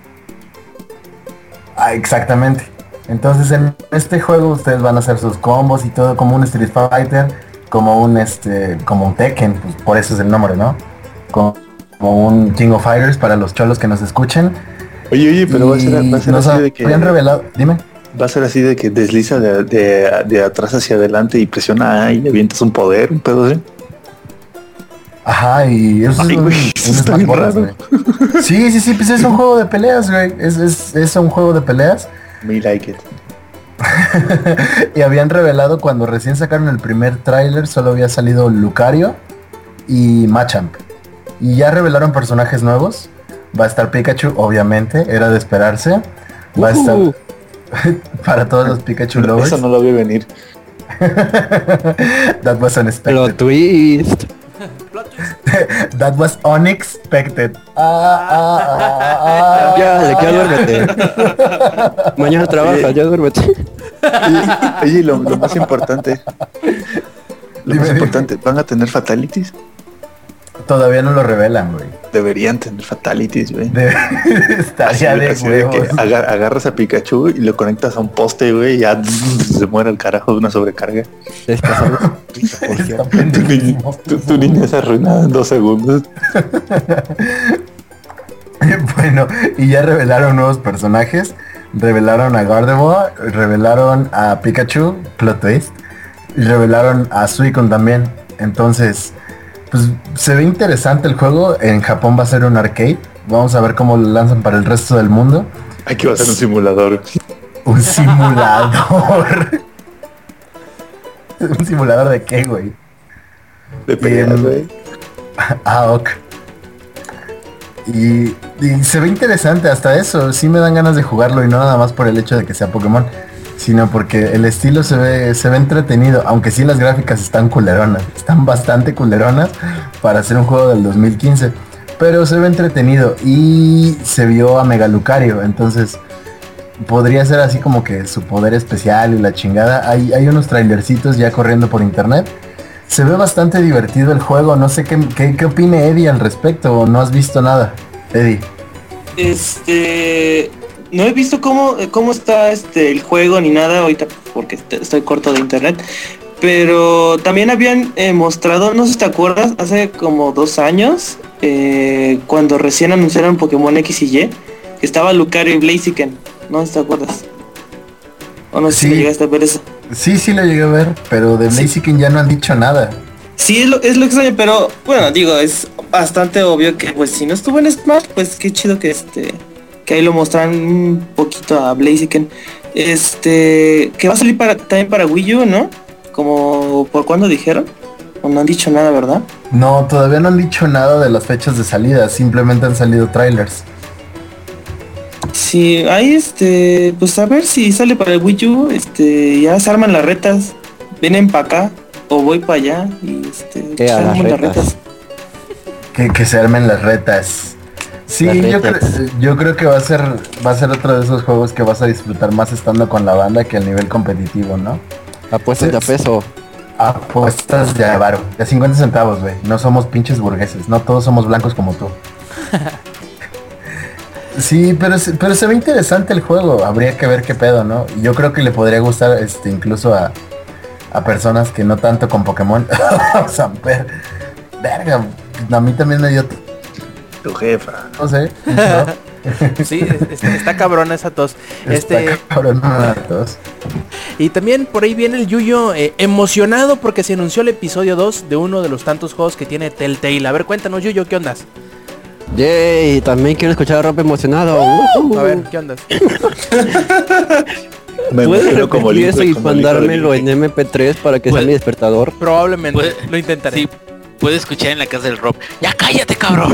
S7: Ah, exactamente. Entonces en este juego ustedes van a hacer sus combos y todo como un Street Fighter, como un este, como un Tekken, pues por eso es el nombre, ¿no? Como, como un King of Fighters para los cholos que nos escuchen.
S4: Oye, oye, pero va a
S7: Y
S4: ser, va a ser
S7: nos
S4: así de que...
S7: habían revelado, dime.
S4: Va a ser así de que desliza de, de, de atrás hacia adelante y presiona A y avientas un poder, un pedo así.
S7: Ajá, y eso
S4: Ay,
S7: es un,
S4: güey,
S7: un
S4: eso está
S7: Smash
S4: bien
S7: Bros,
S4: raro.
S7: güey. Sí, sí, sí, pues es un juego de peleas, güey. Es, es, es un juego de peleas.
S4: Me like it.
S7: y habían revelado cuando recién sacaron el primer tráiler, solo había salido Lucario y Machamp. Y ya revelaron personajes nuevos. Va a estar Pikachu, obviamente, era de esperarse. Va a estar
S5: Uh.
S7: para todos los Pikachu lovers.
S4: Eso no lo vi venir.
S7: That was unexpected.
S5: Plot twist.
S7: That was unexpected. Ah, ah, ah, ah.
S5: Ya, ya duérmete. Mañana trabajas, ya duérmete.
S4: Oye, oye, lo, lo más importante. Lo
S7: Dime,
S4: más
S7: dime.
S4: importante, ¿van a tener fatalities?
S7: Todavía no lo revelan, güey.
S4: Deberían tener fatalities, güey.
S7: De... Estaría
S4: Así-
S7: de
S4: así de que
S7: huevos.
S4: agar- agarras a Pikachu y lo conectas a un poste, güey, y ya se muere el carajo de una sobrecarga.
S5: Despasado.
S7: Está
S4: Tu, niña,
S7: pendejísimo.
S4: tu, tu niña es arruinada en dos segundos.
S7: Bueno, y ya revelaron nuevos personajes. Revelaron a Gardevoir, revelaron a Pikachu, plot twist, y revelaron a Suicune también. Entonces, pues se ve interesante el juego. En Japón va a ser un arcade. Vamos a ver cómo lo lanzan para el resto del mundo.
S4: Aquí va a ser un simulador.
S7: Un simulador. ¿Un simulador de qué, güey?
S4: De peleas,
S7: Bien.
S4: güey.
S7: Ah, ok. Y, y se ve interesante hasta eso. Sí me dan ganas de jugarlo y no nada más por el hecho de que sea Pokémon, sino porque el estilo se ve, se ve entretenido, aunque sí las gráficas están culeronas, están bastante culeronas para hacer un juego del dos mil quince, pero se ve entretenido y se vio a Mega Lucario, entonces podría ser así como que su poder especial y la chingada. Hay, hay unos trailercitos ya corriendo por internet. Se ve bastante divertido el juego, no sé qué, qué, qué opine Eddie al respecto, o no has visto nada, Eddie.
S6: Este, no he visto cómo, cómo está este el juego ni nada ahorita porque est- estoy corto de internet. Pero también habían eh, mostrado, no sé si te acuerdas, hace como dos años, eh, cuando recién anunciaron Pokémon X y Y, que estaba Lucario y Blaziken. No sé si te acuerdas. O no sé
S7: Sí.
S6: si llegaste a ver eso.
S7: Sí, sí lo llegué a ver, pero de
S6: Sí.
S7: Blaziken ya no han dicho nada.
S6: Sí, es lo, es lo extraño, pero bueno, digo, es bastante obvio que pues si no estuvo en Smash, pues qué chido que este que ahí lo mostraran un poquito a Blaziken. Este, que va a salir para también para Wii U, ¿no? Como por cuándo dijeron? O no han dicho nada, ¿verdad?
S7: No, todavía no han dicho nada de las fechas de salida, simplemente han salido trailers.
S6: Sí, ahí este, pues a ver si sale para el Wii U, este, ya se arman las retas, vienen para acá o voy para allá y este,
S5: ¿Qué,
S6: se
S5: a las
S6: arman
S5: retas?
S7: Que, que se armen las retas. Sí,
S5: Las
S7: yo,
S5: retas.
S7: cre- yo creo que va a ser va a ser otro de esos juegos que vas a disfrutar más estando con la banda que a nivel competitivo, ¿no?
S5: Apuestas de a peso.
S7: Apuestas de avaro, de cincuenta centavos, güey. No somos pinches burgueses, no todos somos blancos como tú. Sí, pero, se- pero se ve interesante el juego, habría que ver qué pedo, ¿no? Yo creo que le podría gustar este incluso a, a personas que no tanto con Pokémon. Samper. Verga, a mí también me dio,
S4: Tu jefa.
S7: no sé.
S3: Sí, es- es- está cabrón esa tos. Este,
S7: Está cabrón, a todos.
S3: y también por ahí viene el Yuyo eh, emocionado porque se anunció el episodio dos de uno de los tantos juegos que tiene Telltale. A ver, cuéntanos, Yuyo, ¿qué ondas?
S5: Yay, también quiero escuchar a Rob emocionado.
S3: A ver, ¿qué ondas?
S4: Me
S5: ¿Puedes
S4: emociono como
S5: repetir eso y
S4: como el hijo de
S5: mandármelo en
S4: Link.
S5: M P tres para que sea
S8: Puede-
S5: mi despertador?
S3: Probablemente,
S8: Puede-
S3: lo intentaré.
S8: Sí, puede escuchar en la casa del Rob. ¡Ya cállate, cabrón!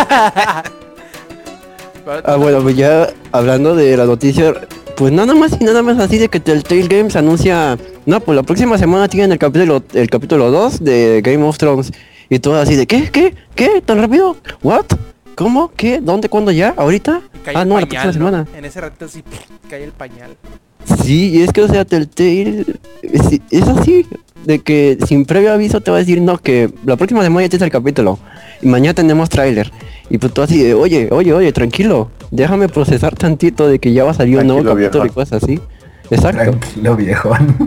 S5: Ah, bueno, pues ya hablando de la noticia, pues nada más y nada más así de que Telltale Games anuncia, no, pues la próxima semana tienen el capítulo el capítulo dos de Game of Thrones y todo así de ¿qué? ¿Qué? ¿Qué? ¿Tan rápido? ¿What? ¿Cómo? ¿Qué? ¿Dónde? ¿Cuándo ya? ¿Ahorita?
S3: Cae
S5: Ah,
S3: el
S5: no, la
S3: pañal,
S5: próxima
S3: ¿no?
S5: semana.
S3: En ese ratito sí pff, cae el pañal.
S5: Sí, y es que o sea, Telltale es, es así, de que sin previo aviso te va a decir no, que la próxima semana ya tienes el capítulo y mañana tenemos tráiler. Y pues tú así de, oye, oye, oye, tranquilo, déjame procesar tantito de que ya va a salir un nuevo
S4: Tranquilo,
S5: capítulo y
S4: viejo.
S5: cosas así. Exacto.
S7: Tranquilo, viejón.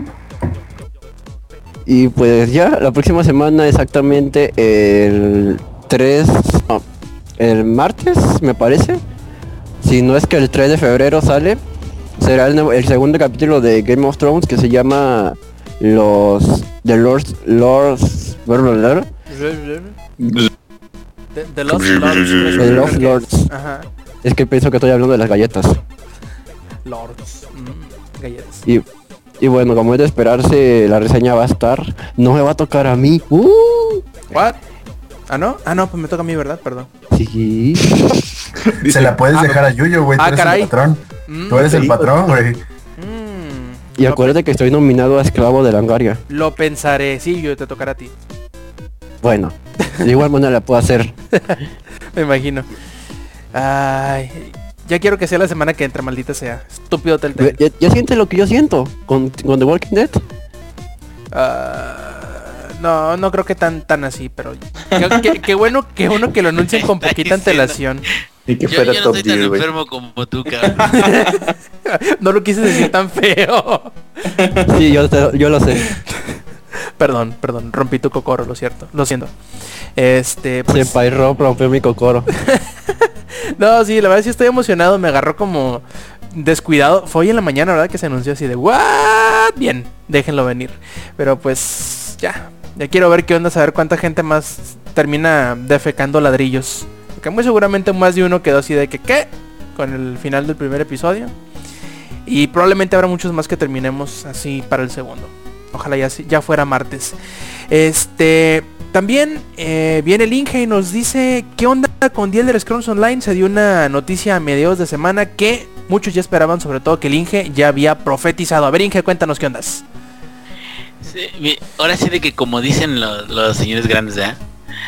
S5: Y pues ya, la próxima semana exactamente el tres, no, el martes me parece, si no es que el tres de febrero sale, será el, nuevo- el segundo capítulo de Game of Thrones que se llama los The Lords Lords
S3: The, the Lost Lords.
S5: The Lost Lords.
S3: Ajá.
S5: Es que pienso que estoy hablando de las galletas.
S3: Lords. Mm, galletas.
S5: Y Y bueno, como es de esperarse, la reseña va a estar. No me va a tocar a mí. Uh.
S3: ¿What? ¿Ah, no? Ah, no, pues me toca a mí, ¿verdad? Perdón.
S5: Sí.
S7: Se la puedes dejar a Yuyo, güey.
S3: ah,
S7: Tú eres
S3: caray.
S7: el patrón.
S3: Mm,
S7: Tú eres el
S4: sí.
S7: patrón, güey.
S3: mm,
S5: Y
S3: lo,
S5: acuérdate que estoy nominado a Esclavo de Langaria.
S3: lo pensaré. Sí, yo te tocará a ti.
S5: Bueno, de igual manera la puedo hacer.
S3: Me imagino. Ay, ya quiero que sea la semana que entra, maldita sea. Estúpido Telltale.
S5: ¿Ya, ya sientes lo que yo siento con, con The Walking Dead?
S3: Ah, no, no creo que tan tan así, pero qué, qué- qué bueno, qué bueno que lo anuncien con
S8: Está
S3: poquita
S8: diciendo.
S3: antelación.
S4: Y que
S8: Yo,
S4: fuera
S8: yo no
S4: Top
S8: soy tan
S4: Gear, güey.
S8: enfermo como tú, cabrón.
S3: No lo quise decir tan feo.
S5: Sí, yo, te- yo lo sé.
S3: Perdón, perdón, rompí tu cocoro, lo cierto, lo siento. Este, pues,
S5: Senpai Rob rompió mi cocoro.
S3: no, sí, la verdad sí estoy emocionado, me agarró como descuidado. Fue hoy en la mañana, ¿verdad? Que se anunció así de what? Bien, déjenlo venir. Pero pues ya, ya quiero ver qué onda, saber cuánta gente más termina defecando ladrillos. Porque muy seguramente más de uno quedó así de que ¿qué? Con el final del primer episodio. Y probablemente habrá muchos más que terminemos así para el segundo. Ojalá ya, ya fuera martes. Este, también eh, viene el Inge y nos dice ¿qué onda con The Elder Scrolls Online? Se dio una noticia a mediados de semana que muchos ya esperaban, sobre todo que el Inge ya había profetizado. A ver, Inge, cuéntanos qué ondas.
S8: Sí, mi- ahora sí de que como dicen los, los señores grandes, ¿eh?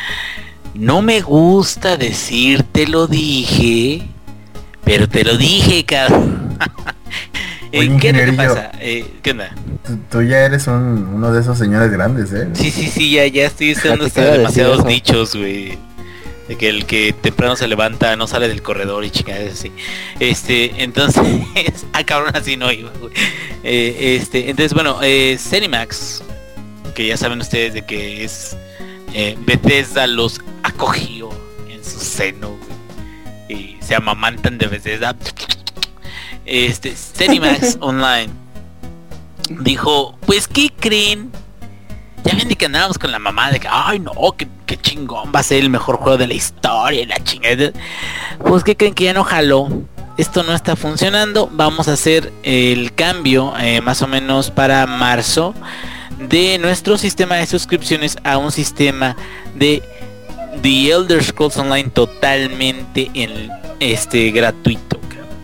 S8: No me gusta decirte lo dije, pero te lo dije, cabrón. Eh,
S7: Oye,
S8: ¿Qué es lo que
S7: ingenierillo.
S8: pasa? Eh, ¿Qué onda?
S7: Tú, tú ya eres un, uno de esos señores grandes, ¿eh?
S8: Sí, sí, sí, ya, ya estoy usando
S5: te
S8: hasta
S5: queda decir
S8: demasiados
S5: eso.
S8: dichos, güey. De que el que temprano se levanta no sale del corredor y chingadas así. Este, entonces, ah, cabrón, así no iba, güey. Eh, este, entonces, bueno, eh, Zenimax, que ya saben ustedes de que es eh, Bethesda los acogió en su seno, güey. Y se amamantan de Bethesda. Este, Zenimax Online dijo, pues, ¿qué creen? Ya ven de que andábamos con la mamá de que, ay no, que, que chingón, va a ser el mejor juego de la historia y la chingada. Pues ¿qué creen? Que ya no jaló. Esto no está funcionando. Vamos a hacer el cambio eh, más o menos para marzo de nuestro sistema de suscripciones a un sistema de The Elder Scrolls Online totalmente en este gratuito.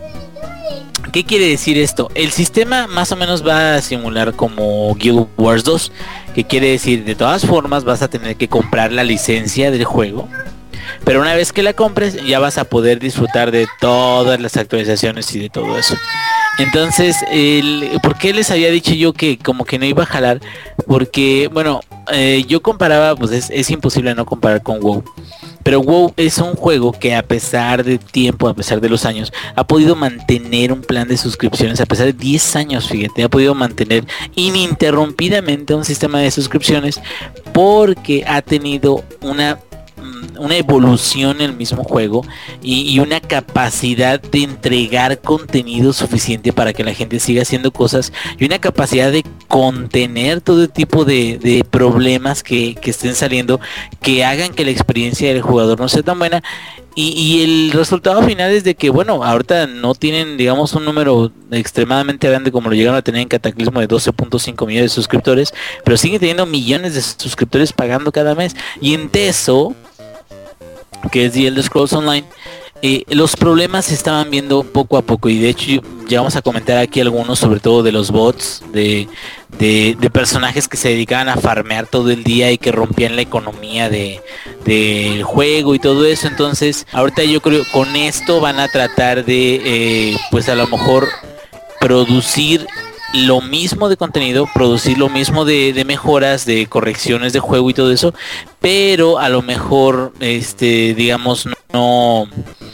S8: ¿Qué quiere decir esto? El sistema más o menos va a simular como Guild Wars dos, que quiere decir de todas formas vas a tener que comprar la licencia del juego, pero una vez que la compres ya vas a poder disfrutar de todas las actualizaciones y de todo eso. Entonces, el, ¿por qué les había dicho yo que como que no iba a jalar? Porque, bueno, eh, yo comparaba, pues es, es imposible no comparar con WoW. Pero WoW es un juego que a pesar de tiempo, a pesar de los años, ha podido mantener un plan de suscripciones, a pesar de diez años, fíjate, ha podido mantener ininterrumpidamente un sistema de suscripciones porque ha tenido una una evolución en el mismo juego y, y una capacidad de entregar contenido suficiente para que la gente siga haciendo cosas y una capacidad de contener todo tipo de, de problemas que, que estén saliendo, que hagan que la experiencia del jugador no sea tan buena. Y, y el resultado final es de que, bueno, ahorita no tienen, digamos, un número extremadamente grande como lo llegaron a tener en Cataclismo de doce punto cinco millones de suscriptores, pero siguen teniendo millones de suscriptores pagando cada mes. Y en Teso, que es The Elder Scrolls Online, eh, los problemas se estaban viendo poco a poco, y de hecho ya vamos a comentar aquí algunos, sobre todo de los bots, de, de, de personajes que se dedicaban a farmear todo el día y que rompían la economía de del juego y todo eso. Entonces ahorita yo creo con esto van a tratar de eh, pues a lo mejor producir lo mismo de contenido, producir lo mismo de, de mejoras, de correcciones de juego y todo eso, pero a lo mejor este digamos no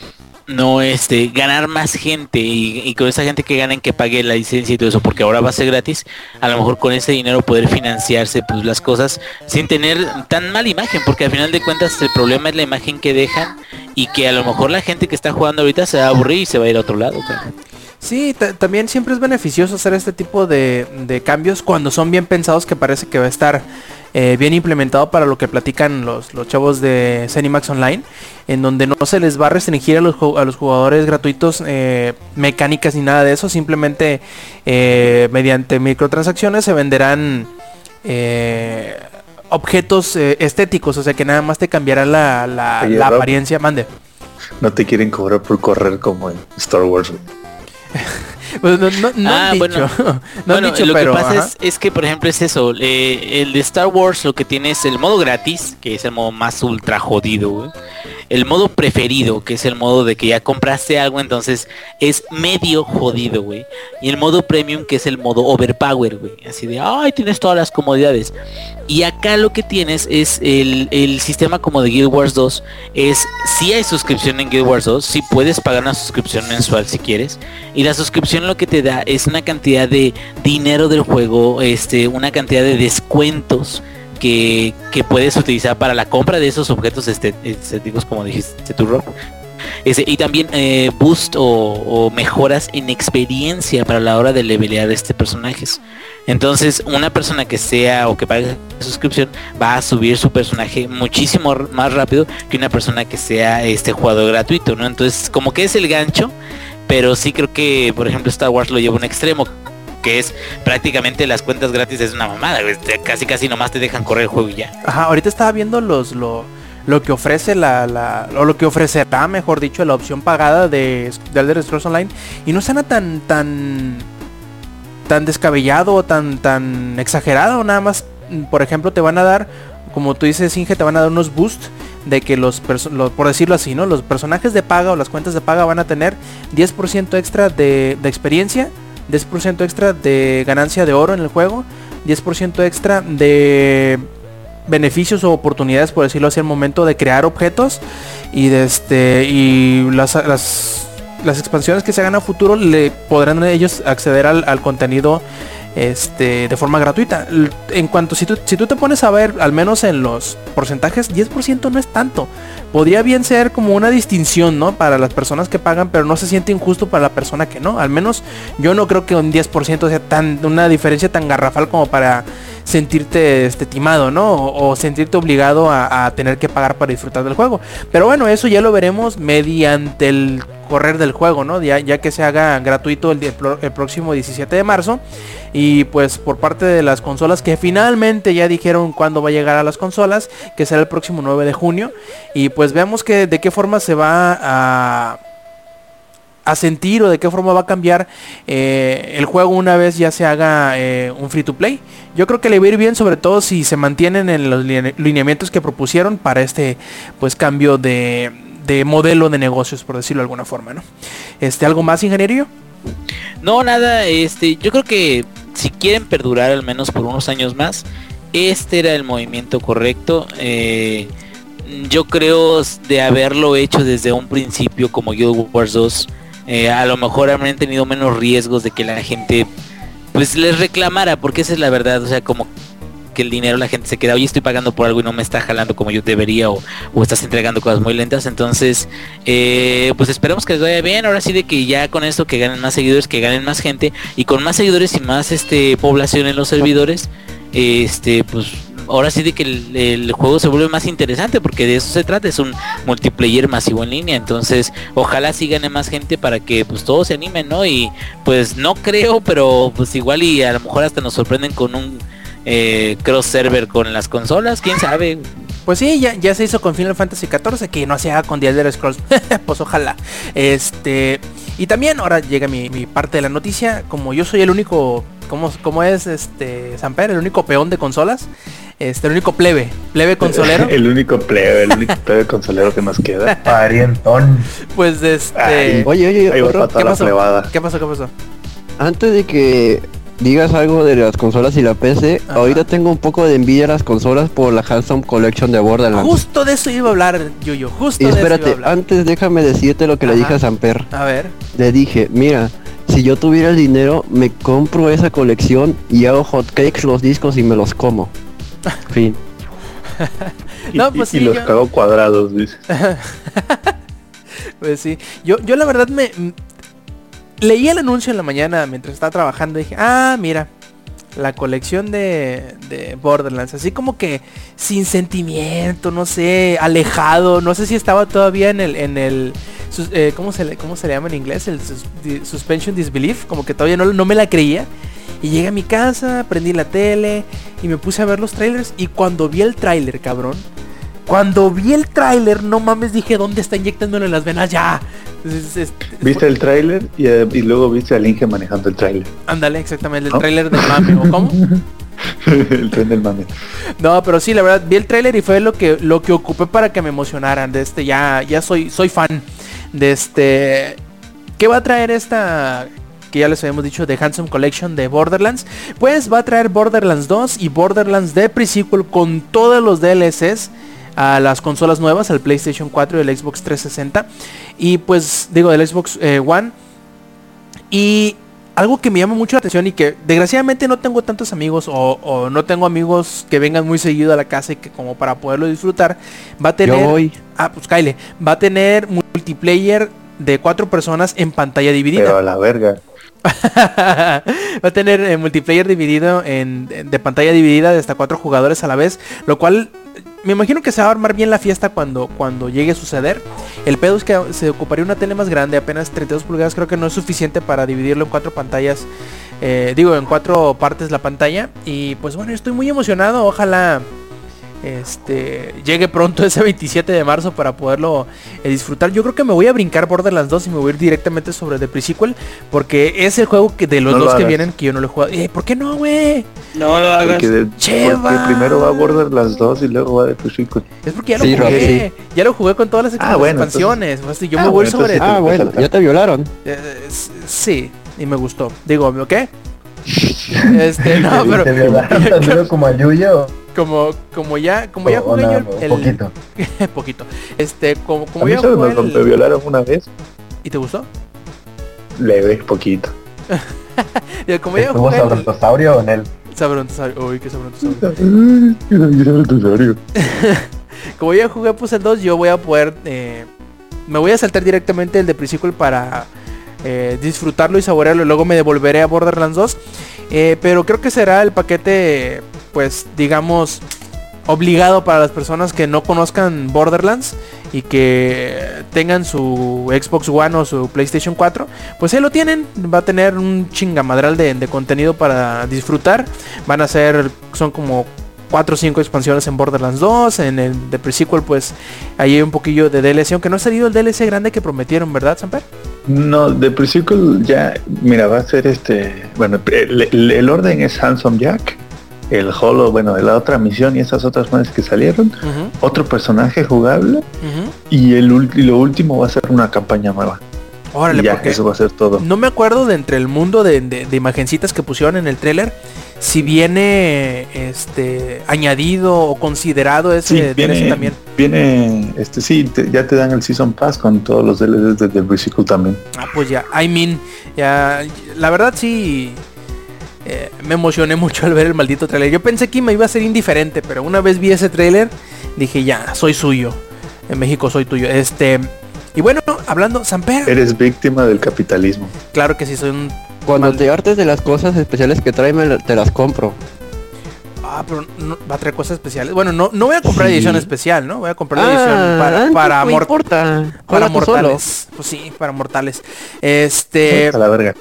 S8: no este ganar más gente y, y con esa gente que ganen que pague la licencia y todo eso, porque ahora va a ser gratis, a lo mejor con ese dinero poder financiarse pues las cosas sin tener tan mala imagen, porque al final de cuentas el problema es la imagen que dejan y que a lo mejor la gente que está jugando ahorita se va a aburrir y se va a ir a otro lado, cara.
S3: Sí, también siempre es beneficioso hacer este tipo de, de cambios cuando son bien pensados, que parece que va a estar eh, bien implementado para lo que platican los, los chavos de Zenimax Online, en donde no se les va a restringir a los, a los jugadores gratuitos eh, mecánicas ni nada de eso, simplemente eh, mediante microtransacciones se venderán eh, objetos eh, estéticos, o sea que nada más te cambiará la, la,
S4: Oye,
S3: la
S4: Rob,
S3: apariencia. Mande.
S4: No te quieren cobrar por correr como en Star Wars, güey.
S3: Pues no, no, no
S8: Ah,
S3: han dicho,
S8: bueno.
S3: no han
S8: Bueno,
S3: dicho,
S8: lo
S3: pero,
S8: que pasa
S3: ajá.
S8: es, es que, por ejemplo, es eso. eh, el de Star Wars lo que tiene es el modo gratis, que es el modo más ultra jodido, güey. El modo preferido, que es el modo de que ya compraste algo, entonces es medio jodido, güey. Y el modo premium, que es el modo overpower, güey. Así de, ay, tienes todas las comodidades. Y acá lo que tienes es el, el sistema como de Guild Wars dos. Es, si hay suscripción en Guild Wars dos, si puedes pagar una suscripción mensual si quieres. Y la suscripción lo que te da es una cantidad de dinero del juego, este, una cantidad de descuentos que, que puedes utilizar para la compra de esos objetos estet- estéticos, como dijiste tú, Rob. Ese, y también eh, boost o, o mejoras en experiencia para la hora de levelear este personajes. Entonces una persona que sea o que pague suscripción va a subir su personaje muchísimo r- más rápido que una persona que sea este jugador gratuito, ¿no? Entonces como que es el gancho, pero sí creo que por ejemplo Star Wars lo lleva a un extremo, que es prácticamente las cuentas gratis es una mamada, güey. Casi casi nomás te dejan correr el juego y ya.
S3: Ajá, ahorita estaba viendo los lo, lo que ofrece la, la o lo que ofrecerá, mejor dicho, la opción pagada de, de Elder Scrolls Online, y no suena tan tan tan descabellado o tan tan exagerado. Nada más, por ejemplo, te van a dar, como tú dices, Inge, te van a dar unos boosts de que los, perso- lo- por decirlo así, ¿no? Los personajes de paga o las cuentas de paga van a tener diez por ciento extra de, de experiencia, diez por ciento extra de ganancia de oro en el juego, diez por ciento extra de beneficios o oportunidades, por decirlo así, al momento de crear objetos, y de este y las, las las expansiones que se hagan a futuro le podrán ellos acceder al, al contenido este de forma gratuita. L- En cuanto si tú, si tú te pones a ver, al menos en los porcentajes, diez por ciento no es tanto. Podría bien ser como una distinción, ¿no? Para las personas que pagan, pero no se siente injusto para la persona que no. Al menos yo no creo que un diez por ciento sea tan una diferencia tan garrafal como para sentirte este timado, ¿no? O, o sentirte obligado a, a tener que pagar para disfrutar del juego. Pero bueno, eso ya lo veremos mediante el correr del juego, ¿no? Ya, ya que se haga gratuito el, día- el próximo diecisiete de marzo. Y pues por parte de las consolas, que finalmente ya dijeron cuándo va a llegar a las consolas, que será el próximo nueve de junio. Y pues veamos que de qué forma se va a a sentir o de qué forma va a cambiar eh, el juego una vez ya se haga eh, un free to play. Yo creo que le va a ir bien, sobre todo si se mantienen en los line- lineamientos que propusieron para este pues cambio de, de modelo de negocios, por decirlo de alguna forma, ¿no? Este, ¿algo más, ingeniero?
S8: No, nada, este, yo creo que si quieren perdurar al menos por unos años más, este era el movimiento correcto. Eh, yo creo de haberlo hecho desde un principio como Guild Wars dos, eh, a lo mejor habrían tenido menos riesgos de que la gente pues les reclamara, porque esa es la verdad, o sea, como que el dinero la gente se queda, oye, estoy pagando por algo y no me está jalando como yo debería, o, o estás entregando cosas muy lentas. Entonces eh, pues esperemos que les vaya bien. Ahora sí, de que ya con esto que ganen más seguidores, que ganen más gente, y con más seguidores y más este población en los servidores, este pues ahora sí de que el, el juego se vuelve más interesante, porque de eso se trata, es un multiplayer masivo en línea. Entonces ojalá sí gane más gente para que pues todos se animen, ¿no? Y pues no creo, pero pues igual y a lo mejor hasta nos sorprenden con un eh, cross server con las consolas, quién sabe.
S3: Pues sí, ya, ya se hizo con Final Fantasy catorce, que no se haga con The Elder Scrolls. Pues ojalá. Este. Y también ahora llega mi, mi parte de la noticia. Como yo soy el único. Como, como es este Samper, el único peón de consolas. Este, el único plebe. Plebe consolero.
S4: El único plebe, el único plebe consolero que nos queda.
S7: Parientón.
S3: Pues este.
S4: Ay,
S5: Oye, oye,
S4: Ahí va
S5: Ro,
S4: para toda
S3: ¿Qué
S4: la
S3: pasó?
S4: plebada.
S3: ¿Qué pasó? ¿Qué pasó?
S5: antes de que digas algo de las consolas y la P C,
S3: Ajá.
S5: ahorita tengo un poco de envidia a las consolas por la Handsome Collection de Borderlands.
S3: Justo de eso iba a hablar, Yuyo. Justo
S5: Y
S3: de eso
S5: espérate,
S3: iba a hablar.
S5: antes déjame decirte lo que
S3: Ajá.
S5: le dije a Samper.
S3: A ver.
S5: Le dije, mira, si yo tuviera el dinero, me compro esa colección y hago hotcakes los discos y me los como. Fin.
S4: Y,
S3: No, pues
S4: y- y
S3: sí,
S4: los
S3: yo-
S4: cago cuadrados, dice.
S3: Pues sí. Yo, yo la verdad me... m- Leí el anuncio en la mañana mientras estaba trabajando y dije, ah, mira, la colección de, de Borderlands, así como que sin sentimiento, no sé, alejado, no sé si estaba todavía en el, en el, sus, eh, ¿cómo se le, cómo se le llama en inglés? El sus, di, suspension disbelief, como que todavía no, no me la creía. Y llegué a mi casa, prendí la tele y me puse a ver los trailers. Y cuando vi el trailer, cabrón, cuando vi el tráiler, no mames, dije, ¿dónde está inyectándole las venas ya? Es, es,
S4: viste el tráiler y, y luego viste al Inge manejando el tráiler.
S3: Ándale, exactamente, el
S4: ¿no?
S3: tráiler del mame, ¿o cómo?
S4: El tren del mame.
S3: No, pero sí, la verdad, vi el tráiler y fue lo que lo que ocupé para que me emocionaran. De este, ya, ya soy, soy fan de este. ¿Qué va a traer esta? Que ya les habíamos dicho, de Handsome Collection de Borderlands? Pues va a traer Borderlands dos y Borderlands de Pre-Sequel con todos los D L Cs a las consolas nuevas, al PlayStation cuatro y el Xbox trescientos sesenta. Y pues, digo, del Xbox eh, One. Y algo que me llama mucho la atención y que desgraciadamente no tengo tantos amigos o, o no tengo amigos que vengan muy seguido a la casa y que como para poderlo disfrutar, va a tener...
S5: Yo voy.
S3: Ah, pues Kyle, va a tener multiplayer de cuatro personas en pantalla dividida.
S4: Pero a la verga.
S3: Va a tener eh, multiplayer dividido en, de pantalla dividida de hasta cuatro jugadores a la vez, lo cual me imagino que se va a armar bien la fiesta cuando, cuando llegue a suceder. El pedo es que se ocuparía una tele más grande, apenas treinta y dos pulgadas, creo que no es suficiente para dividirlo en cuatro pantallas, eh, digo, en cuatro partes la pantalla. Y pues bueno, estoy muy emocionado, ojalá este llegue pronto ese veintisiete de marzo para poderlo eh, disfrutar. Yo creo que me voy a brincar Borderlands dos y me voy a ir directamente sobre The Pre-Sequel, porque es el juego que de los
S4: No
S3: dos que
S4: hagas.
S3: vienen que yo no lo he jugado. Eh, ¿por qué no, güey?
S6: No lo hagas.
S4: Porque, de,
S3: Cheva.
S4: porque primero va a Borderlands dos y luego va de Pre-Sequel.
S3: Es porque ya lo
S5: Sí,
S3: jugué.
S5: Rob, sí.
S3: Ya lo jugué con todas las
S4: Ah, bueno,
S3: expansiones. Pues, yo
S4: ah,
S3: me voy
S4: bueno,
S3: sobre...
S4: entonces-
S5: Ah, bueno, ya te violaron.
S3: Eh, s- sí, y me gustó. Digo, ¿ok? Este, no, pero...
S7: ¿Te violaron tan duro como a Yuya o,
S3: Como, como ya, como ya
S7: o
S3: jugué
S7: nada,
S3: yo
S7: o
S3: el...
S7: poquito?
S3: poquito. Este, como, como
S4: A mí
S3: ya
S4: solo
S3: jugué
S4: me, me
S3: el...
S4: violaron una vez.
S3: ¿Y te gustó?
S4: Leve, poquito.
S3: Digo, como ya
S7: ¿Estuvo
S3: jugué
S7: sobre
S3: el...
S7: el tosaurio o en él?
S3: Sabrontosaurio. Uy, qué sabrontosaurio.
S4: Sabrontosaurio.
S3: Como ya jugué pues el dos, yo voy a poder... Eh, me voy a saltar directamente el de Pre-Sequel para eh, disfrutarlo y saborearlo. Y luego me devolveré a Borderlands dos. Eh, pero creo que será el paquete, pues, digamos, obligado para las personas que no conozcan Borderlands y que tengan su Xbox One o su PlayStation cuatro. Pues ahí lo tienen. Va a tener un chingamadral de, de contenido para disfrutar. Van a ser, son como cuatro o cinco expansiones en Borderlands dos. En el de Pre-Sequel pues ahí hay un poquillo de D L C, aunque no ha salido el D L C grande que prometieron, ¿verdad, Samper?
S4: No, de Pre-Sequel ya, mira, va a ser este, bueno, el, el- el orden es Handsome Jack, el Hollow, bueno, la otra misión y esas otras más que salieron,
S3: Uh-huh,
S4: otro personaje jugable
S3: uh-huh.
S4: y el ul- y lo último va a ser una campaña nueva.
S3: Órale,
S4: Y ya,
S3: porque
S4: eso va a ser todo.
S3: no me acuerdo de entre el mundo de, de, de imagencitas que pusieron en el tráiler si viene este añadido o considerado ese
S4: Sí,
S3: D L C
S4: viene,
S3: también.
S4: viene, este, sí, te- ya te dan el Season Pass con todos los D L Cs de Pre-Sequel también.
S3: Ah, pues ya, I mean, ya, la verdad sí, eh, me emocioné mucho al ver el maldito tráiler. Yo pensé que me iba a ser indiferente, pero una vez vi ese tráiler, dije ya, soy suyo. En México soy tuyo. Este, y bueno, hablando, Samper,
S4: Eres víctima del capitalismo.
S3: claro que sí, soy un...
S5: Cuando
S3: Mal-
S5: te hartes de las cosas especiales que trae, me la- te las compro.
S3: Ah, pero no, va a traer cosas especiales. Bueno, no, no voy a comprar
S4: Sí.
S3: edición especial, ¿no? Voy a comprar la edición
S5: Ah,
S3: para,
S5: antes
S3: para,
S5: no
S3: mor-
S5: importa.
S3: para
S5: Juega tú solo.
S3: mortales. Pues sí, para mortales. Este...
S4: A la verga.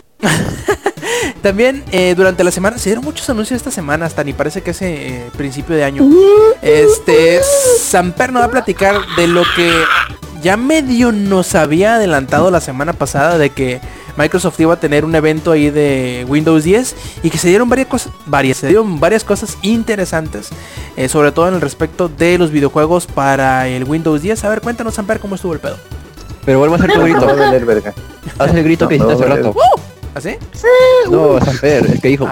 S3: También eh, durante la semana se dieron muchos anuncios esta semana, hasta ni parece que es eh, principio de año. Este Samper nos va a platicar de lo que ya medio nos había adelantado la semana pasada, de que Microsoft iba a tener un evento ahí de Windows diez y que se dieron varias cosas, varias, se dieron varias cosas interesantes, eh, sobre todo en el respecto de los videojuegos para el Windows diez. A ver, cuéntanos, Samper, cómo estuvo el pedo.
S5: Pero vuelvo a hacer tu
S4: No va a
S5: grito.
S4: valer verga.
S5: Haz el grito
S4: No,
S5: que
S4: no
S5: hiciste hace
S4: va a valer.
S5: rato.
S3: ¿Así?
S5: No, Samper, el que dijo.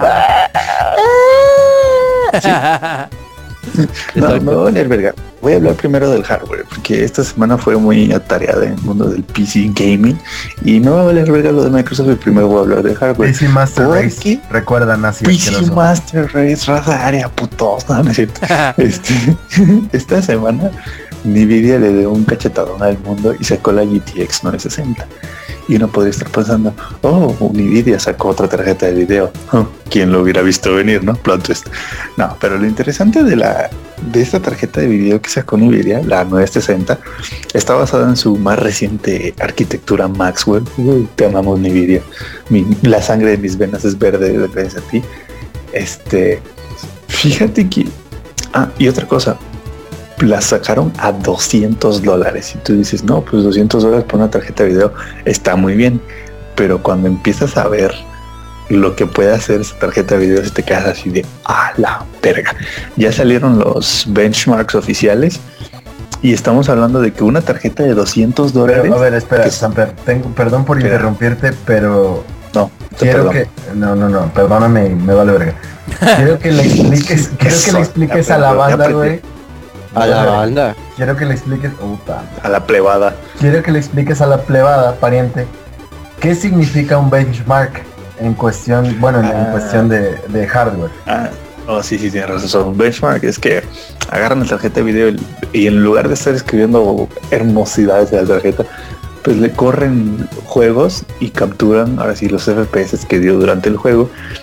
S4: No,
S5: Exacto.
S4: me voy a valer verga. Voy a hablar primero del hardware, porque esta semana fue muy atareada en el mundo del P C gaming y me va a valer verga lo de Microsoft y primero voy a hablar del hardware.
S7: P C Master
S4: ¿Por
S7: Race.
S4: qué?
S7: Recuerda, nazi
S4: P C
S7: asqueroso.
S4: Master Race, raza área, putos, no, no es cierto. Este, esta semana Nvidia le dio un cachetadón al mundo y sacó la G T X novecientos sesenta. Y uno podría estar pensando, oh, Nvidia sacó otra tarjeta de video. Oh, ¿quién lo hubiera visto venir, no? Plot twist. No, pero lo interesante de la de esta tarjeta de video que sacó Nvidia, la nueve sesenta, está basada en su más reciente arquitectura Maxwell. Uy, te amamos, Nvidia. Mi, la sangre de mis venas es verde gracias a ti. Este, fíjate que... Ah, y otra cosa. La sacaron a doscientos dólares. Y tú dices, no, pues doscientos dólares por una tarjeta de video está muy bien. Pero cuando empiezas a ver lo que puede hacer esa tarjeta de video, se te quedas así de, ah, la verga. Ya salieron los benchmarks oficiales. Y estamos hablando de que una tarjeta de doscientos dólares...
S7: Pero, a ver, espera,
S4: que...
S7: Samper, tengo, perdón por
S4: Espera.
S7: interrumpirte, pero...
S4: No,
S7: quiero
S4: perdón.
S7: que... No, no, no, perdóname, me vale verga. Quiero que le expliques, quiero que le expliques a la banda, güey.
S5: A la banda.
S7: Quiero que le expliques... Puta.
S4: A la plebada.
S7: Quiero que le expliques a la plebada, pariente, qué significa un benchmark en cuestión, bueno, en,
S4: Ah.
S7: en cuestión de, de hardware.
S4: Ah, oh, sí, sí, tienes razón. Un benchmark es que agarran la tarjeta de video y en lugar de estar escribiendo hermosidades de la tarjeta, pues le corren juegos y capturan, ahora sí, los F P S que dio durante el juego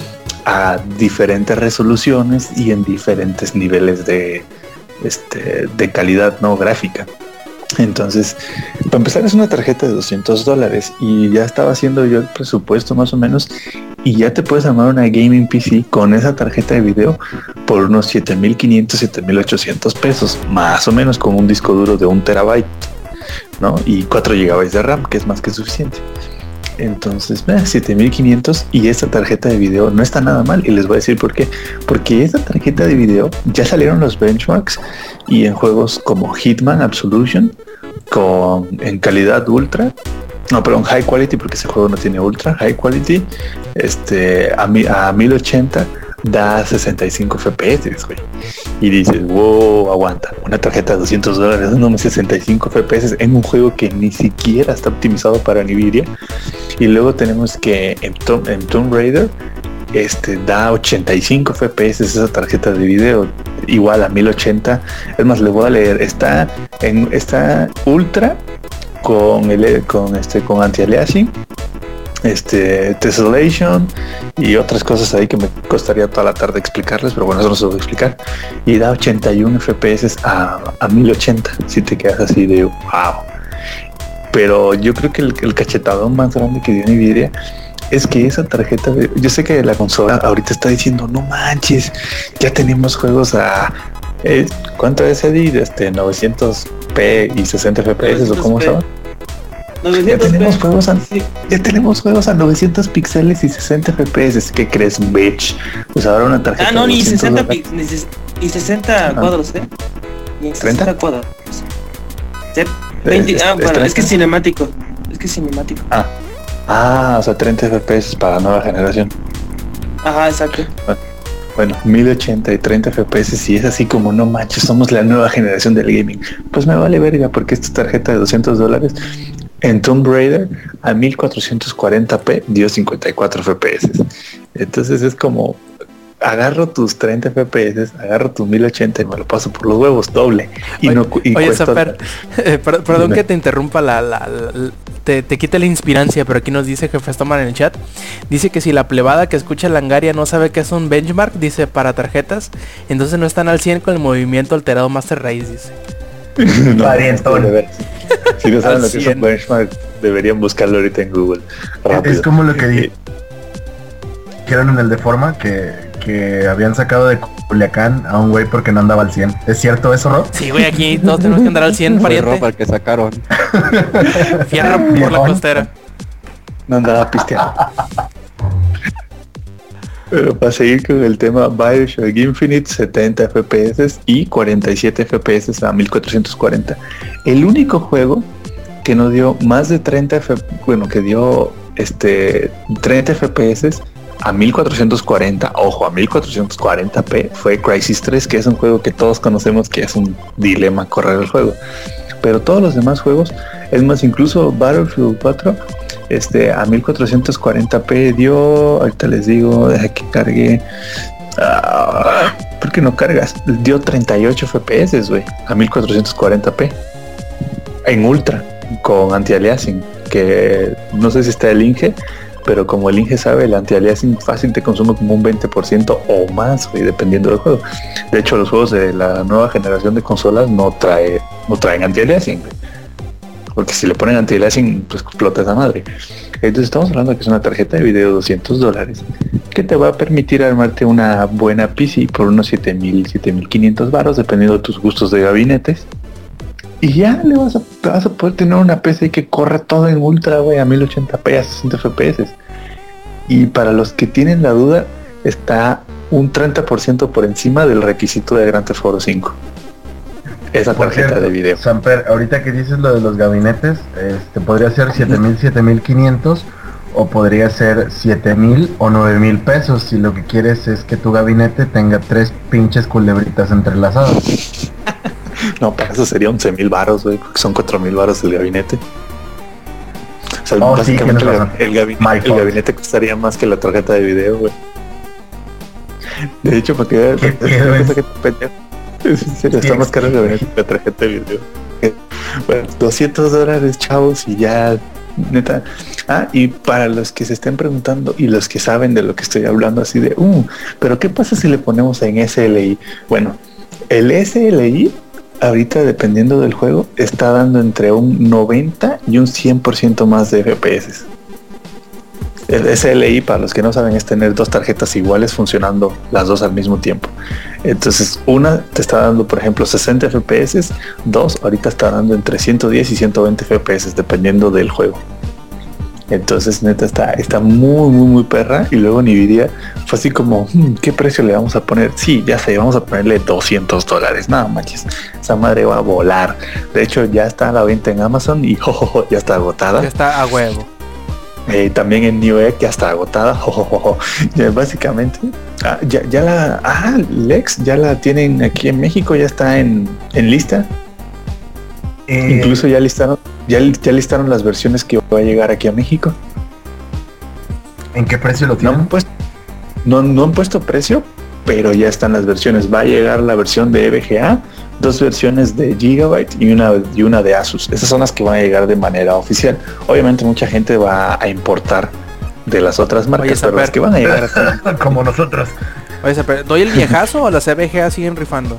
S4: a diferentes resoluciones y en diferentes niveles de, este, de calidad no gráfica. Entonces, para empezar, es una tarjeta de doscientos dólares y ya estaba haciendo yo el presupuesto más o menos, y ya te puedes armar una gaming P C con esa tarjeta de video por unos siete mil quinientos, siete mil ochocientos pesos, más o menos, con un disco duro de un terabyte, ¿no? Y cuatro gigabytes de RAM, que es más que suficiente. Entonces, eh, siete mil quinientos, y esta tarjeta de video no está nada mal, y les voy a decir por qué. Porque esta tarjeta de video ya salieron los benchmarks, y en juegos como Hitman Absolution, con en calidad ultra, no, perdón, high quality, porque ese juego no tiene ultra, high quality, este, a, mi, a mil ochenta da sesenta y cinco F P S, güey. Y dices, wow, aguanta, una tarjeta de doscientos dólares, no, sesenta y cinco F P S en un juego que ni siquiera está optimizado para Nvidia. Y luego tenemos que en, Tom, en Tomb Raider este, da ochenta y cinco F P S esa tarjeta de video, igual a mil ochenta. Es más, le voy a leer, está en está ultra con el con este con anti-aliasing, este tessellation y otras cosas ahí que me costaría toda la tarde explicarles, pero bueno, eso no se lo voy a explicar. Y da ochenta y uno F P S a, a mil ochenta, si te quedas así de wow. Pero yo creo que el, el cachetadón más grande que dio Nvidia es que esa tarjeta de, yo sé que la consola ahorita está diciendo, no manches, ya tenemos juegos a eh, ¿cuánto es, Eddie? Este novecientos p y sesenta F P S o cómo se llama. Ya tenemos juegos a, ya tenemos juegos a novecientos píxeles y sesenta F P S. ¿Qué crees, bitch? Pues ahora una tarjeta.
S6: Ah, no,
S4: de
S6: ni
S4: doscientos
S6: sesenta,
S4: dólares.
S6: pi- ni ses- ni sesenta cuadros, ¿eh? Ni
S4: ¿treinta?
S6: sesenta cuadros. Sí, veinte,
S4: Es-
S6: ah,
S4: es
S6: bueno,
S4: treinta.
S6: es que es cinemático. Es que es cinemático.
S4: Ah, ah, o sea, treinta F P S para nueva generación.
S6: Ajá, exacto.
S4: Bueno, mil ochenta y treinta F P S, si es así como no manches, somos la nueva generación del gaming. Pues me vale verga, porque esta tarjeta de doscientos dólares en Tomb Raider a mil cuatrocientos cuarenta p dio cincuenta y cuatro F P S. Entonces es como, agarro tus treinta F P S, agarro tus mil ochenta y me lo paso por los huevos doble. Y
S3: Oye,
S4: no cu- y
S3: oye,
S4: cuesta-
S3: Zafer, eh, per- perdón
S4: Dime.
S3: que te interrumpa la, la- la- te, te quita la inspirancia, pero aquí nos dice Jefe Stoman en el chat, dice que si la plebada que escucha Langaria no sabe qué es un benchmark, dice para tarjetas, entonces no están al cien con el movimiento alterado Master Race, dice.
S4: No,
S7: Parientón.
S4: de veras. Si no saben
S3: Al
S4: lo que es
S3: cien.
S4: un benchmark, deberían buscarlo ahorita en Google. Rápido.
S7: Es como lo que
S4: Eh,
S7: dijeron en el de forma que, que habían sacado de Culiacán a un güey porque no andaba al cien. ¿Es cierto eso, Rob?
S3: Sí, güey, aquí todos tenemos que andar al cien,
S5: Fue
S3: pariente.
S5: ropa el que sacaron.
S3: Fierro por la
S7: Viejón.
S3: costera.
S4: No andaba pisteando. Pero para seguir con el tema, Bioshock Infinite, setenta F P S y cuarenta y siete F P S a mil cuatrocientos cuarenta. El único juego que no dio más de treinta F, bueno, que dio este treinta F P S a mil cuatrocientos cuarenta, ojo, a mil cuatrocientos cuarenta p fue Crysis tres, que es un juego que todos conocemos que es un dilema correr el juego. Pero todos los demás juegos, es más, incluso Battlefield cuatro, este, a mil cuatrocientos cuarenta p dio, ahorita les digo, deja que cargue, ah, ¿por qué no cargas? Dio treinta y ocho F P S, güey, a mil cuatrocientos cuarenta p, en ultra, con anti-aliasing, que no sé si está el Inge, pero como el Inge sabe, el anti-aliasing fácil te consume como un veinte por ciento o más, güey, dependiendo del juego. De hecho, los juegos de la nueva generación de consolas no trae no traen anti-aliasing, güey, porque si le ponen anti-aliasing, pues explota esa madre. Entonces estamos hablando de que es una tarjeta de video de doscientos dólares que te va a permitir armarte una buena P C por unos siete mil, siete mil quinientos baros, dependiendo de tus gustos de gabinetes. Y ya le vas a, vas a poder tener una P C que corre todo en ultra, güey, a mil ochenta p, a sesenta F P S. Y para los que tienen la duda, está un treinta por ciento por encima del requisito de Grand Theft Auto cinco. Esa
S7: Por
S4: tarjeta
S7: cierto,
S4: de video.
S7: Samper, ahorita que dices lo de los gabinetes, este podría ser siete mil, siete mil quinientos o podría ser siete mil o nueve mil pesos si lo que quieres es que tu gabinete tenga tres pinches culebritas entrelazadas.
S4: No, para eso sería once mil baros, güey, porque son cuatro mil baros el gabinete. O sea,
S7: Oh, sí,
S4: básicamente
S7: tienes
S4: el,
S7: razón.
S4: el gabinete,
S7: My
S4: el
S7: fault.
S4: gabinete costaría más que la tarjeta de video, güey. De hecho, para que veas,
S7: ¿Qué pedo es?
S4: que te pendejo. En serio, está más caro el gabinete que la tarjeta de video. Bueno, doscientos dólares, chavos, y ya, neta. Ah, y para los que se estén preguntando y los que saben de lo que estoy hablando, así de, uh, pero ¿qué pasa si le ponemos en S L I? Bueno, el S L I, ahorita dependiendo del juego, está dando entre un noventa y un cien por ciento más de F P S. El S L I, para los que no saben, es tener dos tarjetas iguales funcionando las dos al mismo tiempo. Entonces, una te está dando, por ejemplo, sesenta F P S, dos ahorita está dando entre ciento diez y ciento veinte F P S, dependiendo del juego. Entonces, neta, está, está muy, muy, muy perra. Y luego Nvidia fue así como, hmm, ¿qué precio le vamos a poner? Sí, ya sé, vamos a ponerle doscientos dólares. Nada manches, esa madre va a volar. De hecho, ya está a la venta en Amazon y oh, oh, oh, ya está agotada.
S3: Ya está a huevo.
S4: Eh, también en Newegg ya está agotada. Oh, oh, oh. Ya, básicamente, ah, ya, ya la, ah, Lex ya la tienen aquí en México, ya está en, en lista.
S7: Eh,
S4: Incluso ya listaron, ya, ya listaron las versiones que va a llegar aquí a México.
S7: ¿En qué precio lo
S4: No
S7: tienen?
S4: han puesto, no, no han puesto precio, pero ya están las versiones. Va a llegar la versión de E V G A, dos versiones de Gigabyte y una, y una de Asus. Esas son las que van a llegar de manera oficial. Obviamente mucha gente va a importar de las otras marcas,
S3: Oye,
S4: pero las
S3: Samper.
S4: que van a llegar hasta
S7: Como nosotros.
S3: Oye, pero ¿doy el viejazo o las E V G A siguen rifando?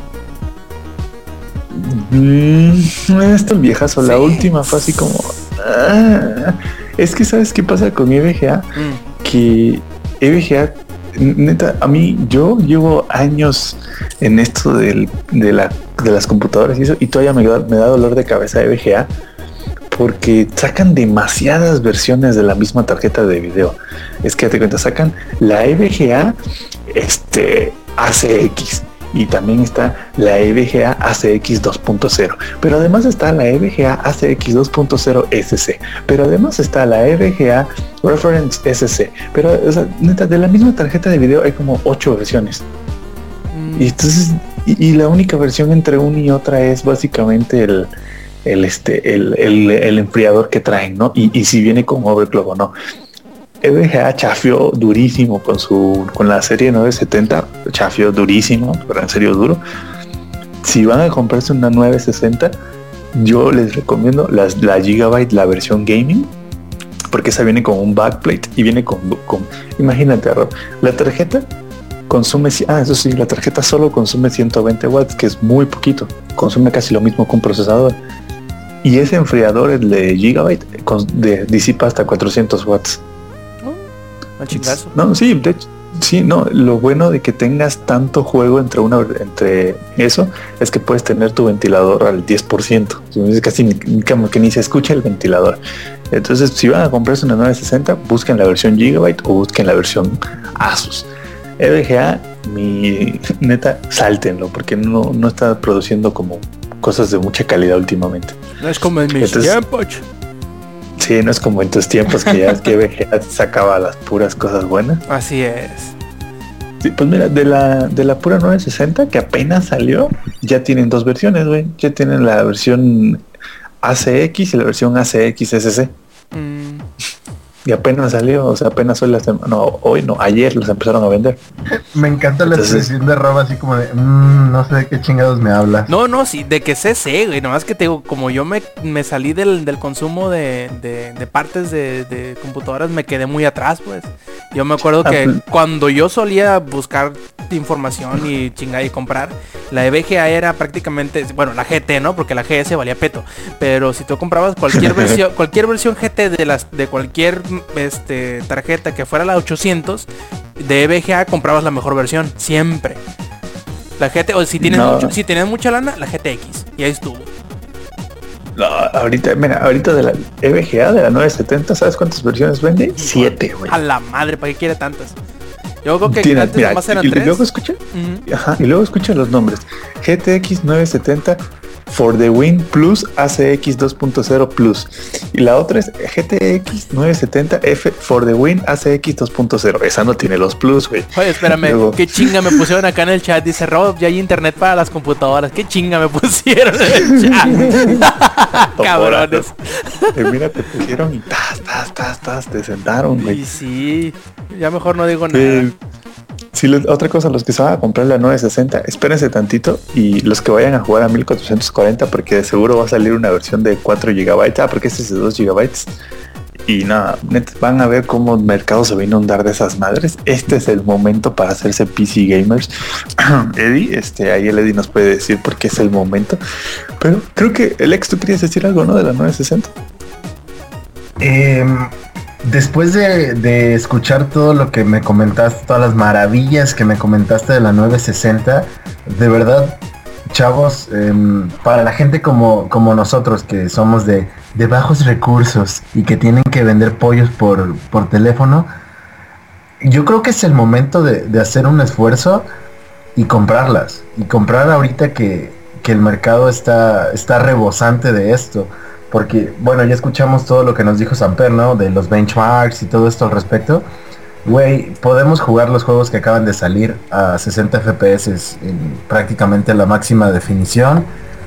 S4: Mm, esto el viejazo, la
S3: Sí.
S4: última fue así como, ah, es que ¿sabes qué pasa con E V G A?
S3: Mm.
S4: Que E V G A, neta, a mí, yo llevo años en esto del, de, la, de las computadoras y eso, y todavía me da, me da dolor de cabeza E V G A porque sacan demasiadas versiones de la misma tarjeta de video. Es que te cuenta, sacan la E V G A este, A C X. Y también está la E V G A A C X dos punto cero. Pero además está la E V G A A C X dos punto cero S C. Pero además está la E V G A Reference S C. Pero, o sea, neta, de la misma tarjeta de video hay como ocho versiones.
S3: Mm.
S4: Y entonces, y, y la única versión entre una y otra es básicamente el, el este, el, el, el enfriador que traen, ¿no? Y, y si viene con overclock o no. E V G A chafió durísimo con su con la serie nueve setenta, chafió durísimo, pero en serio duro. Si van a comprarse una nueve sesenta, yo les recomiendo las, la Gigabyte, la versión gaming, porque esa viene con un backplate y viene con, con imagínate, Rob, la tarjeta consume, ah, eso sí, la tarjeta solo consume ciento veinte watts, que es muy poquito, consume casi lo mismo que un procesador. Y ese enfriador, el de Gigabyte, con, de, disipa hasta cuatrocientos watts.
S3: Al chingazo.
S4: No, sí, de hecho, sí, no, lo bueno de que tengas tanto juego entre una entre eso es que puedes tener tu ventilador al diez por ciento. Casi ni, como que ni se escucha el ventilador. Entonces, si van a comprarse una nueve sesenta, busquen la versión Gigabyte o busquen la versión Asus. E V G A, mi neta, sáltenlo, porque no, no está produciendo como cosas de mucha calidad últimamente.
S3: No es como en mis
S4: Entonces-
S3: tiempos.
S4: Sí, no es como en tus tiempos que ya es que E V G A sacaba las puras cosas buenas.
S3: Así es.
S4: Sí, pues mira, de la, de la pura nueve sesenta que apenas salió, ya tienen dos versiones, güey. Ya tienen la versión A C X y la versión A C X S C.
S3: Mm.
S4: Y apenas salió, o sea, apenas hoy las, no, hoy no, ayer los empezaron a vender.
S7: Me encanta la
S4: Entonces-
S7: expresión de Rob así como de, "Mm, no sé de qué chingados me hablas".
S3: No, no, sí, de que sé, sé, güey. Nomás que te digo, como yo me, me salí del, del consumo de, de, de partes de, de computadoras, me quedé muy atrás, pues. Yo me acuerdo
S4: Ah,
S3: que
S4: pues-
S3: cuando yo solía buscar información y chingar y comprar, la de V G A era prácticamente, bueno, la G T, ¿no? Porque la G S valía peto. Pero si tú comprabas cualquier versión, cualquier versión G T de las de cualquier este tarjeta que fuera la ochocientos, de V G A comprabas la mejor versión, siempre. La G T, o si tienes
S4: No.
S3: mucho, si tienes mucha lana, la G T X. Y ahí estuvo.
S4: No, ahorita, mira, ahorita de la E V G A, de la nueve setenta, ¿sabes cuántas versiones vende? Siete, güey.
S3: A la madre, ¿para qué quiere tantas? Yo creo que
S4: Tiene-
S3: antes
S4: mira,
S3: nomás eran
S4: y, y
S3: tres.
S4: luego escucha,
S3: Ujú.
S4: ajá, y luego escucha los nombres. G T X nueve setenta For the Win Plus A C X dos punto cero Plus. Y la otra es G T X nueve setenta F For the Win A C X dos punto cero. Esa no tiene los plus, güey.
S3: Oye, espérame,
S4: Luego-
S3: qué chinga me pusieron acá en el chat. Dice Rob, ya hay internet para las computadoras. Qué chinga me pusieron en el chat. Cabrones.
S4: Eh, mira, te pusieron y tas, tas, tas, tas, te sentaron, güey.
S3: Y sí, ya mejor no digo nada.
S4: Eh, sí, lo- otra cosa, los que se van a comprar la nueve sesenta, espérense tantito, y los que vayan a jugar a mil cuatrocientos cuarenta, porque de seguro va a salir una versión de cuatro gigabytes, ah, porque este es de dos gigabytes. Y nada, neta, van a ver cómo el mercado se va a inundar de esas madres. Este es el momento para hacerse P C gamers. Eddie, este, ahí el Eddie nos puede decir por qué es el momento. Pero creo que el ex, tú querías decir algo, ¿no? De la nueve sesenta.
S7: Em, después de, de escuchar todo lo que me comentaste, todas las maravillas que me comentaste de la nueve sesenta, de verdad, chavos, em, para la gente como, como nosotros, que somos de, de bajos recursos y que tienen que vender pollos por, por teléfono, yo creo que es el momento de, de hacer un esfuerzo y comprarlas. Y comprar ahorita que, que el mercado está, está rebosante de esto. Porque, bueno, ya escuchamos todo lo que nos dijo Samper, ¿no? De los benchmarks y todo esto al respecto. Güey, podemos jugar los juegos que acaban de salir a sesenta F P S en prácticamente la máxima definición.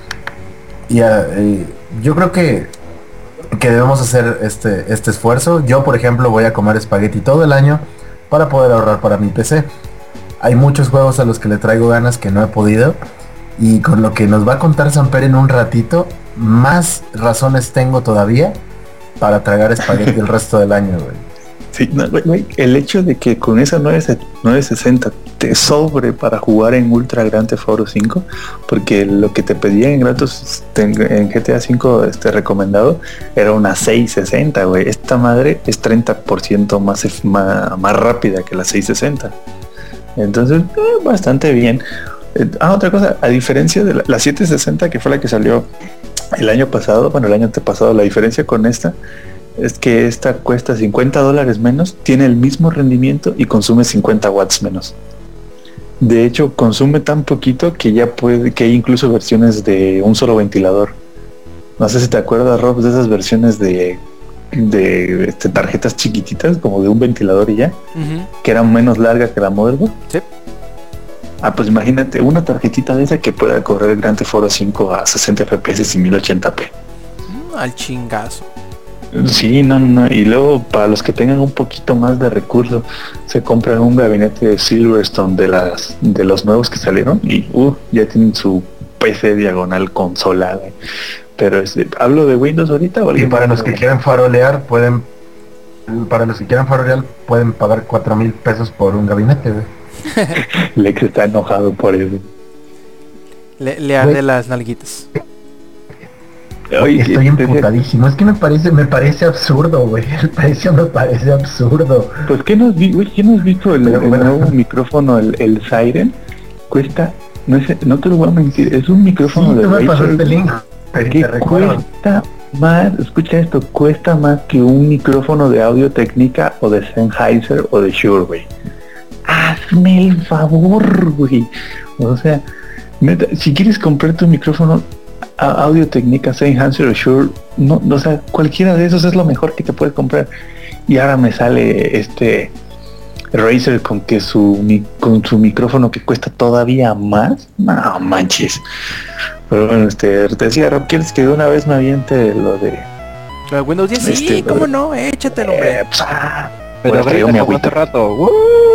S7: Y a, eh, yo creo que, que debemos hacer este, este esfuerzo. Yo, por ejemplo, voy a comer espagueti todo el año para poder ahorrar para mi P C. Hay muchos juegos a los que le traigo ganas que no he podido. Y con lo que nos va a contar Samper en un ratito, más razones tengo todavía para tragar espagueti el resto del año, güey.
S4: Sí, no, güey, güey, el hecho de que con esa nueve sesenta te sobre para jugar en Ultra Grand Theft Auto cinco, porque lo que te pedían en gratos en G T A cinco este recomendado era una seiscientos sesenta, güey. Esta madre es treinta por ciento más, ef- más, más rápida que la seiscientos sesenta. Entonces, eh, bastante bien. Eh, ah, otra cosa, a diferencia de la, la setecientos sesenta, que fue la que salió el año pasado, bueno, el año antepasado, la diferencia con esta es que esta cuesta cincuenta dólares menos, tiene el mismo rendimiento y consume cincuenta watts menos. De hecho, consume tan poquito que ya puede, que hay incluso versiones de un solo ventilador. No sé si te acuerdas, Rob, de esas versiones de, de este, tarjetas chiquititas, como de un ventilador y ya,
S3: Ujú.
S4: que eran menos largas que la motherboard.
S3: Sí.
S4: Ah, pues imagínate una tarjetita de esa que pueda correr el Grand Theft Auto cinco a sesenta F P S y mil ochenta p.
S3: Mm, Al chingazo.
S4: Sí, no, no, y luego para los que tengan un poquito más de recursos, se compran un gabinete de Silverstone de las de los nuevos que salieron y uh, ya tienen su P C diagonal consola, güey. Pero este, hablo de Windows ahorita o
S7: Y
S4: alguien
S7: para
S4: más?
S7: los que quieran farolear, pueden para los que quieran farolear, pueden pagar cuatro mil pesos por un gabinete, güey.
S4: Lex está enojado por eso.
S3: Le, le arde las nalguitas.
S4: Oye,
S7: Estoy
S4: este,
S7: emputadísimo, es que me parece, me parece absurdo, güey. El precio me parece absurdo.
S4: pues ¿qué nos, vi, güey, ¿qué nos has visto el,
S7: Pero
S4: el
S7: bueno.
S4: nuevo micrófono, el, el Siren? Cuesta, no, es, no te lo voy a mentir, es un micrófono
S7: Sí,
S4: de
S7: tú me
S4: Razer
S7: pasaste el link.
S4: que
S7: Te recuerdo.
S4: cuesta más, escucha esto, cuesta más que un micrófono de Audio Técnica o de Sennheiser o de Shure, güey. Hazme el favor, güey. O sea, neta, si quieres comprar tu micrófono a Audio Técnica, Sennheiser o Shure, no, no, o sea, cualquiera de esos es lo mejor que te puedes comprar. Y ahora me sale este Razer con que su mi- con su micrófono que cuesta todavía más. No manches. Pero bueno, este, te decía, Rob, ¿quieres que de una vez me aviente lo de
S3: Lo de Windows diez, sí,
S4: Este,
S3: cómo no, échatelo, hombre.
S4: Eh, pues, ah,
S5: Pero
S4: bueno, traigo
S5: ahorita
S4: mi
S5: como hace
S4: agüita.
S5: rato. ¡uh!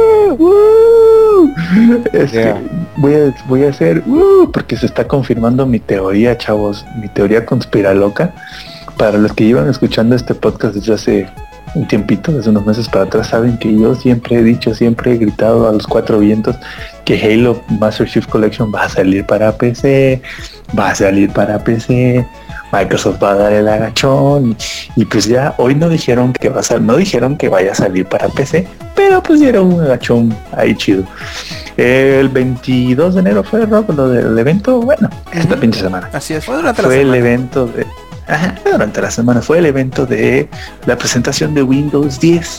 S4: ¡Woo! Este,
S5: Yeah.
S4: voy a voy a hacer ¡woo! Porque se está confirmando mi teoría, chavos, mi teoría conspiraloca. Para los que llevan escuchando este podcast desde hace un tiempito, desde unos meses para atrás, saben que yo siempre he dicho, siempre he gritado a los cuatro vientos que Halo Master Chief Collection va a salir para P C, va a salir para P C, Microsoft va a dar el agachón, y, y pues ya hoy no dijeron que va a salir, no dijeron que vaya a salir para P C, pero pues dieron un agachón ahí chido. El veintidós de enero fue, Rob, lo del evento, bueno, esta
S3: Ujú.
S4: pinche semana.
S3: Así es, fue durante la
S4: Fue el
S3: semana.
S4: evento de... Ajá, durante la semana fue el evento de la presentación de Windows diez.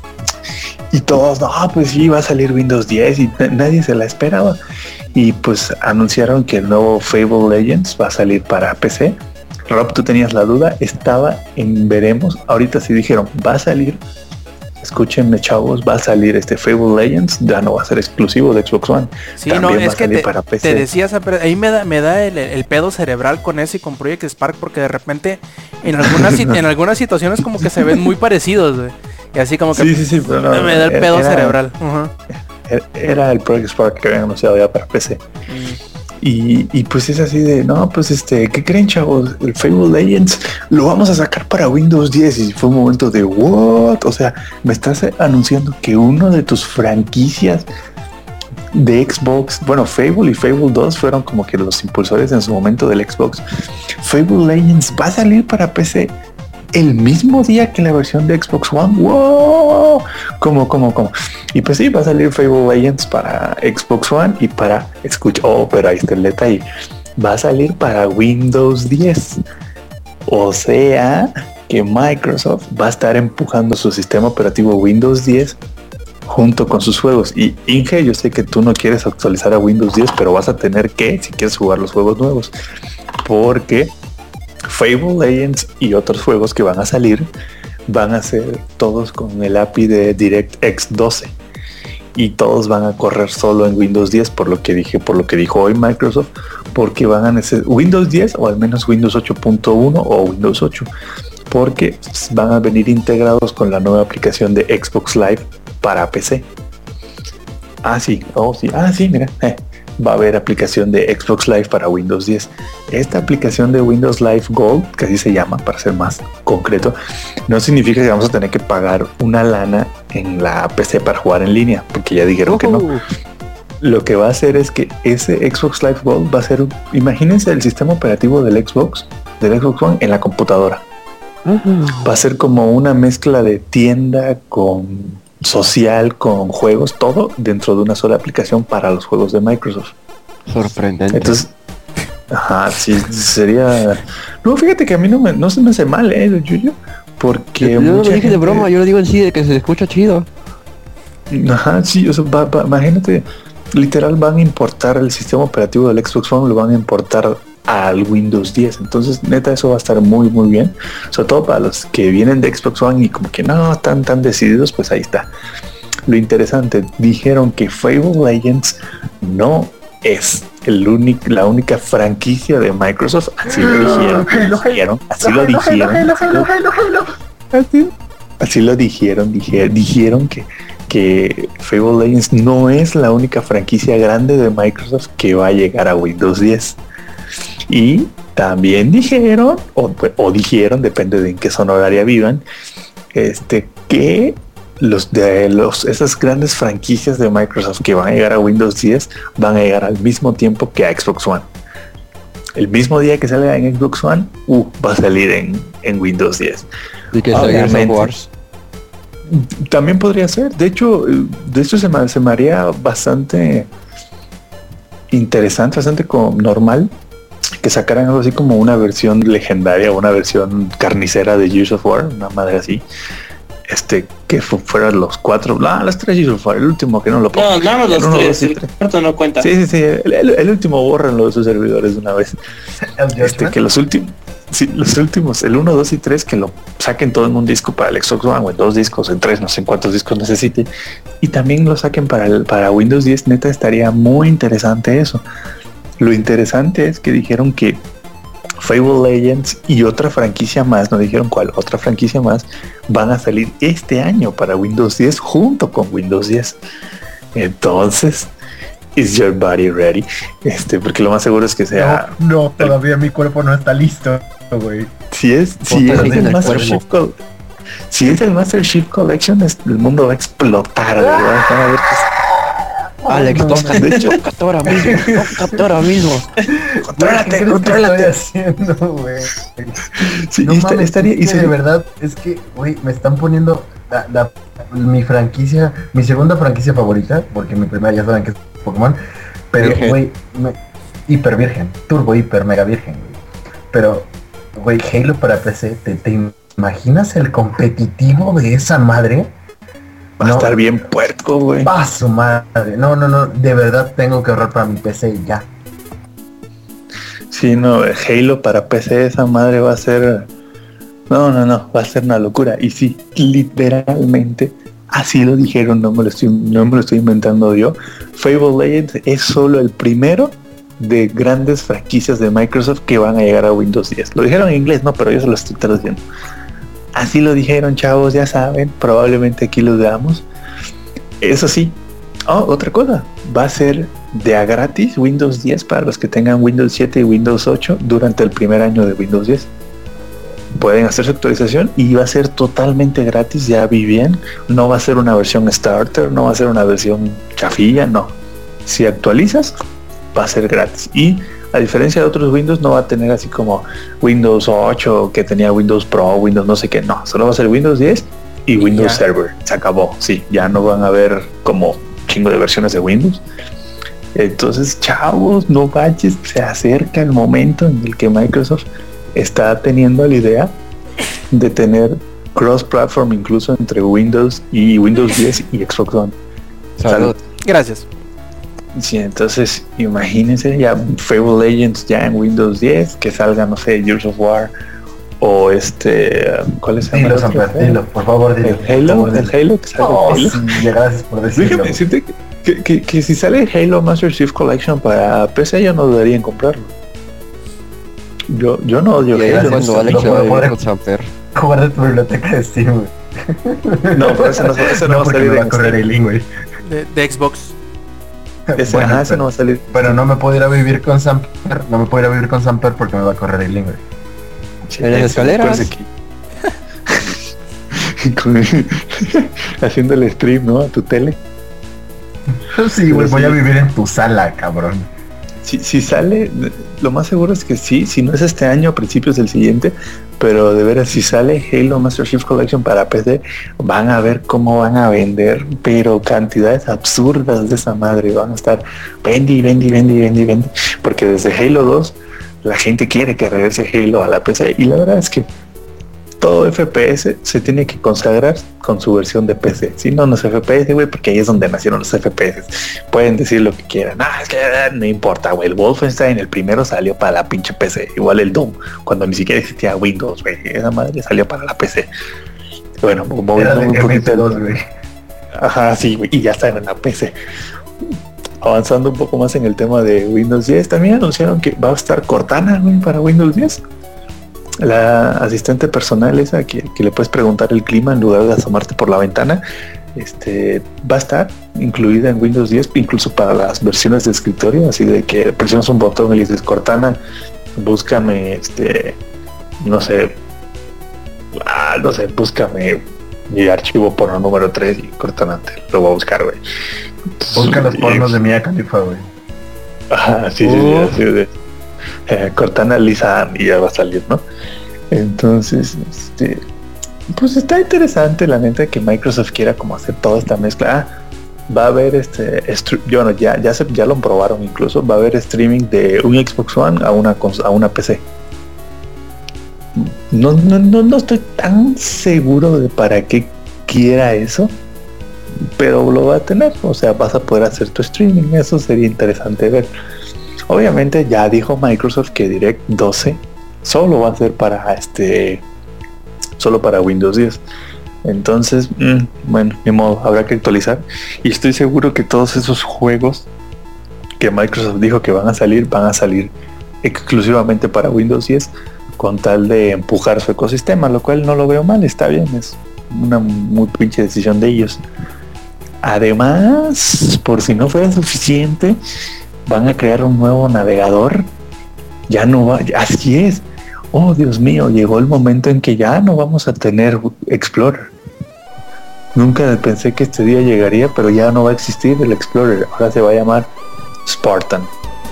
S4: Y todos, no, pues sí, va a salir Windows diez y n- nadie se la esperaba. Y pues anunciaron que el nuevo Fable Legends va a salir para P C. Rob, tú tenías la duda, estaba en veremos. Ahorita sí dijeron, va a salir. Escúchenme, chavos, va a salir este Fable Legends, ya no va a ser exclusivo de Xbox One.
S3: Sí,
S4: También
S3: no,
S4: va
S3: es
S4: a
S3: que
S4: salir
S3: te,
S4: para P C.
S3: te decías, pero ahí me da, me da el, el pedo cerebral con eso y con Project Spark, porque de repente en algunas si- en algunas situaciones como que se ven muy parecidos, güey. Y así como que
S4: Sí, sí, sí, pero no,
S3: me da el pedo
S4: era-
S3: cerebral. Ujú.
S4: Era el Project Spark que habían anunciado ya para P C.
S3: Mm.
S4: Y, y pues es así de, no, pues este, ¿qué creen, chavos? El Fable Legends lo vamos a sacar para Windows diez. Y fue un momento de, ¿what? O sea, me estás anunciando que uno de tus franquicias de Xbox, bueno, Fable y Fable dos fueron como que los impulsores en su momento del Xbox. Fable Legends va a salir para P C el mismo día que la versión de Xbox One. ¡Wow! ¿Cómo, cómo, cómo? Y pues sí, va a salir Fable Legends para Xbox One y para... Escucha, oh, pero ahí está el detalle. Va a salir para Windows diez. O sea, que Microsoft va a estar empujando su sistema operativo Windows diez junto con sus juegos. Y Inge, yo sé que tú no quieres actualizar a Windows diez, pero vas a tener que si quieres jugar los juegos nuevos. Porque Fable Legends y otros juegos que van a salir van a ser todos con el A P I de DirectX doce y todos van a correr solo en Windows diez, por lo que dije, por lo que dijo hoy Microsoft, porque van a necesitar Windows diez o al menos Windows ocho punto uno o Windows ocho, porque van a venir integrados con la nueva aplicación de Xbox Live para P C. Ah, sí, oh, sí, ah, sí, mira, eh. va a haber aplicación de Xbox Live para Windows diez. Esta aplicación de Windows Live Gold, que así se llama para ser más concreto, no significa que vamos a tener que pagar una lana en la P C para jugar en línea, porque ya dijeron que no.
S5: Ujú.
S4: Lo que va a hacer es que ese Xbox Live Gold va a ser, un- imagínense el sistema operativo del Xbox, del Xbox One en la computadora.
S5: Ujú.
S4: Va a ser como una mezcla de tienda con social, con juegos, todo dentro de una sola aplicación para los juegos de Microsoft.
S5: Sorprendente.
S4: Entonces, ajá, sí, sería... No, fíjate que a mí no, me, no se me hace mal, ¿eh, Yuyo? Porque...
S5: yo no lo
S4: mucha
S5: dije de
S4: gente-
S5: broma, yo lo digo en sí, de que se escucha chido.
S4: Ajá, sí, o sea, va- va- imagínate, literal van a importar el sistema operativo del Xbox One, lo van a importar al Windows diez. Entonces, neta, eso va a estar muy, muy bien. Sobre todo para los que vienen de Xbox One y como que no están tan decididos, pues ahí está. Lo interesante, dijeron que Fable Legends no es el único, la única franquicia de Microsoft. Así lo dijeron. dijeron así lo dijeron. Así, así lo dijeron. Dije, dijeron que, que Fable Legends no es la única franquicia grande de Microsoft que va a llegar a Windows diez. Y también dijeron, o, o dijeron, depende de en qué zona horaria vivan, este, que los de los esas grandes franquicias de Microsoft que van a llegar a Windows diez van a llegar al mismo tiempo que a Xbox One. El mismo día que salga en Xbox One, uh, va a salir en, en Windows diez.
S5: Y que salga Gears of
S4: Obviamente.
S5: Wars.
S4: También podría ser. De hecho, eh, de hecho se me, se me haría bastante interesante, bastante como normal que sacaran algo así como una versión legendaria o una versión carnicera de Gears of War, una madre así. Este, que fu- fueran los cuatro, ah, las tres Gears of War, el último que no lo pongo.
S6: No, nada más
S4: El
S6: los
S4: uno,
S6: tres,
S4: dos y
S6: el
S4: tres.
S6: cuarto no cuenta.
S4: Sí, sí, sí. El, el- el último bórrenlo de sus servidores de una vez.
S7: El
S4: Este,
S7: Judgment.
S4: que los últimos, sí, los últimos, el uno, dos y tres, que lo saquen todo en un disco para el Xbox One, o en dos discos, en tres, no sé en cuántos discos necesite. Y también lo saquen para el, para Windows diez, neta, estaría muy interesante eso. Lo interesante es que dijeron que Fable Legends y otra franquicia más, no dijeron cuál, otra franquicia más, van a salir este año para Windows diez junto con Windows diez. Entonces, is your body ready? Este, porque lo más seguro es que sea...
S7: No, no, todavía mi cuerpo no está listo, güey.
S4: Si es, si es el Master Chief Col- si es el Master Chief Collection, es- el mundo va a explotar, ¿verdad? Van a ver que-
S5: Alex,
S7: no,
S5: toca,
S7: de
S5: hecho, tócate ahora mismo, tócate ahora mismo.
S4: Contrólate,
S7: ¿Qué crees que
S4: contrólate.
S7: estoy haciendo, güey?
S4: Sí,
S7: No
S4: y esta-
S7: mames,
S4: estaría-
S7: es
S4: y
S7: que
S4: se-
S7: de verdad, es que, güey, me están poniendo la, la- mi franquicia, mi segunda franquicia favorita, porque mi primera ya saben que es Pokémon, pero,
S5: Virgen.
S7: güey, me- hiper virgen, turbo, hiper, mega virgen, güey. Pero, güey, Halo para P C, ¿te, te imaginas el competitivo de esa madre?
S4: Va a
S7: No.
S4: estar bien puerco, güey.
S7: ¡Ah, su madre! No, no, no, de verdad tengo que ahorrar para mi P C ya.
S4: Sí, no, Halo para P C, esa madre va a ser... No, no, no, va a ser una locura. Y sí, literalmente, así lo dijeron, no me lo estoy, no me lo estoy inventando yo. Fable Legends es solo el primero de grandes franquicias de Microsoft que van a llegar a Windows diez. Lo dijeron en inglés, no, pero yo se lo estoy traduciendo. Así lo dijeron, chavos, ya saben, probablemente aquí los veamos. Eso sí, oh, otra cosa, va a ser de a gratis Windows diez para los que tengan Windows siete y Windows ocho durante el primer año de Windows diez. Pueden hacer su actualización y va a ser totalmente gratis, ya vi bien. No va a ser una versión starter, no va a ser una versión chafilla, no. Si actualizas, va a ser gratis. Y a diferencia de otros Windows, no va a tener así como Windows ocho que tenía Windows Pro, Windows no sé qué, no. Solo va a ser Windows diez y Windows
S3: ya.
S4: Server. Se acabó, sí. Ya no van a haber como chingo de versiones de Windows. Entonces, chavos, no baches, se acerca el momento en el que Microsoft está teniendo la idea de tener cross-platform incluso entre Windows y Windows diez y Xbox One.
S5: Salud.
S3: Gracias.
S4: Sí, entonces imagínense ya Fable Legends ya en Windows diez, que salga, no sé, Gears of War o este, ¿cuál es el
S7: Dilo,
S4: otro
S7: Samper,
S4: juego?
S7: dilo, por favor, dilo.
S4: El
S7: por
S4: Halo,
S7: favor,
S4: el
S7: dilo.
S4: Halo, que salga
S7: Oh,
S4: el Halo.
S7: sí, gracias por decirlo.
S4: Déjame decirte que, que, que, que si sale Halo Master Chief Collection para P C, yo no dudaría en comprarlo. Yo, yo no odio
S5: Y ahí es
S4: Halo.
S5: cuando
S7: no
S5: Alex se
S7: puedo
S5: va a vivir
S7: poder-
S5: con Samper.
S7: Jugar de tu biblioteca de Steam, güey.
S4: No, pero ese no, ese no, va a
S7: porque
S4: salir
S7: me va
S4: en
S7: a correr el link, güey.
S3: De, de Xbox.
S4: Ese,
S7: Bueno,
S4: ajá, ese
S7: pero,
S4: no va a salir.
S7: pero no me puedo ir a vivir con Samper, no me puedo ir a vivir con Samper porque me va a correr el link, güey.
S5: En las escaleras.
S4: Acuérdense que- Con- haciendo el stream, ¿no? A tu tele.
S7: Sí, güey,
S4: sí.
S7: voy a vivir en tu sala, cabrón.
S4: Si, si sale, lo más seguro es que sí, si no es este año, a principios del siguiente, pero de veras, si sale Halo Master Chief Collection para P C, van a ver cómo van a vender, pero cantidades absurdas de esa madre, van a estar vendi, vendi, vendi, vendi, vendi, porque desde Halo dos la gente quiere que regrese Halo a la P C, y la verdad es que todo F P S se tiene que consagrar con su versión de P C. Si no, no es F P S, güey, porque ahí es donde nacieron los F P S. Pueden decir lo que quieran. Ah, es que eh, no importa, güey. El Wolfenstein, el primero salió para la pinche P C. Igual el Doom, cuando ni siquiera existía Windows, güey. Esa madre salió para la P C. Bueno,
S7: Era
S4: moviendo
S7: de
S4: un
S7: M
S4: poquito.
S7: P dos, güey.
S4: Ajá, sí, güey. Y ya está en la P C. Avanzando un poco más en el tema de Windows diez, también anunciaron que va a estar Cortana, güey, para Windows diez. La asistente personal esa que, que le puedes preguntar el clima en lugar de asomarte por la ventana, este va a estar incluida en Windows diez, incluso para las versiones de escritorio, así de que presionas un botón y le dices Cortana, búscame este, no sé, ah, no sé, búscame mi archivo porno número tres y Cortana te lo voy a buscar, güey.
S7: Busca los
S4: Y-
S7: pornos de Mia Khalifa, güey.
S4: Ajá, sí, sí, sí, así de, eh, Cortana Lisa Ann y ya va a salir, ¿no? Entonces, este, pues está interesante la neta que Microsoft quiera como hacer toda esta mezcla. Ah, va a haber este, str- yo no, ya, ya se, ya lo probaron incluso, va a haber streaming de un Xbox One a una cons- a una P C. No, no, no, no estoy tan seguro de para qué quiera eso, pero lo va a tener, o sea, vas a poder hacer tu streaming, eso sería interesante ver. Obviamente ya dijo Microsoft que Direct doce solo va a ser para este, solo para Windows diez. Entonces, mmm, bueno, ni modo, habrá que actualizar. Y estoy seguro que todos esos juegos que Microsoft dijo que van a salir, van a salir exclusivamente para Windows diez con tal de empujar su ecosistema, lo cual no lo veo mal, está bien, es una muy pinche decisión de ellos. Además, por si no fuera suficiente, van a crear un nuevo navegador. Ya no va, así es. Oh, Dios mío, llegó el momento en que ya no vamos a tener Explorer. Nunca pensé que este día llegaría, pero ya no va a existir el Explorer. Ahora se va a llamar Spartan.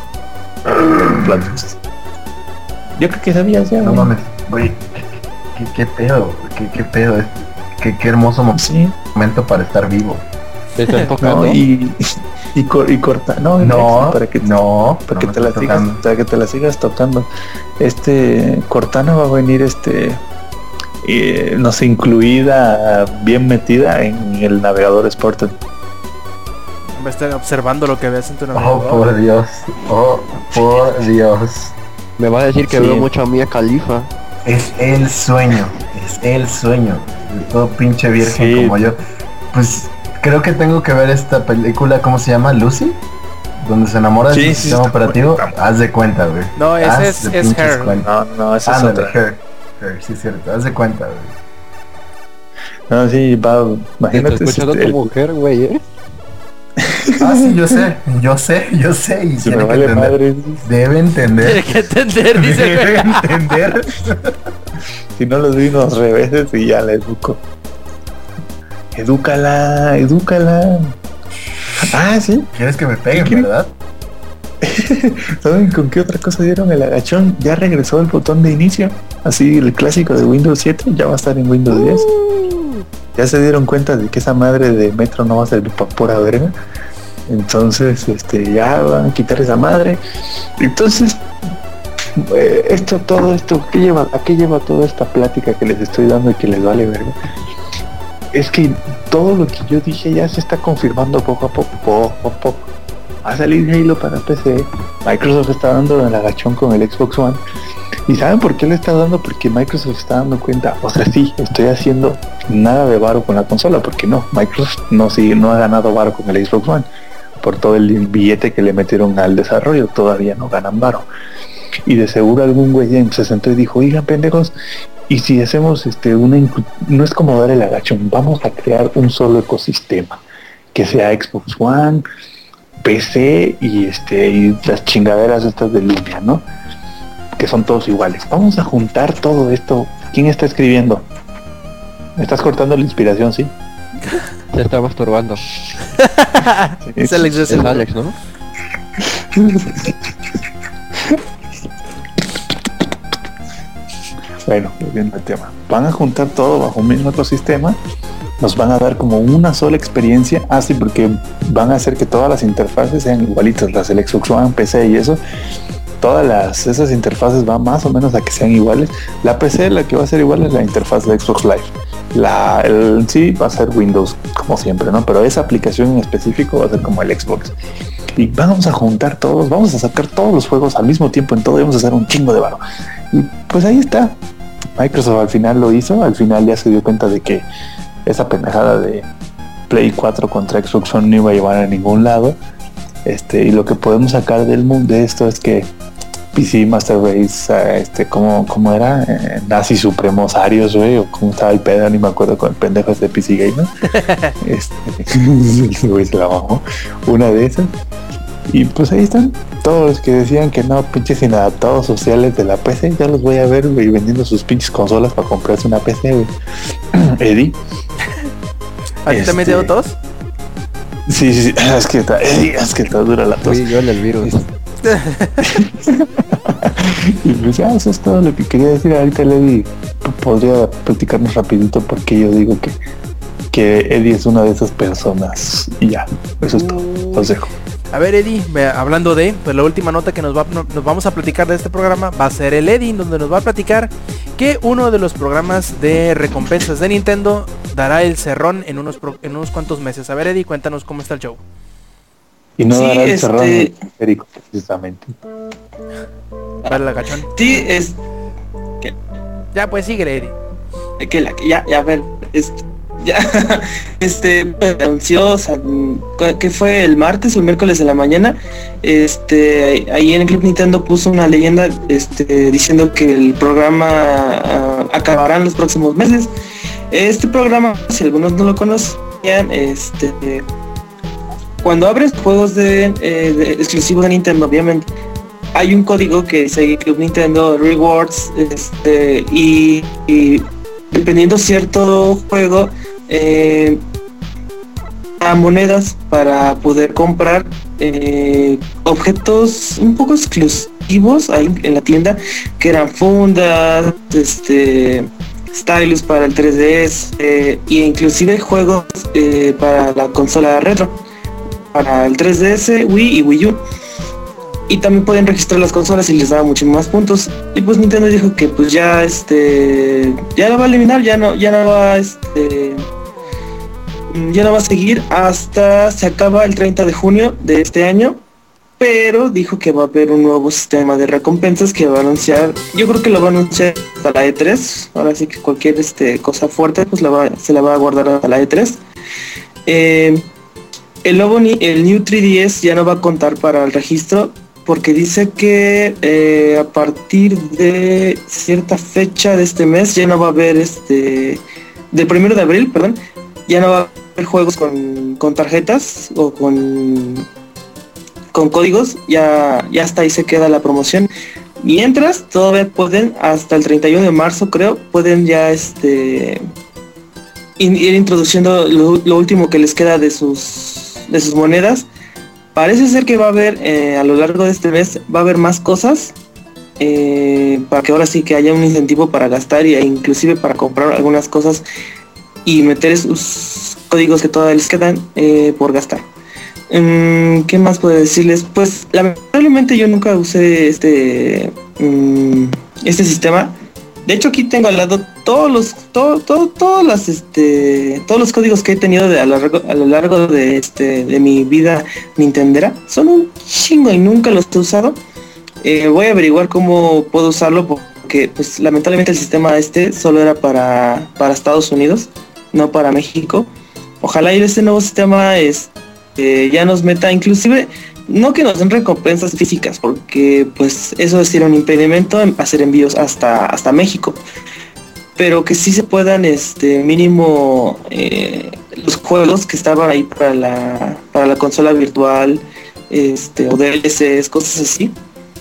S4: Yo creo que sabías ya.
S7: No mames, güey, qué, qué pedo, qué, qué pedo, es, qué, qué hermoso mo-
S4: Sí.
S7: momento para estar vivo.
S5: ¿Te están tocando?
S4: No, y, y, cor- y corta, no,
S7: No,
S4: para que
S7: no,
S4: para que
S7: no
S4: te
S7: me
S4: la
S7: estoy
S4: sigas,
S7: tocando.
S4: para que te la sigas tocando. Este Cortana va a venir, este, eh, no sé, incluida, bien metida en el navegador Spartan.
S3: Va a estar observando lo que veas en tu
S7: Oh,
S3: navegador.
S7: por Dios, oh, por Dios.
S5: Me vas a decir que
S4: Sí.
S5: veo mucho a Mia Khalifa.
S7: Es el sueño, es el sueño de todo pinche virgen
S4: Sí.
S7: como yo. Pues creo que tengo que ver esta película, ¿cómo se llama? Lucy, donde se enamora
S4: Sí,
S7: del
S4: sí,
S7: sistema
S4: está
S7: operativo.
S4: bueno, está
S7: Haz de cuenta, güey.
S3: No, ese
S7: Haz
S3: es-
S7: de
S3: es
S7: pinches
S3: Her.
S7: cuenta.
S4: No, no, esa es
S7: Ándale,
S4: otra.
S7: Her. Her, sí es cierto, haz de cuenta, güey.
S4: No, sí, va,
S5: Te
S4: imagínate.
S5: estoy escuchando
S4: este,
S5: tu mujer, güey, ¿eh?
S7: Ah, sí, yo sé, yo sé, yo sé. Y
S4: se
S7: tiene
S4: me
S7: que
S4: vale
S7: entender.
S4: madre.
S7: Debe entender.
S3: Tiene que entender, dice.
S7: Debe entender.
S4: Si no los di unos reveses y ya la educo. Edúcala, edúcala. Ah, sí.
S7: ¿Quieres que me peguen,
S4: ¿Qué?
S7: verdad?
S4: ¿Saben con qué otra cosa dieron el agachón? Ya regresó el botón de inicio. Así el clásico de Windows siete ya va a estar en Windows diez. Ya se dieron cuenta de que esa madre de Metro no va a servir para pura verga. Entonces, este, ya van a quitar esa madre. Entonces, eh, esto, todo esto, ¿qué lleva, ¿a qué lleva toda esta plática que les estoy dando y que les vale verga? Es que todo lo que yo dije ya se está confirmando poco a poco, poco a poco. Va a salir Halo para P C. Microsoft está dando el agachón con el Xbox One. ¿Y saben por qué le está dando? Porque Microsoft está dando cuenta, o sea, sí, estoy haciendo nada de varo con la consola, porque no, Microsoft no, sigue, no ha ganado varo con el Xbox One. Por todo el billete que le metieron al desarrollo, todavía no ganan varo. Y de seguro algún güey se sentó y dijo, oigan pendejos, y si hacemos este una inclu- no es como dar el agachón, vamos a crear un solo ecosistema, que sea Xbox One, P C y este y las chingaderas estas de Lumia, ¿no? Que son todos iguales. Vamos a juntar todo esto. ¿Quién está escribiendo? ¿Me estás cortando la inspiración, sí?
S5: Se está masturbando.
S3: Es Alex de
S5: Es
S3: seguro.
S5: Alex, ¿no?
S4: Bueno, volviendo al tema. Van a juntar todo bajo un mismo ecosistema. Nos van a dar como una sola experiencia. Así porque van a hacer que todas las interfaces sean igualitas. Las del Xbox One, P C y eso. Todas las, esas interfaces van más o menos a que sean iguales. La P C la que va a ser igual es la interfaz de Xbox Live. La, el sí va a ser Windows como siempre, ¿no? Pero esa aplicación en específico va a ser como el Xbox. Y vamos a juntar todos, vamos a sacar todos los juegos al mismo tiempo en todo y vamos a hacer un chingo de varo. Y pues ahí está. Microsoft al final lo hizo, al final ya se dio cuenta de que esa pendejada de Play cuatro contra Xbox One no iba a llevar a ningún lado. Este, y lo que podemos sacar del mundo de esto es que P C Master Race, uh, este, ¿cómo, cómo era? Eh, Nazi Supremos Arios, güey, o cómo estaba el pedo, ni me acuerdo con el pendejo este P C Gamer. Este, güey, se la bajó. Una de esas. Y pues ahí están. Todos los que decían que no, pinches inadaptados sociales de la P C, ya los voy a ver, güey, vendiendo sus pinches consolas para comprarse una P C, güey. Eddie.
S3: ¿A ti también te
S4: Este,
S3: dio tos?
S4: Sí, sí, sí. Es que está, Eddie, es que está dura la tos.
S5: Fui yo el virus.
S4: Y pues ya, eso es todo lo que quería decir. Ahorita Eddie podría platicarnos rapidito porque yo digo que, que Eddie es una de esas personas. Y ya, eso es todo. Los dejo.
S3: A ver, Eddie, ve- hablando de, pues la última nota que nos, va, no- nos vamos a platicar de este programa va a ser el Eddie, donde nos va a platicar que uno de los programas de recompensas de Nintendo dará el cerrón en unos, pro- en unos cuantos meses. A ver, Eddie, cuéntanos cómo está el show.
S4: Y no
S6: Sí,
S4: dará el
S6: este-
S4: cerrado Eric, precisamente.
S3: Dale la cachón.
S6: Sí, es
S3: Ya, pues sigue, Eddie.
S6: que la, ya, ya, a ver, es, ya, este, pues, anunció, o sea, que fue el martes o el miércoles de la mañana, este, ahí en el Club Nintendo puso una leyenda, este, diciendo que el programa uh, acabará en los próximos meses. Este programa, si algunos no lo conocían, este, cuando abres juegos de, eh, de exclusivos de Nintendo, obviamente, hay un código que dice ahí Club Nintendo Rewards, este, y, y dependiendo cierto juego, eh, a monedas para poder comprar eh, objetos un poco exclusivos ahí en la tienda, que eran fundas, este, stylus para el tres D S, eh, e inclusive juegos eh, para la consola retro, para el tres D S, Wii y Wii U. Y también pueden registrar las consolas y les daba muchos más puntos. Y pues Nintendo dijo que pues ya este ya lo va a eliminar, ya no, ya no va este ya no va a seguir hasta se acaba el treinta de junio de este año. Pero dijo que va a haber un nuevo sistema de recompensas que va a anunciar. Yo creo que lo va a anunciar hasta la E tres. Ahora sí que cualquier este cosa fuerte pues la va, se la va a guardar hasta la E tres. Eh, el nuevo el New tres D S ya no va a contar para el registro, porque dice que eh, a partir de cierta fecha de este mes ya no va a haber este del primero de abril, perdón, ya no va a haber juegos con, con tarjetas o con con códigos, ya ya hasta ahí se queda la promoción. Mientras todavía pueden hasta el treinta y uno de marzo, creo, pueden ya este ir introduciendo lo, lo último que les queda de sus de sus monedas. Parece ser que va a haber eh, a lo largo de este mes va a haber más cosas eh, para que ahora sí que haya un incentivo para gastar e inclusive para comprar algunas cosas y meter esos códigos que todavía les quedan eh, por gastar. Um, ¿Qué más puedo decirles? Pues lamentablemente yo nunca usé este um, este sistema. De hecho aquí tengo al lado todos los todo, todo, todas las este todos los códigos que he tenido de, a, lo largo, a lo largo de este de mi vida nintendera. Son un chingo y nunca los he usado. Eh, voy a averiguar cómo puedo usarlo, porque pues lamentablemente el sistema este solo era para, para Estados Unidos, no para México. Ojalá y este nuevo sistema es, eh, ya nos meta inclusive, no que nos den recompensas físicas, porque pues eso sería un impedimento en hacer envíos hasta hasta México, pero que sí se puedan este mínimo eh, los juegos que estaban ahí para la para la consola virtual, este o D L Cs, cosas así.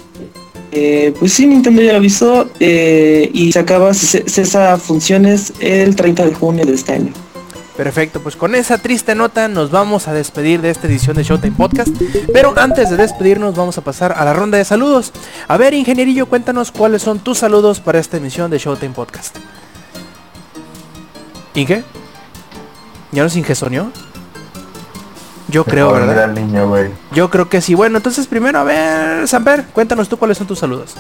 S6: Eh, pues sí, Nintendo ya lo avisó eh, y se acaba cesa funciones el treinta de junio de este año.
S3: Perfecto, pues con esa triste nota nos vamos a despedir de esta edición de Showtime Podcast. Pero antes de despedirnos vamos a pasar a la ronda de saludos. A ver, ingenierillo, cuéntanos cuáles son tus saludos para esta emisión de Showtime Podcast. ¿Inge? ¿Ya nos ingesoneó? Yo
S7: Se
S3: creo,
S7: fue a dormir
S3: ¿verdad?
S7: al niño, güey.
S3: Yo creo que sí. Bueno, entonces primero, a ver, Samper, cuéntanos tú cuáles son tus saludos.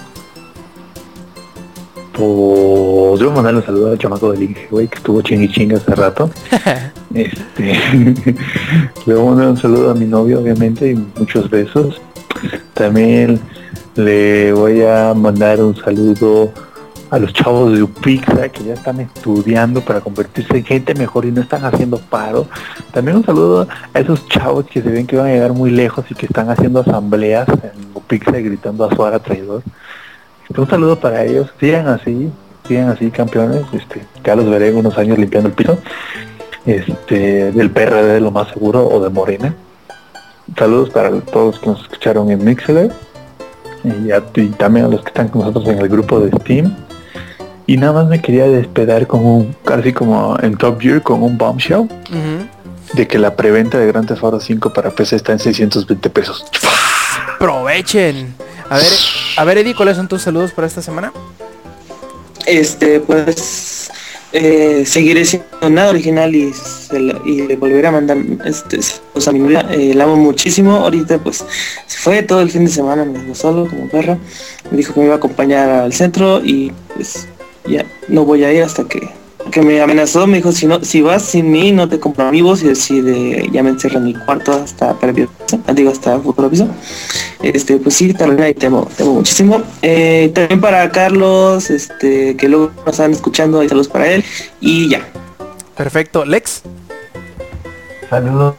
S4: Pues yo mandarle un saludo al chamaco del Inge, güey, que estuvo chingui chinga hace rato. Este le voy a mandar un saludo a mi novio, obviamente, y muchos besos. También le voy a mandar un saludo a los chavos de Upixa, que ya están estudiando para convertirse en gente mejor y no están haciendo paro. También un saludo a esos chavos que se ven que van a llegar muy lejos y que están haciendo asambleas en Upixa y gritando a Suara traidor. Un saludo para ellos, sigan así, sigan así, campeones. Este, ya los veré en unos años limpiando el piso. Este, del P R D lo más seguro, o de Morena. Saludos para todos los que nos escucharon en Mixler y, a, y también a los que están con nosotros en el grupo de Steam. Y nada más me quería despedir con un, casi como en Top Gear, con un bombshell uh-huh. de que la preventa de Grand Theft Auto cinco para P C está en seiscientos veinte pesos.
S3: Aprovechen. A ver, a ver, Eddie, ¿cuáles son tus saludos para esta semana?
S6: Este, pues eh, seguiré siendo nada original y, se la, y le volveré a mandar este saludos a mi novia. Eh, la amo muchísimo. Ahorita pues se fue todo el fin de semana, me dejó solo como perro. Me dijo que me iba a acompañar al centro y pues ya no voy a ir hasta que que me amenazó. Me dijo, si no, si vas sin mí no te compro amigos, y así de ya me encierro en mi cuarto hasta previo, digo hasta futuro aviso. Este, pues sí, Carolina, y te amo, te amo muchísimo. Eh, también para Carlos, este, que luego nos están escuchando, hay saludos para él. Y ya.
S3: Perfecto. Lex.
S7: Saludos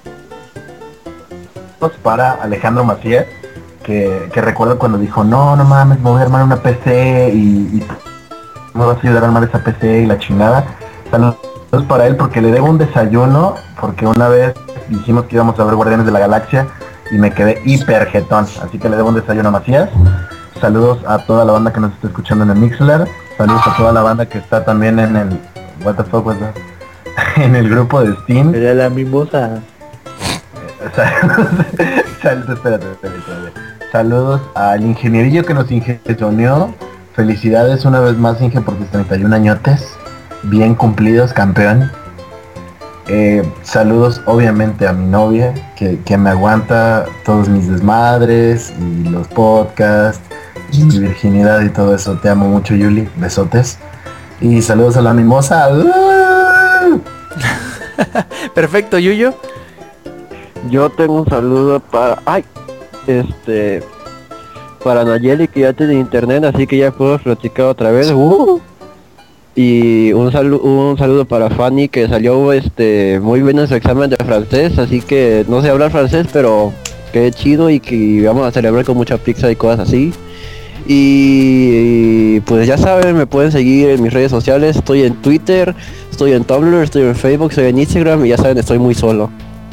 S7: para Alejandro Macías, que, que recuerdo cuando dijo, no, no mames, me voy a armar una P C y, y me vas a ayudar a armar esa P C y la chingada. Saludos para él porque le debo un desayuno, porque una vez dijimos que íbamos a ver Guardianes de la Galaxia y me quedé hiper jetón, así que le debo un desayuno a Macías. Saludos a toda la banda que nos está escuchando en el Mixler, saludos a toda la banda que está también en el what the fuck was that? En el grupo de Steam.
S4: Era la mimosa.
S7: Saludos, espérate, espérate. Saludos al ingenierillo que nos ingeniereó. Felicidades una vez más, Inge, por tus treinta y un añotes. Bien cumplidos, campeón. Eh, saludos obviamente a mi novia, que, que me aguanta todos mis desmadres y los podcasts y mi virginidad y todo eso. Te amo mucho, Yuli. Besotes. Y saludos a la mimosa.
S3: Perfecto, Yuyo.
S5: Yo tengo un saludo para... ¡Ay! Este... Para Nayeli, que ya tiene internet, así que ya puedo platicar otra vez. ¡Uh! Y un, salu un saludo para Fanny, que salió este muy bien en su examen de francés, así que no sé hablar francés, pero qué chido y que vamos a celebrar con mucha pizza y cosas así. Y, y pues ya saben, me pueden seguir en mis redes sociales, estoy en Twitter, estoy en Tumblr, estoy en Facebook, estoy en Instagram y ya saben, estoy muy solo.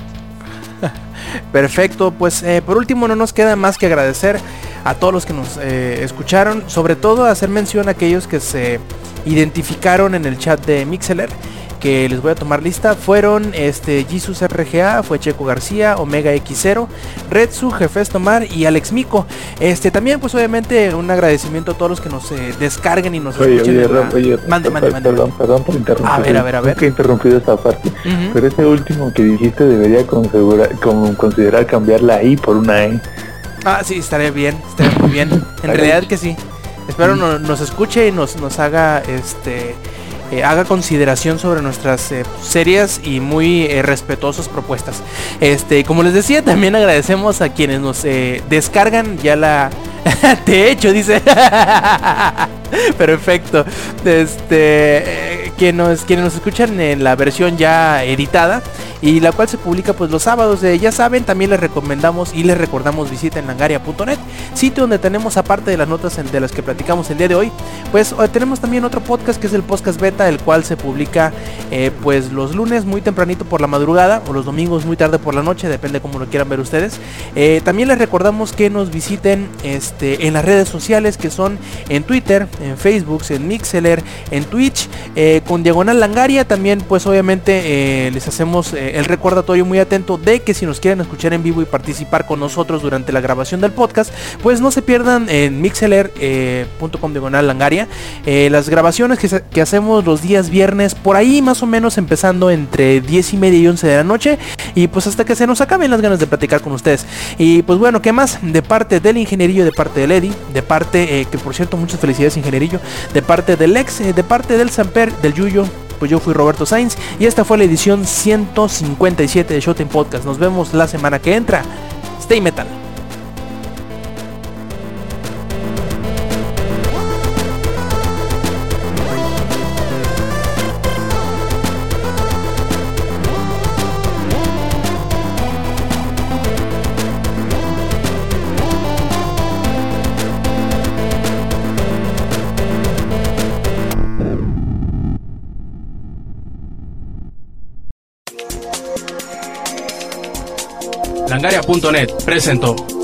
S3: Perfecto, pues eh, por último no nos queda más que agradecer a todos los que nos eh, escucharon, sobre todo hacer mención a aquellos que se identificaron en el chat de Mixler, que les voy a tomar lista. Fueron este Jesus R G A, fue Checo García, Omega X cero, Redsu, Jefes Tomar y Alex Mico. Este también pues obviamente un agradecimiento a todos los que nos eh, descarguen y nos
S4: Oye,
S3: escuchen.
S4: oye,
S3: La...
S4: Rob, oye,
S3: mande, mande, mande.
S4: Perdón, perdón por interrumpir.
S3: A ver, a ver, a ver.
S4: Nunca he interrumpido esta parte.
S3: Uh-huh.
S4: Pero ese último que dijiste debería considerar, con, considerar cambiar la I por una E.
S3: Ah, sí, estaría bien, estaría muy bien. En realidad que sí. Espero no, nos escuche y nos, nos haga este eh, haga consideración sobre nuestras eh, serias y muy eh, respetuosas propuestas. Este, como les decía, también agradecemos a quienes nos eh, descargan ya la de hecho, dice. Perfecto. Este, eh, quien nos, quienes nos escuchan en la versión ya editada y la cual se publica pues los sábados. Eh, ya saben, también les recomendamos y les recordamos visiten langaria punto net, sitio donde tenemos, aparte de las notas en, de las que platicamos el día de hoy, pues eh, tenemos también otro podcast que es el podcast beta, el cual se publica eh, pues los lunes muy tempranito por la madrugada o los domingos muy tarde por la noche, depende como lo quieran ver ustedes. Eh, también les recordamos que nos visiten este, en las redes sociales, que son en Twitter, en Facebook, en Mixler, en Twitch, eh, con Diagonal Langaria. También pues obviamente eh, les hacemos eh, el recordatorio muy atento de que si nos quieren escuchar en vivo y participar con nosotros durante la grabación del podcast, pues no se pierdan en mixler punto com eh, Diagonal Langaria eh, las grabaciones que, que hacemos los días viernes, por ahí más o menos empezando entre diez y media y once de la noche, y pues hasta que se nos acaben las ganas de platicar con ustedes. Y pues bueno, ¿qué más? De parte del ingenierillo, de parte del Eddie, de parte, eh, que por cierto muchas felicidades ingenierillo, de parte del Lex, eh, de parte del Samper, del Yuyo, pues yo fui Roberto Sainz y esta fue la edición ciento cincuenta y siete de Showtime Podcast. Nos vemos la semana que entra. Stay metal.
S1: langaria punto net presentó